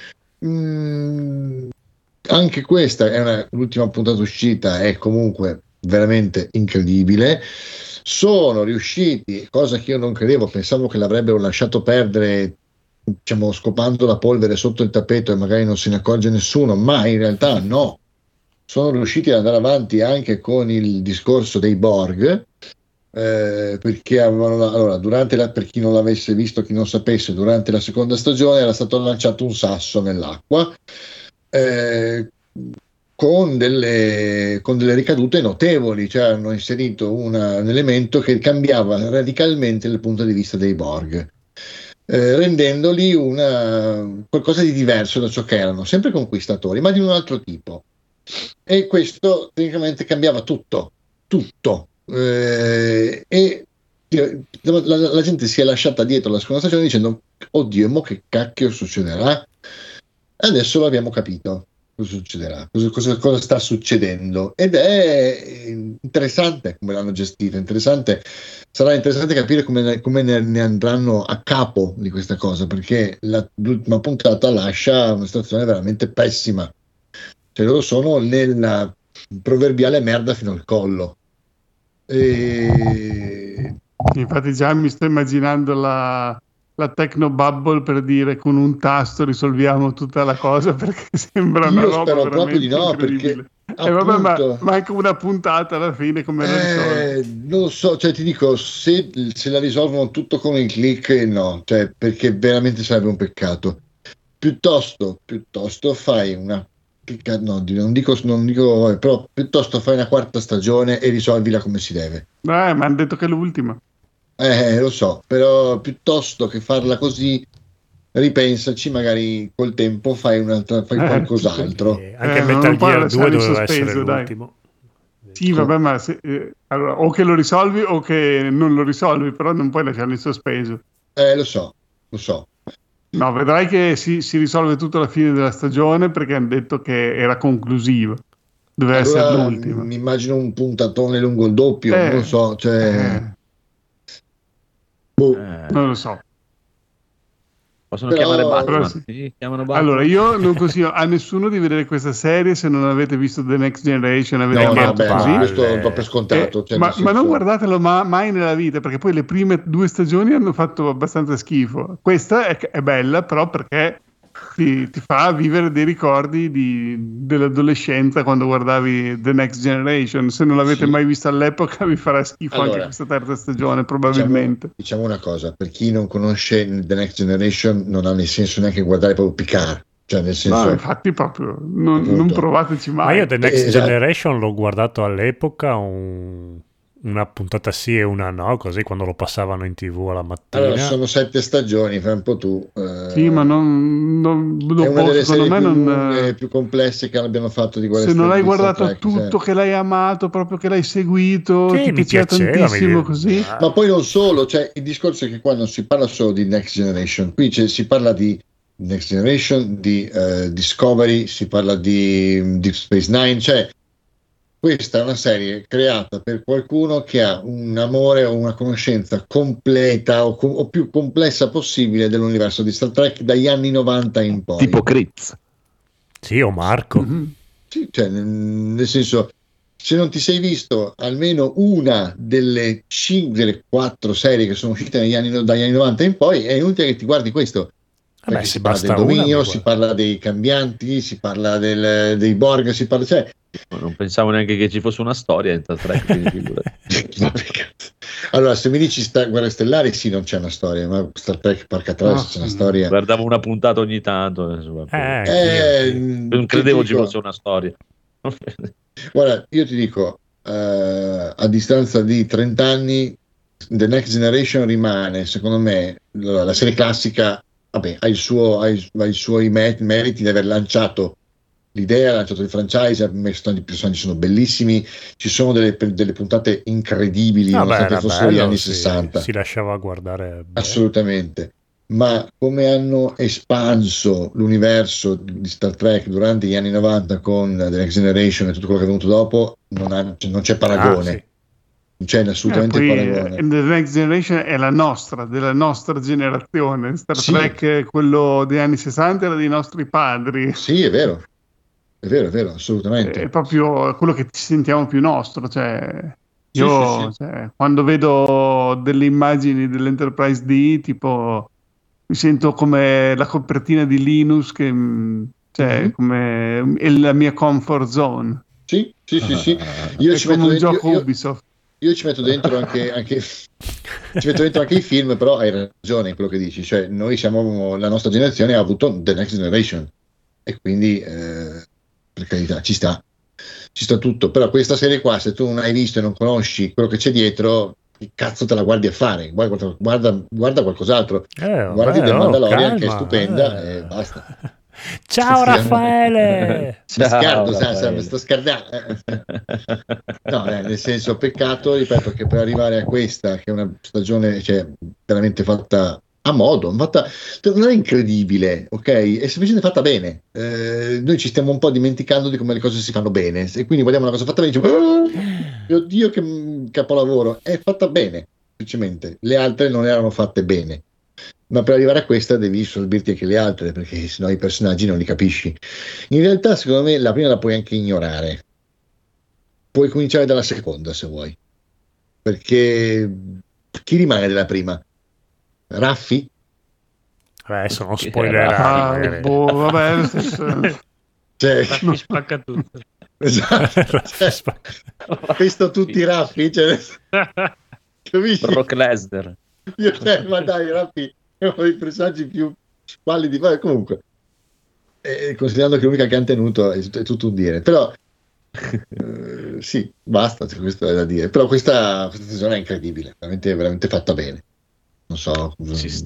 Anche questa è l'ultima puntata uscita, è comunque veramente incredibile. Sono riusciti, cosa che io non credevo, pensavo che l'avrebbero lasciato perdere, diciamo, scopando la polvere sotto il tappeto e magari non se ne accorge nessuno, ma in realtà no, sono riusciti ad andare avanti anche con il discorso dei Borg, perché avevano, allora, per chi non l'avesse visto, chi non sapesse, durante la seconda stagione era stato lanciato un sasso nell'acqua, con delle ricadute notevoli, cioè hanno inserito un elemento che cambiava radicalmente il punto di vista dei Borg, rendendoli qualcosa di diverso da ciò che erano, sempre conquistatori, ma di un altro tipo. E questo tecnicamente cambiava tutto. E la gente si è lasciata dietro la seconda stagione dicendo: oddio, mo che cacchio succederà? Adesso l'abbiamo capito cosa succederà, cosa sta succedendo, ed è interessante come l'hanno gestita. Sarà interessante capire come ne andranno a capo di questa cosa, perché l'ultima puntata lascia una situazione veramente pessima, cioè loro sono nella proverbiale merda fino al collo. Infatti già mi sto immaginando la Technobubble, per dire con un tasto risolviamo tutta la cosa, perché sembra una Io roba spero proprio di no, incredibile. perché Vabbè, ma anche una puntata alla fine come lo risolvi? non lo so, cioè ti dico, se la risolvono tutto con il click, no, cioè, perché veramente sarebbe un peccato. Piuttosto fai una non dico, vabbè, però piuttosto fai una quarta stagione e risolvila come si deve. Ma hanno detto che è l'ultima. Lo so, però piuttosto che farla così, ripensaci, magari col tempo fai qualcos'altro. Anche non Metal puoi Gear lasciare 2 in doveva sospeso, essere dai. l'ultimo. Sì, vabbè, ma allora, o che lo risolvi o che non lo risolvi, però non puoi lasciarlo in sospeso. Lo so. No, vedrai che si risolve tutto alla fine della stagione, perché hanno detto che era conclusivo. Deve essere Allora l'ultima. mi immagino un puntatone lungo il doppio, non lo so, cioè... Non lo so. Possono Però- chiamare Batman. però sì. Sì, chiamano Batman. Allora, io non consiglio a nessuno di vedere questa serie se non avete visto The Next Generation, avete No, chiamato beh, così. questo do per scontato. Cioè, ma, nel ma non senso- guardatelo mai nella vita, perché poi le prime 2 stagioni hanno fatto abbastanza schifo. Questa è bella, però perché ti fa vivere dei ricordi dell'adolescenza quando guardavi The Next Generation. Se non l'avete Sì. mai vista all'epoca, vi farà schifo anche Allora, questa terza stagione, probabilmente. Diciamo una cosa, per chi non conosce The Next Generation non ha nel senso neanche guardare proprio Picard, cioè nel senso... No, infatti proprio non Appunto. provateci mai. Ma io The Next Esatto. Generation l'ho guardato all'epoca, una puntata sì e una no, così quando lo passavano in TV alla mattina. Allora, sono 7 stagioni, fai un po' tu. Sì, ma non è una delle secondo serie me più non... lunghe, più complesse che abbiano fatto di Se non hai di Star guardato Trek, tutto, sì. che l'hai amato, proprio che l'hai seguito, Sì, ti mi piaceva piaceva, tantissimo così. Ma poi non solo, cioè il discorso è che qua non si parla solo di Next Generation, qui si parla di Next Generation, di Discovery, si parla di Deep Space Nine, cioè questa è una serie creata per qualcuno che ha un amore o una conoscenza completa o più complessa possibile dell'universo di Star Trek dagli anni 90 in poi. Tipo Critz. Sì, o Marco. Mhm. Sì, cioè, nel senso, se non ti sei visto almeno una delle 4 serie che sono uscite dagli anni 90 in poi, è inutile che ti guardi questo. Vabbè, Perché se si parla basta del una, dominio, mi si guardo. parla dei cambianti, si parla dei Borg, si parla... Cioè, Non pensavo neanche che ci fosse una storia in Star Trek, quindi figurati. allora, se mi dici Guerre Stellari, sì, non c'è una storia, ma Star Trek, porca troia, se c'è una storia... Guardavo una puntata ogni tanto. Anch'io. Non credevo ti ci dico- fosse una storia. Guarda, io ti dico, a distanza di 30 anni, The Next Generation rimane, secondo me, la serie classica, vabbè, ha i suoi meriti di aver lanciato l'idea, ha lanciato il franchise, ha messo tanti personaggi, sono bellissimi, ci sono delle puntate incredibili, Vabbè, nonostante era fossero gli bello, anni si 60. si lasciava guardare bene. Assolutamente. Ma come hanno espanso l'universo di Star Trek durante gli anni 90 con The Next Generation e tutto quello che è venuto dopo, non c'è paragone. Ah, sì. Non c'è assolutamente Poi paragone. The Next Generation è della nostra generazione. Star Sì. Trek, quello degli anni 60, era dei nostri padri. Sì, è vero, assolutamente. È proprio quello che ci sentiamo più nostro. Cioè, io Sì. cioè, quando vedo delle immagini dell'Enterprise D, tipo mi sento come la copertina di Linus, che cioè, Mhm. come è la mia comfort zone. Sì. Io È ci come metto un dentro, gioco Ubisoft. io ci metto dentro anche ci metto dentro anche i film, però hai ragione in quello che dici, cioè noi siamo, la nostra generazione ha avuto The Next Generation e quindi per carità ci sta tutto, però questa serie qua, se tu non hai visto e non conosci quello che c'è dietro, che cazzo te la guardi a fare? Guarda qualcos'altro, guardati Vabbè, The Mandalorian, che è calma, stupenda e basta. Ciao Sì, Raffaele! Scardo, Raffaele. sto scardando. No, nel senso, peccato, ripeto, che per arrivare a questa, che è una stagione, cioè, veramente fatta a modo, non è incredibile, ok? È semplicemente fatta bene. Noi ci stiamo un po' dimenticando di come le cose si fanno bene, e quindi vogliamo una cosa fatta bene, diciamo, "Oh, mio Dio, che capolavoro!" È fatta bene, semplicemente. Le altre non erano fatte bene. Ma per arrivare a questa devi risolverti anche le altre, perché sennò i personaggi non li capisci. In realtà, secondo me, la prima la puoi anche ignorare. Puoi cominciare dalla seconda, se vuoi. Perché chi rimane della prima? Raffi? Adesso non Sì, spoilerare. Vabbè, lo stesso. Cioè, Mi spacca tutto. esatto. Cioè, questo tutti Raffi? Cioè, capisci? Brock Lesnar. Ma dai, Raffi è uno dei personaggi più squallidi. Comunque, considerando che l'unica che hanno tenuto è tutto un dire, però sì, basta, questo è da dire, però questa stagione è incredibile, veramente, veramente fatta bene, non so,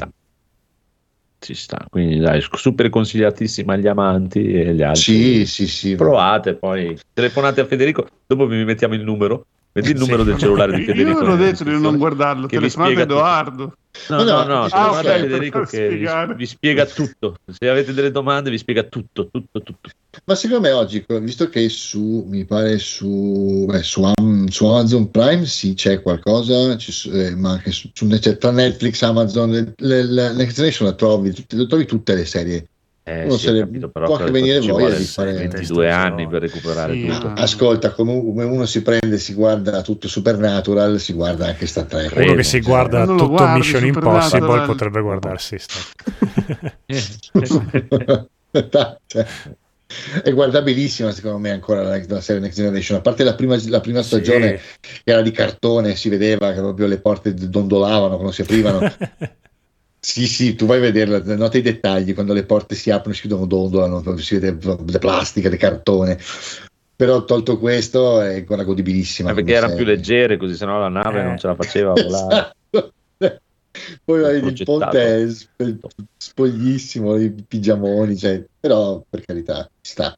ci sta, quindi dai, super consigliatissima agli amanti e agli altri. Sì, provate, poi telefonate a Federico, dopo vi mettiamo il numero. Metti il numero del cellulare di Federico. Io ve l'ho detto di non guardarlo, telefonate a Edoardo. No, telefonate a Federico che spiegare. vi spiega tutto. Se avete delle domande vi spiega tutto. Ma secondo me oggi, visto che mi pare su Amazon Prime sì c'è qualcosa, ma anche tra Netflix, Amazon, la Next Generation la trovi tutte le serie. Capito, però può anche venire ci voglia vuole di fare 22 anni per recuperare tutto. Ascolta, come uno si guarda tutto Supernatural, si guarda anche Star Trek. Uno che si guarda tutto Mission Impossible potrebbe guardarsi è guardabilissima secondo me ancora la serie Next Generation, a parte la prima stagione che era di cartone, si vedeva che proprio le porte dondolavano quando si aprivano. Sì, tu vai a vederla, nota i dettagli, quando le porte si aprono, si chiudono, dondolano, si vede le plastiche, di cartone. Però tolto questo è ancora godibilissima. Perché erano più leggere, così sennò la nave non ce la faceva a volare. Poi il ponte è spoglissimo, i pigiamoni, però per carità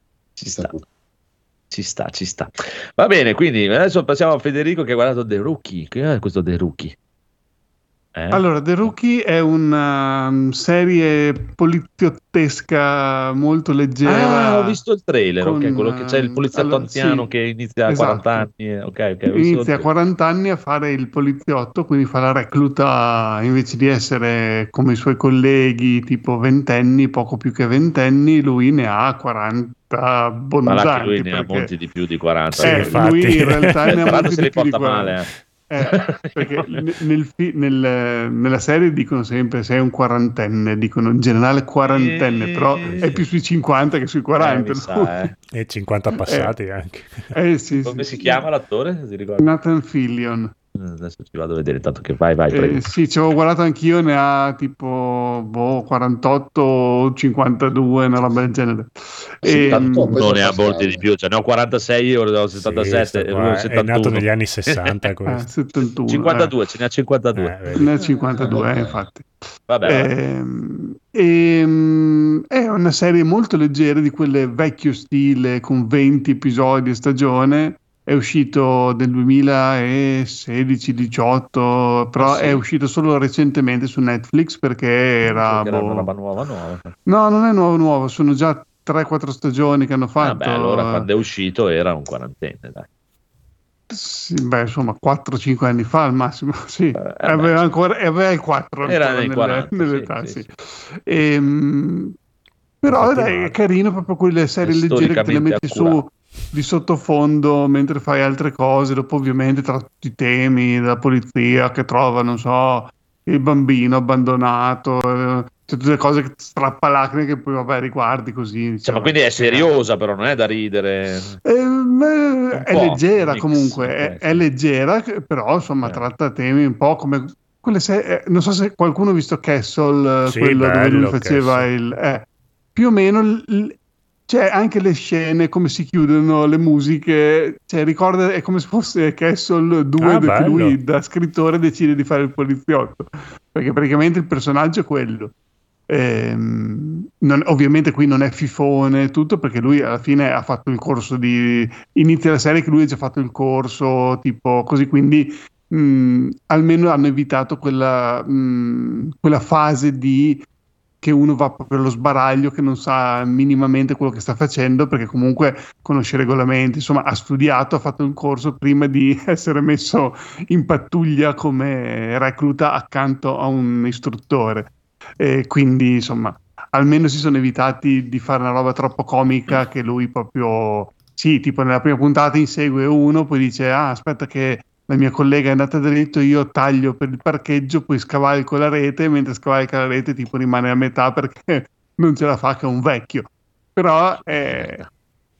ci sta. Va bene, quindi adesso passiamo a Federico che ha guardato The Rookie. Che è questo The Rookie? Allora, The Rookie è una serie poliziottesca molto leggera. Ho visto il trailer, quello che c'è il poliziotto anziano che inizia a 40 anni. Inizia a 40 anni a fare il poliziotto, quindi fa la recluta, invece di essere come i suoi colleghi tipo ventenni, poco più che ventenni, lui ne ha 40 abbondanti. Ma lui ne ha molti di più di 40. Lui in realtà ne ha molti se li porta male. Perché nella serie dicono sempre sei un quarantenne, dicono in generale quarantenne, però è più sui 50 che sui 40. E 50 passati anche. Come si chiama l'attore? Si ricorda? Nathan Fillion. Adesso ci vado a vedere, tanto che vai. Sì, ci avevo guardato anch'io, ne ha tipo 48 o 52, una roba del genere. Non ne ha molti di più, ne ho 46, io ne ho 77. È nato negli anni 60. 71, 52, ce ne ha 52. Ne ha 52, infatti. Vabbè. È una serie molto leggera, di quelle vecchio stile, con 20 episodi a stagione. È uscito nel 2016-18, però è uscito solo recentemente su Netflix perché era una roba nuova. No, non è nuovo, sono già 3-4 stagioni che hanno fatto. Vabbè, allora quando è uscito era un quarantenne, dai. Sì, insomma 4-5 anni fa al massimo, sì. Aveva il 4 era nei 40, nell'età, sì. Però è carino, proprio quelle serie leggere che te le metti su di sottofondo mentre fai altre cose. Dopo ovviamente tra tutti i temi della polizia che trova, non so, il bambino abbandonato, tutte le cose che strappalacrime che poi riguardi così, ma quindi è seriosa, però non è da ridere, è leggera comunque, è leggera, però insomma tratta temi un po' come quelle non so se qualcuno ha visto Castle, quello dove lui faceva più o meno c'è anche le scene, come si chiudono, le musiche, ricorda, è come se fosse Castle 2, che lui da scrittore decide di fare il poliziotto, perché praticamente il personaggio è quello. Ovviamente qui non è fifone tutto, perché lui alla fine ha fatto il corso inizia la serie che lui ha già fatto il corso, tipo così, quindi almeno hanno evitato quella fase che uno va proprio allo sbaraglio, che non sa minimamente quello che sta facendo, perché comunque conosce i regolamenti, insomma ha studiato, ha fatto un corso prima di essere messo in pattuglia come recluta accanto a un istruttore. Quindi insomma almeno si sono evitati di fare una roba troppo comica, che lui proprio tipo nella prima puntata insegue uno, poi dice aspetta che la mia collega è andata dritto, io taglio per il parcheggio, poi scavalco la rete, mentre scavalca la rete rimane a metà perché non ce la fa, che è un vecchio. Però è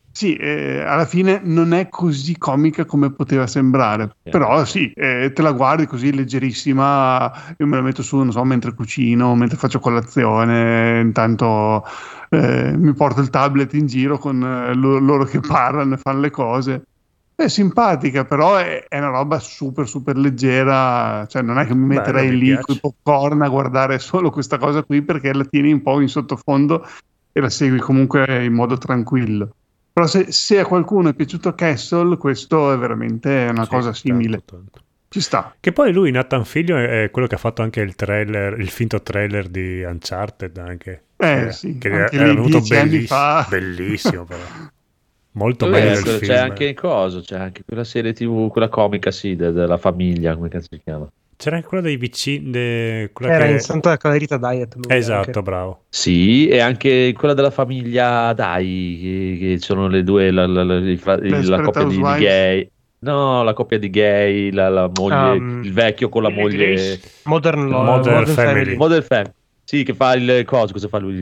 Sì, alla fine non è così comica come poteva sembrare, però sì, te la guardi così leggerissima, io me la metto su, non so, mentre cucino, mentre faccio colazione, intanto mi porto il tablet in giro con loro che parlano e fanno le cose. È simpatica, però è una roba super super leggera, cioè non è che mi Bello, metterei mi lì piace. con i popcorn a guardare solo questa cosa qui perché la tieni un po' in sottofondo e la segui comunque in modo tranquillo. Però se a qualcuno è piaciuto Castle, questo è veramente una Sì, cosa simile. tanto. Ci sta. Che poi lui, Nathan Fillion, è quello che ha fatto anche il trailer, il finto trailer di Uncharted anche. Sì, che anche era lì venuto 10 anni fa. bellissimo però. Molto Dov'è meglio del quello? film. C'è anche in coso, c'è anche quella serie TV, quella comica, sì, della famiglia, come cazzo si chiama? C'era anche quella dei vicini, Era in Santa Calerita Diet lui Esatto, anche. bravo. Sì, e anche quella della famiglia, dai, che sono le due, la Desperate coppia di Housewives. gay. No, la coppia di gay, la moglie, il vecchio con la moglie. Modern Family. Modern Family. Sì, che fa il coso, cosa fa lui?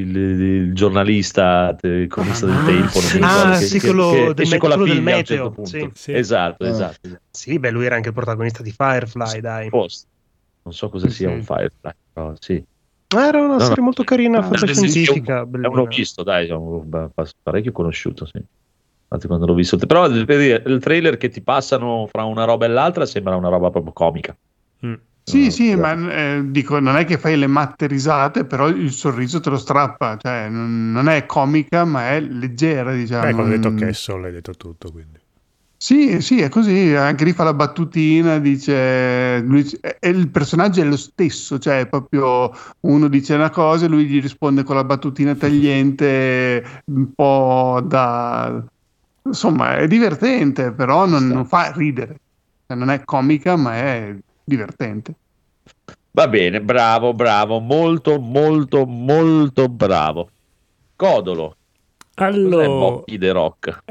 Il giornalista, il cronista del tempo. Non mi ricordo, sì, che quello del esce con la quello del figlia a un meteo, certo punto. sì. Sì. Esatto, Ah. esatto. Sì, beh, lui era anche il protagonista di Firefly, dai. Post. Non so cosa sia Sì. un Firefly, però sì. Era una No, serie no. molto carina, No, fantascientifica, È uno bellina. visto, dai, è parecchio conosciuto, sì. Infatti quando l'ho visto, però per dire, il trailer che ti passano fra una roba e l'altra sembra una roba proprio comica. Mm. Sì, ma dico, non è che fai le matte risate, però il sorriso te lo strappa, cioè non è comica, ma è leggera, diciamo. Beh, quando hai detto Castle hai detto tutto, quindi. Sì, è così, anche lì fa la battutina, dice, e il personaggio è lo stesso, cioè proprio uno dice una cosa e lui gli risponde con la battutina tagliente, un po' da... Insomma, è divertente, però non fa ridere, cioè, non è comica, ma è divertente. Va bene, bravo, molto, molto, molto bravo. Codolo. Cos'è Allora, Bocchi the Rock?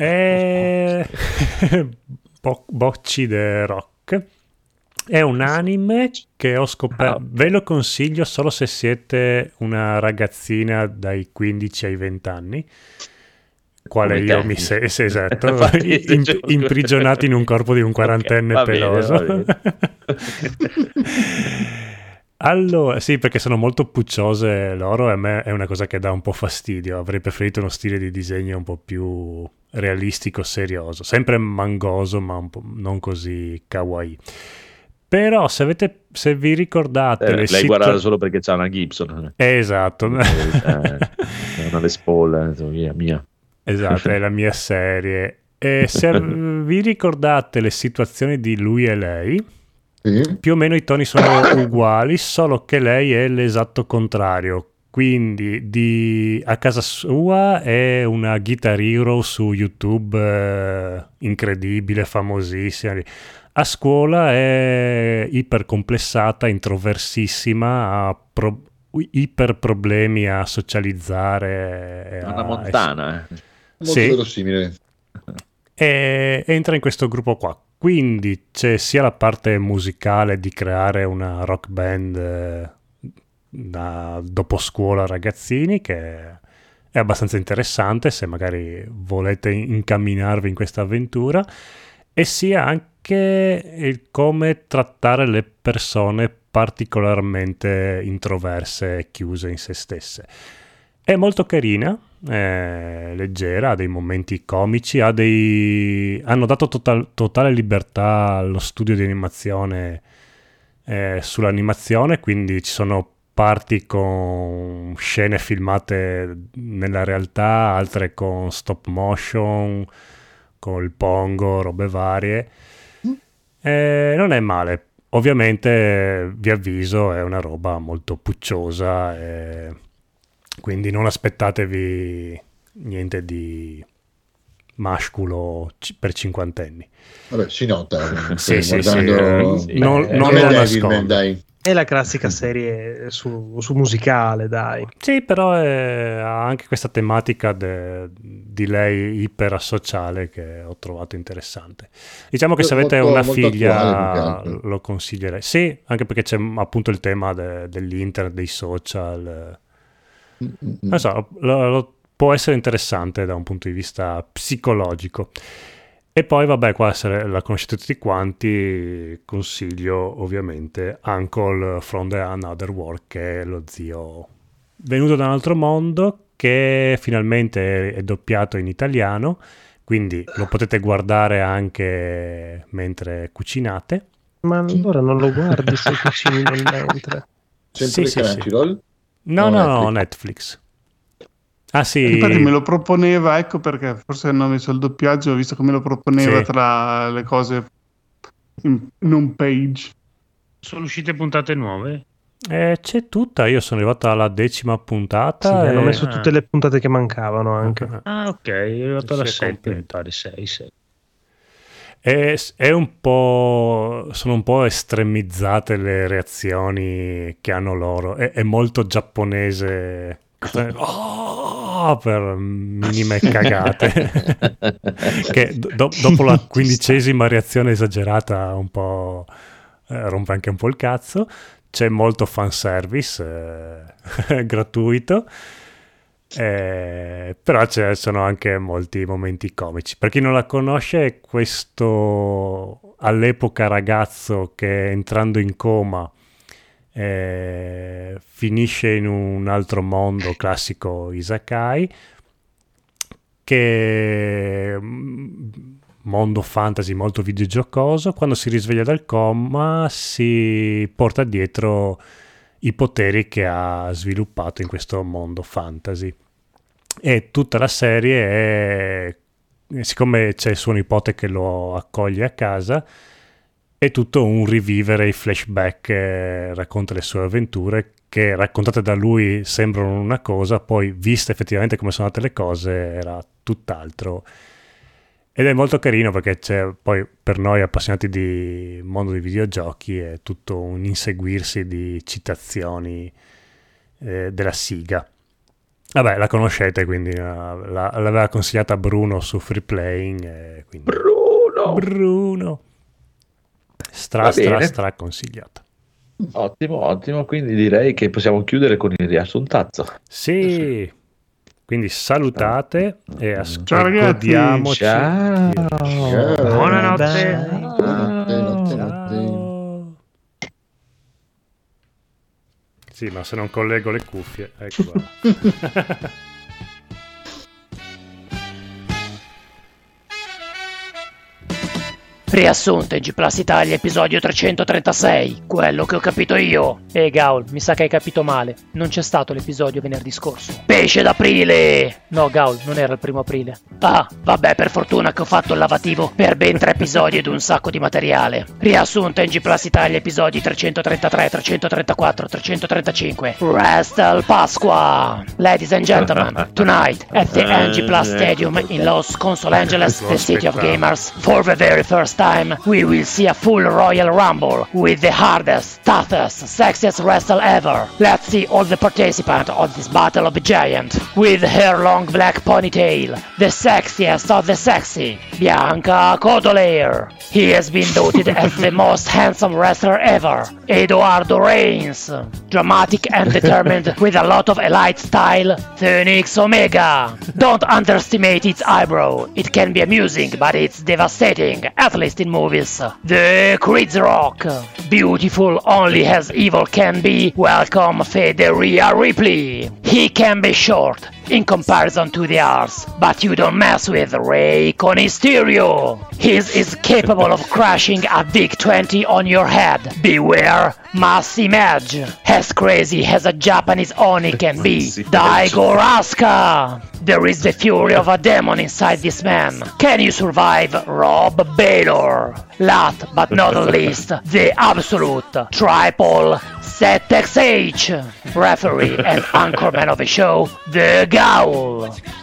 Bocci the Rock è un anime che ho scoperto. Ve lo consiglio solo se siete una ragazzina dai 15 ai 20 anni. Quale Come io te. mi sì, esatto, Infatti, imprigionati in un corpo di un quarantenne va bene, peloso. va bene. Allora, sì, perché sono molto pucciose loro e a me è una cosa che dà un po' fastidio. Avrei preferito uno stile di disegno un po' più realistico, serioso. Sempre mangoso, ma un po' non così kawaii. Però se vi ricordate Lei guarda solo perché c'ha una Gibson. Esatto. Una Les Paul, mia. Esatto, è la mia serie. E se vi ricordate le situazioni di lui e lei, più o meno i toni sono uguali, solo che lei è l'esatto contrario. Quindi a casa sua è una Guitar Hero su YouTube, incredibile, famosissima. A scuola è ipercomplessata, introversissima, ha iper problemi a socializzare. Una montana. Molto Sì. verosimile. E entra in questo gruppo qua. Quindi c'è sia la parte musicale di creare una rock band da dopo scuola ragazzini, che è abbastanza interessante se magari volete incamminarvi in questa avventura, e sia anche il come trattare le persone particolarmente introverse e chiuse in se stesse. È molto carina, è leggera, ha dei momenti comici, hanno dato totale libertà allo studio di animazione sull'animazione, quindi ci sono parti con scene filmate nella realtà, altre con stop motion, con il pongo, robe varie. Non è male. Ovviamente, vi avviso, è una roba molto pucciosa, quindi non aspettatevi niente di masculo per cinquantenni. Vabbè, si nota. Sì, guardando... non lo nascondo. Dai. È la classica serie su musicale, dai. Sì, però ha anche questa tematica di lei iperasociale che ho trovato interessante. Diciamo che se avete una figlia attuale, lo consiglierei. Sì, anche perché c'è appunto il tema dell'internet, dei social. Non so, l'ho può essere interessante da un punto di vista psicologico. E poi vabbè, qua se la conoscete tutti quanti, consiglio ovviamente Uncle from the Another World, che è lo zio venuto da un altro mondo, che finalmente è doppiato in italiano, quindi lo potete guardare anche mentre cucinate. Ma allora non lo guardi se cucini nel mentre? Sempre Sì, Crunchyroll? No, Netflix. Ah sì. Infatti me lo proponeva, ecco perché forse hanno messo il doppiaggio, visto che me lo proponeva Sì. tra le cose in home page. Sono uscite puntate nuove? C'è tutta, io sono arrivato alla 10ª puntata. Sì, hanno e- messo tutte le puntate che mancavano anche. Ah, ok, è arrivato alla Si è 7, mi completo. pare 6. È un po', sono un po' estremizzate le reazioni che hanno loro. È molto giapponese. Per minime cagate. Che dopo la 15ª reazione esagerata un po' rompe anche un po' il cazzo. C'è molto fanservice gratuito. Però sono anche molti momenti comici. Per chi non la conosce, questo all'epoca ragazzo che entrando in coma finisce in un altro mondo, classico isekai, che mondo fantasy molto videogiocoso. Quando si risveglia dal coma si porta dietro i poteri che ha sviluppato in questo mondo fantasy, e tutta la serie è, siccome c'è suo nipote che lo accoglie a casa, è tutto un rivivere i flashback, racconta le sue avventure che raccontate da lui sembrano una cosa, poi viste effettivamente come sono andate le cose era tutt'altro. Ed è molto carino perché c'è poi, per noi appassionati di mondo dei videogiochi, è tutto un inseguirsi di citazioni della Siga. Vabbè, la conoscete, quindi l'aveva consigliata Bruno su Free Playing. Quindi Bruno! Va bene. Stra consigliata. Ottimo, quindi direi che possiamo chiudere con il riassuntazzo. Sì! Quindi salutate e Ciao, ragazzi. godiamoci. Ciao. Buonanotte. Notte. Ciao. Sì, ma se non collego le cuffie, ecco qua. Riassunto in G Plus Italia, episodio 336, quello che ho capito io. Gaul, mi sa che hai capito male. Non c'è stato l'episodio venerdì scorso. Pesce d'aprile! No, Gaul, non era il 1 aprile. Ah, vabbè, per fortuna che ho fatto il lavativo per ben 3 episodi ed un sacco di materiale. Riassunto in G Plus Italia, episodi 333, 334, 335. Wrestle Pasqua! Ladies and gentlemen, tonight at the NG Plus Stadium in Los Angeles, the city of gamers, for the very first time, we will see a full Royal Rumble with the hardest, toughest, sexiest wrestler ever. Let's see all the participants of this battle of the giant. With her long black ponytail, the sexiest of the sexy, Bianca Codolair. He has been voted as the most handsome wrestler ever, Eduardo Reigns. Dramatic and determined with a lot of elite style, Phoenix Omega. Don't underestimate its eyebrow, it can be amusing but it's devastating, at least in movies. The Chris Rock. Beautiful only as evil can be, welcome Federica Ripley. He can be short in comparison to the others, but you don't mess with Rey Conisterio. He is capable of crushing a big 20 on your head. Beware Mass Image. As crazy as a Japanese Oni can be. Daigo Asuka. There is the fury of a demon inside this man. Can you survive Rob Baylor? Last but not least, the absolute triple ZXH. Referee and anchorman of the show, the Gaul.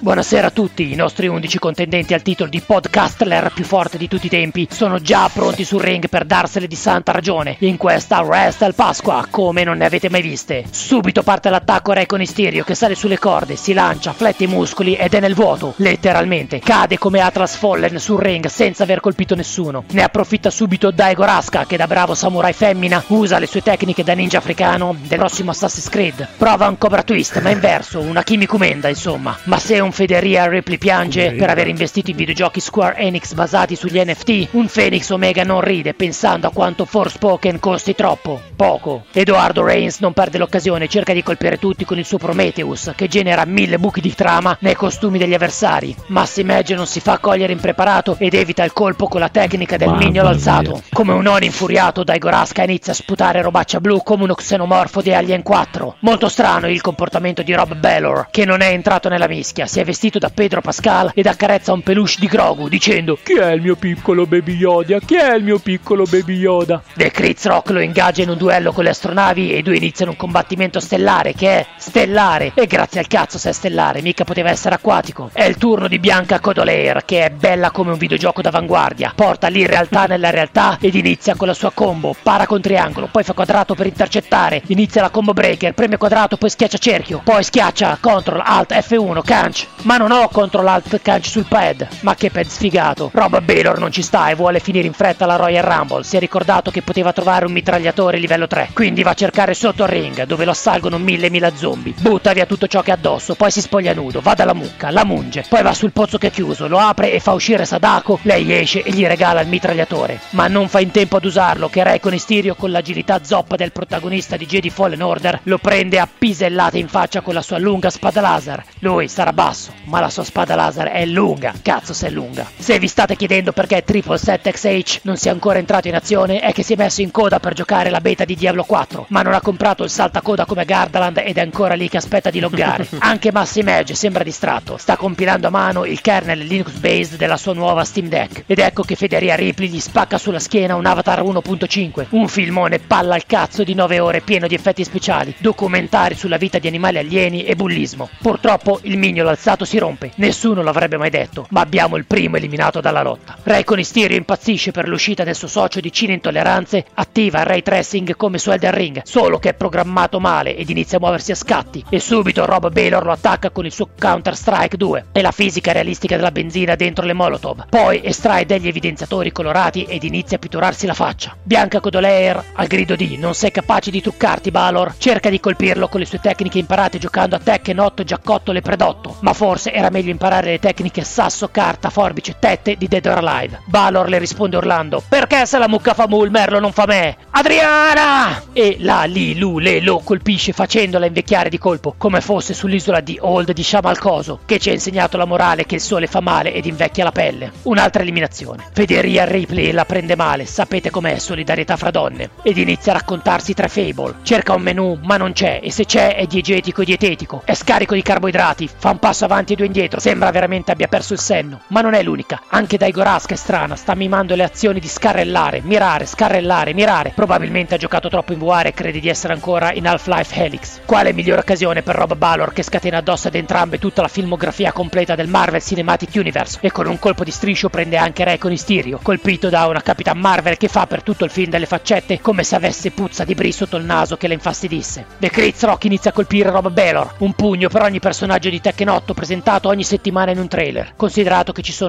Buonasera a tutti, i nostri 11 contendenti al titolo di podcastler più forte di tutti i tempi sono già pronti sul ring per darsele di santa ragione in questa Wrestle Pasqua, come non ne avete mai viste. Subito parte l'attacco Rey con Mysterio che sale sulle corde, si lancia, flette i muscoli ed è nel vuoto, letteralmente. Cade come Atlas Fallen sul ring senza aver colpito nessuno. Ne approfitta subito Daigo Asuka che da bravo samurai femmina usa le sue tecniche da ninja africano del prossimo Assassin's Creed. Prova un Cobra Twist ma inverso, una Kimmikuumenda insomma. Ma se un Federia Ripley piange per aver investito in videogiochi Square Enix basati sugli NFT, un Phoenix Omega non ride pensando a quanto Forspoken costi troppo, poco. Edoardo Reigns non perde l'occasione, cerca di colpire tutti con il suo Prometheus che genera 1000 buchi di trama nei costumi degli avversari. Massimo Edge non si fa cogliere impreparato ed evita il colpo con la tecnica del mignolo alzato. Come un Oni infuriato, Daigo Asuka inizia a sputare robaccia blu come uno xenomorfo di Alien 4. Molto strano il comportamento di Rob Ballor, che non è entrato nella mischia, si è vestito da Pedro Pascal ed accarezza un peluche di Grogu dicendo "Chi è il mio piccolo Baby Yoda? Chi è il mio piccolo Baby Yoda?". The Chris Rock lo ingaggia in un duello con le astronavi e i due iniziano un combattimento stellare che è stellare, e grazie al cazzo se è stellare, mica poteva essere acquatico. È il turno di Bianca Codolair che è bella come un videogioco d'avanguardia, porta l'irrealtà nella realtà ed inizia con la sua combo, para con triangolo, poi fa quadrato per intercettare, inizia la combo breaker, preme quadrato, poi schiaccia cerchio, poi schiaccia Ctrl Alt F1 canch, ma non ho Ctrl Alt canch sul pad, ma che pad sfigato. Rob Ballor non ci sta e vuole finire in fretta la Royal Rumble, si è ricordato che poteva trovare un mitragliatore livello 3, quindi va a cercare sotto il ring dove lo assalgono 1000 zombie, butta via tutto ciò che ha addosso, poi si spoglia nudo, va dalla mucca, la munge, poi va sul pozzo che è chiuso, lo apre e fa uscire Sadako, lei esce e gli regala il mitragliatore, ma non fa in tempo ad usarlo che Rey con Mysterio con l'agilità zoppa del protagonista di Jedi Fallen Order lo prende a pisellate in faccia con la sua lunga spada laser. Lui sarà basso, ma la sua spada laser è lunga, cazzo se è lunga. Se vi state chiedendo perché 777XH non sia ancora entrato in azione è che si è messo in coda per giocare la beta di Diablo 4, ma non ha comprato il saltacoda come Gardaland ed è ancora lì che aspetta di loggare. Anche Massimo Edge sembra distratto, sta compilando a mano il kernel Linux based della sua nuova Steam Deck ed ecco che Federia Ripley gli spacca sulla schiena un Avatar 1.5, un filmone palla al cazzo di 9 ore pieno di effetti speciali, documentari sulla vita di animali alieni e bullismo. Purtroppo il mignolo alzato si rompe, nessuno l'avrebbe mai detto, ma abbiamo il primo eliminato dalla lotta. Rey con Mysterio impazzisce per l'uscita del suo socio di Cine Intolleranze, attiva il ray tracing come su Elden Ring, solo che è programmato male ed inizia a muoversi a scatti e subito Rob Ballor lo attacca con il suo Counter Strike 2 e la fisica realistica della benzina dentro le Molotov, poi estrae degli evidenziatori colorati ed inizia a pitturarsi la faccia. Bianca Codolair, al grido di "non sei capace di truccarti Balor", cerca di colpirlo con le sue tecniche imparate giocando a Tekken 8, Giaccotto e Predotto, ma forse era meglio imparare le tecniche sasso, carta, forbice, tette di Dead or Alive. Balor le risponde urlando "perché se la mucca fa mu il merlo non fa me? Adriana!" E la li lu le lo colpisce facendola invecchiare di colpo come fosse sull'isola di Old di Shamal Coso, che ci ha insegnato la morale che il sole fa male ed invecchia la pelle. Un'altra eliminazione. Federia Ripley la prende male, sapete com'è solidarietà fra donne, ed inizia a raccontarsi tre Fable. Cerca un menù ma non c'è, e se c'è è diegetico e dietetico, è scarico di carboidrati, fa un passo avanti e due indietro, sembra veramente abbia perso il senno. Ma non è l'unica, anche Daigo Asuka è strana, sta mimando le azioni di scarrellare, mirare, scarrellare, mirare. Probabilmente ha giocato troppo in VR e crede di essere ancora in Half-Life Helix. Quale migliore occasione per Rob Ballor che scatena addosso ad entrambe tutta la filmografia completa del Marvel Cinematic Universe e con un colpo di striscio prende anche Rey con Mysterio, colpito da una Capitan Marvel che fa per tutto il film delle faccette come se avesse puzza di brie sotto il naso che le infastidisse. The Chris Rock inizia a colpire Rob Ballor, un pugno per ogni personaggio di Tekken 8 presentato ogni settimana in un trailer. Considerato che ci sono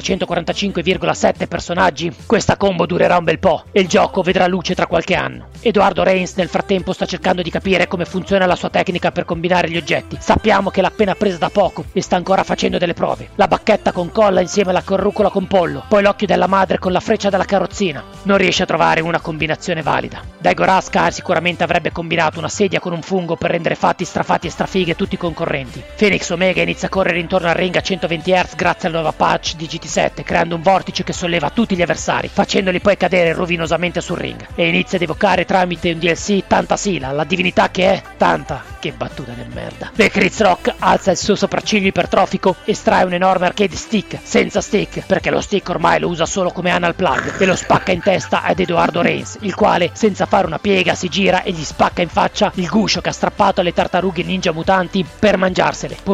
1345,7 personaggi, questa combo durerà un bel po' e il gioco vedrà luce tra qualche anno. Edoardo Reigns nel frattempo sta cercando di capire come funziona la sua tecnica per combinare gli oggetti. Sappiamo che l'ha appena presa da poco e sta ancora facendo delle prove. La bacchetta con colla insieme alla corrucola con pollo, poi l'occhio della madre con la freccia della carrozzina. Non riesce a trovare una combinazione valida. Daigo Asuka sicuramente avrebbe combinato una sedia con un fungo per rendere fatti, strafatti e strafighe tutti i concorrenti. Phoenix Omega inizia a correre intorno al ring a 120 Hz grazie alla nuova patch di GT7, creando un vortice che solleva tutti gli avversari, facendoli poi cadere rovinosamente sul ring. E inizia ad evocare tramite un DLC Tanta Sila, la divinità che è Tanta. Che battuta del merda. The Chris Rock alza il suo sopracciglio ipertrofico, estrae un enorme arcade stick, senza stick, perché lo stick ormai lo usa solo come anal plug, e lo spacca in testa ad Edoardo Reigns, il quale, senza fare una piega, si gira e gli spacca in faccia il guscio che ha strappato alle tartarughe ninja mutanti per mangiarsele. Purtroppo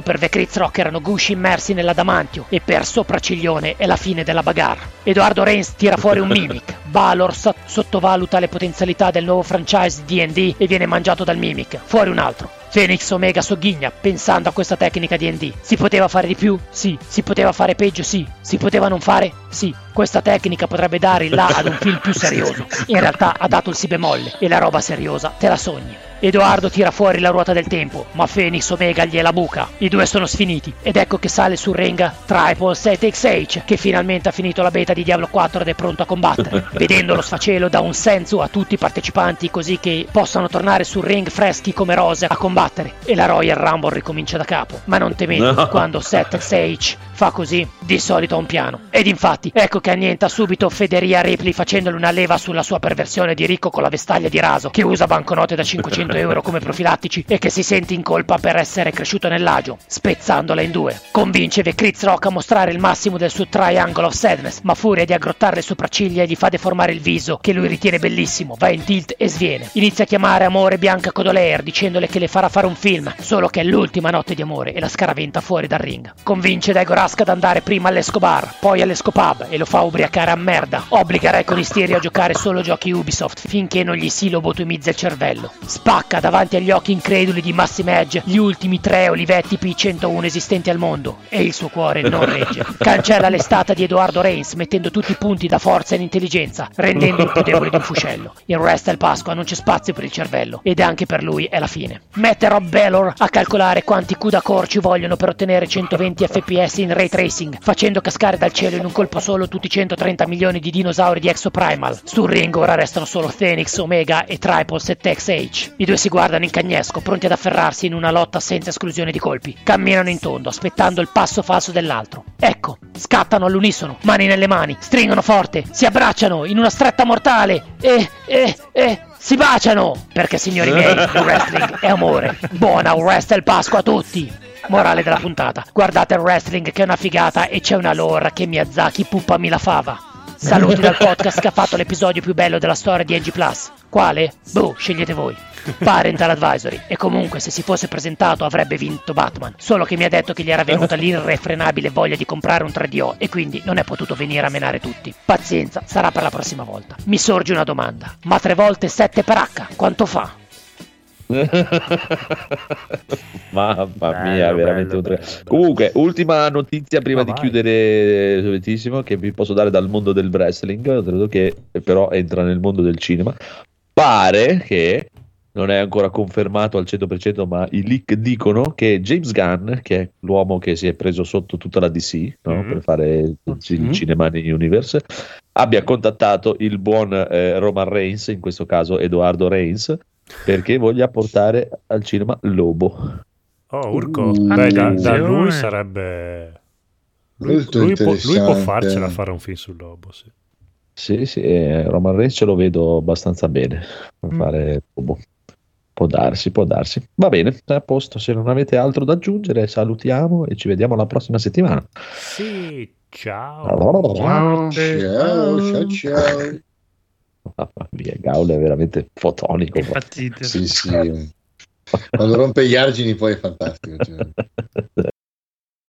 per The Chris Rock erano gusci immersi nell'adamantio e per sopracciglione è la fine della bagarre. Edoardo Reigns tira fuori un Mimic. Balor sottovaluta le potenzialità del nuovo franchise di D&D e viene mangiato dal Mimic. Fuori un altro. Phoenix Omega sogghigna pensando a questa tecnica D&D. Si poteva fare di più? Sì. Si poteva fare peggio? Sì. Si poteva non fare? Sì. Questa tecnica potrebbe dare il là ad un film più serioso. In realtà ha dato il si bemolle e la roba seriosa te la sogni. Edoardo tira fuori la ruota del tempo, ma Phoenix Omega gliela buca. I due sono sfiniti ed ecco che sale sul ring Triple 7XH, che finalmente ha finito la beta di Diablo 4 ed è pronto a combattere. Vedendo lo sfacelo dà un senso a tutti i partecipanti così che possano tornare sul ring freschi come rose a combattere e la Royal Rumble ricomincia da capo. Ma non temete, quando 7XH fa così, di solito ha un piano. Ed infatti, ecco che annienta subito Federia Ripley facendole una leva sulla sua perversione di ricco con la vestaglia di raso, che usa banconote da 500 euro come profilattici e che si sente in colpa per essere cresciuto nell'agio, spezzandola in due. Convince The Chris Rock a mostrare il massimo del suo Triangle of Sadness, ma furia di aggrottare le sopracciglia gli fa deformare il viso, che lui ritiene bellissimo, va in tilt e sviene. Inizia a chiamare amore Bianca Codolair, dicendole che le farà fare un film, solo che è l'ultima notte di amore e la scaraventa fuori dal ring. Convince Dagorask ad andare prima all'Escobar, poi all'Escopub e lo fa ubriacare a merda. Obbliga Recco di Styria a giocare solo giochi Ubisoft finché non gli si lobotomizza il cervello. Spacca davanti agli occhi increduli di Massimo Edge gli ultimi 3 Olivetti P101 esistenti al mondo e il suo cuore non regge. Cancella l'estate di Edoardo Reigns mettendo tutti i punti da forza e intelligenza, rendendolo più debole di un fuscello. In Wrestle Pasqua non c'è spazio per il cervello ed anche per lui è la fine. Mette Rob Balor a calcolare quanti CUDA core ci vogliono per ottenere 120 fps in ray tracing, facendo cascare dal cielo in un colpo solo tutti i 130 milioni di dinosauri di Exoprimal. Sul ring ora restano solo Phoenix Omega e Triple 7XH. I due si guardano in cagnesco, pronti ad afferrarsi in una lotta senza esclusione di colpi. Camminano in tondo, aspettando il passo falso dell'altro. Ecco, scattano all'unisono, mani nelle mani, stringono forte, si abbracciano in una stretta mortale e si baciano! Perché, signori miei, il wrestling è amore. Buona Wrestle Pasqua a tutti! Morale della puntata: guardate il wrestling che è una figata e c'è una lore che Miyazaki puppami la fava. Saluti dal podcast che ha fatto l'episodio più bello della storia di NG+. Quale? Boh, scegliete voi. Parental Advisory. E comunque se si fosse presentato avrebbe vinto Batman, solo che mi ha detto che gli era venuta l'irrefrenabile voglia di comprare un 3DO e quindi non è potuto venire a menare tutti. Pazienza, sarà per la prossima volta. Mi sorge una domanda: ma 3 volte 7 per H quanto fa? Mamma mia, veramente bello. Comunque, ultima notizia prima di chiudere, soviettissimo, che vi posso dare dal mondo del wrestling, credo che però entra nel mondo del cinema. Pare che non è ancora confermato al 100%, ma i leak dicono che James Gunn, che è l'uomo che si è preso sotto tutta la DC, no? Per fare il Cinemani Universe, abbia contattato il buon Roman Reigns, in questo caso Edoardo Reigns, perché voglia portare al cinema Lobo. Oh, Urco, beh, da lui sarebbe... Lui può farcela fare un film sul Lobo, sì. Sì, Roman Reigns ce lo vedo abbastanza bene a fare Lobo. Può darsi. Va bene, è a posto. Se non avete altro da aggiungere, salutiamo e ci vediamo la prossima settimana. Sì, ciao. Ciao. Mamma mia, Gaul è veramente fotonico. Impazzite. Sì. Quando rompe gli argini poi è fantastico. Cioè.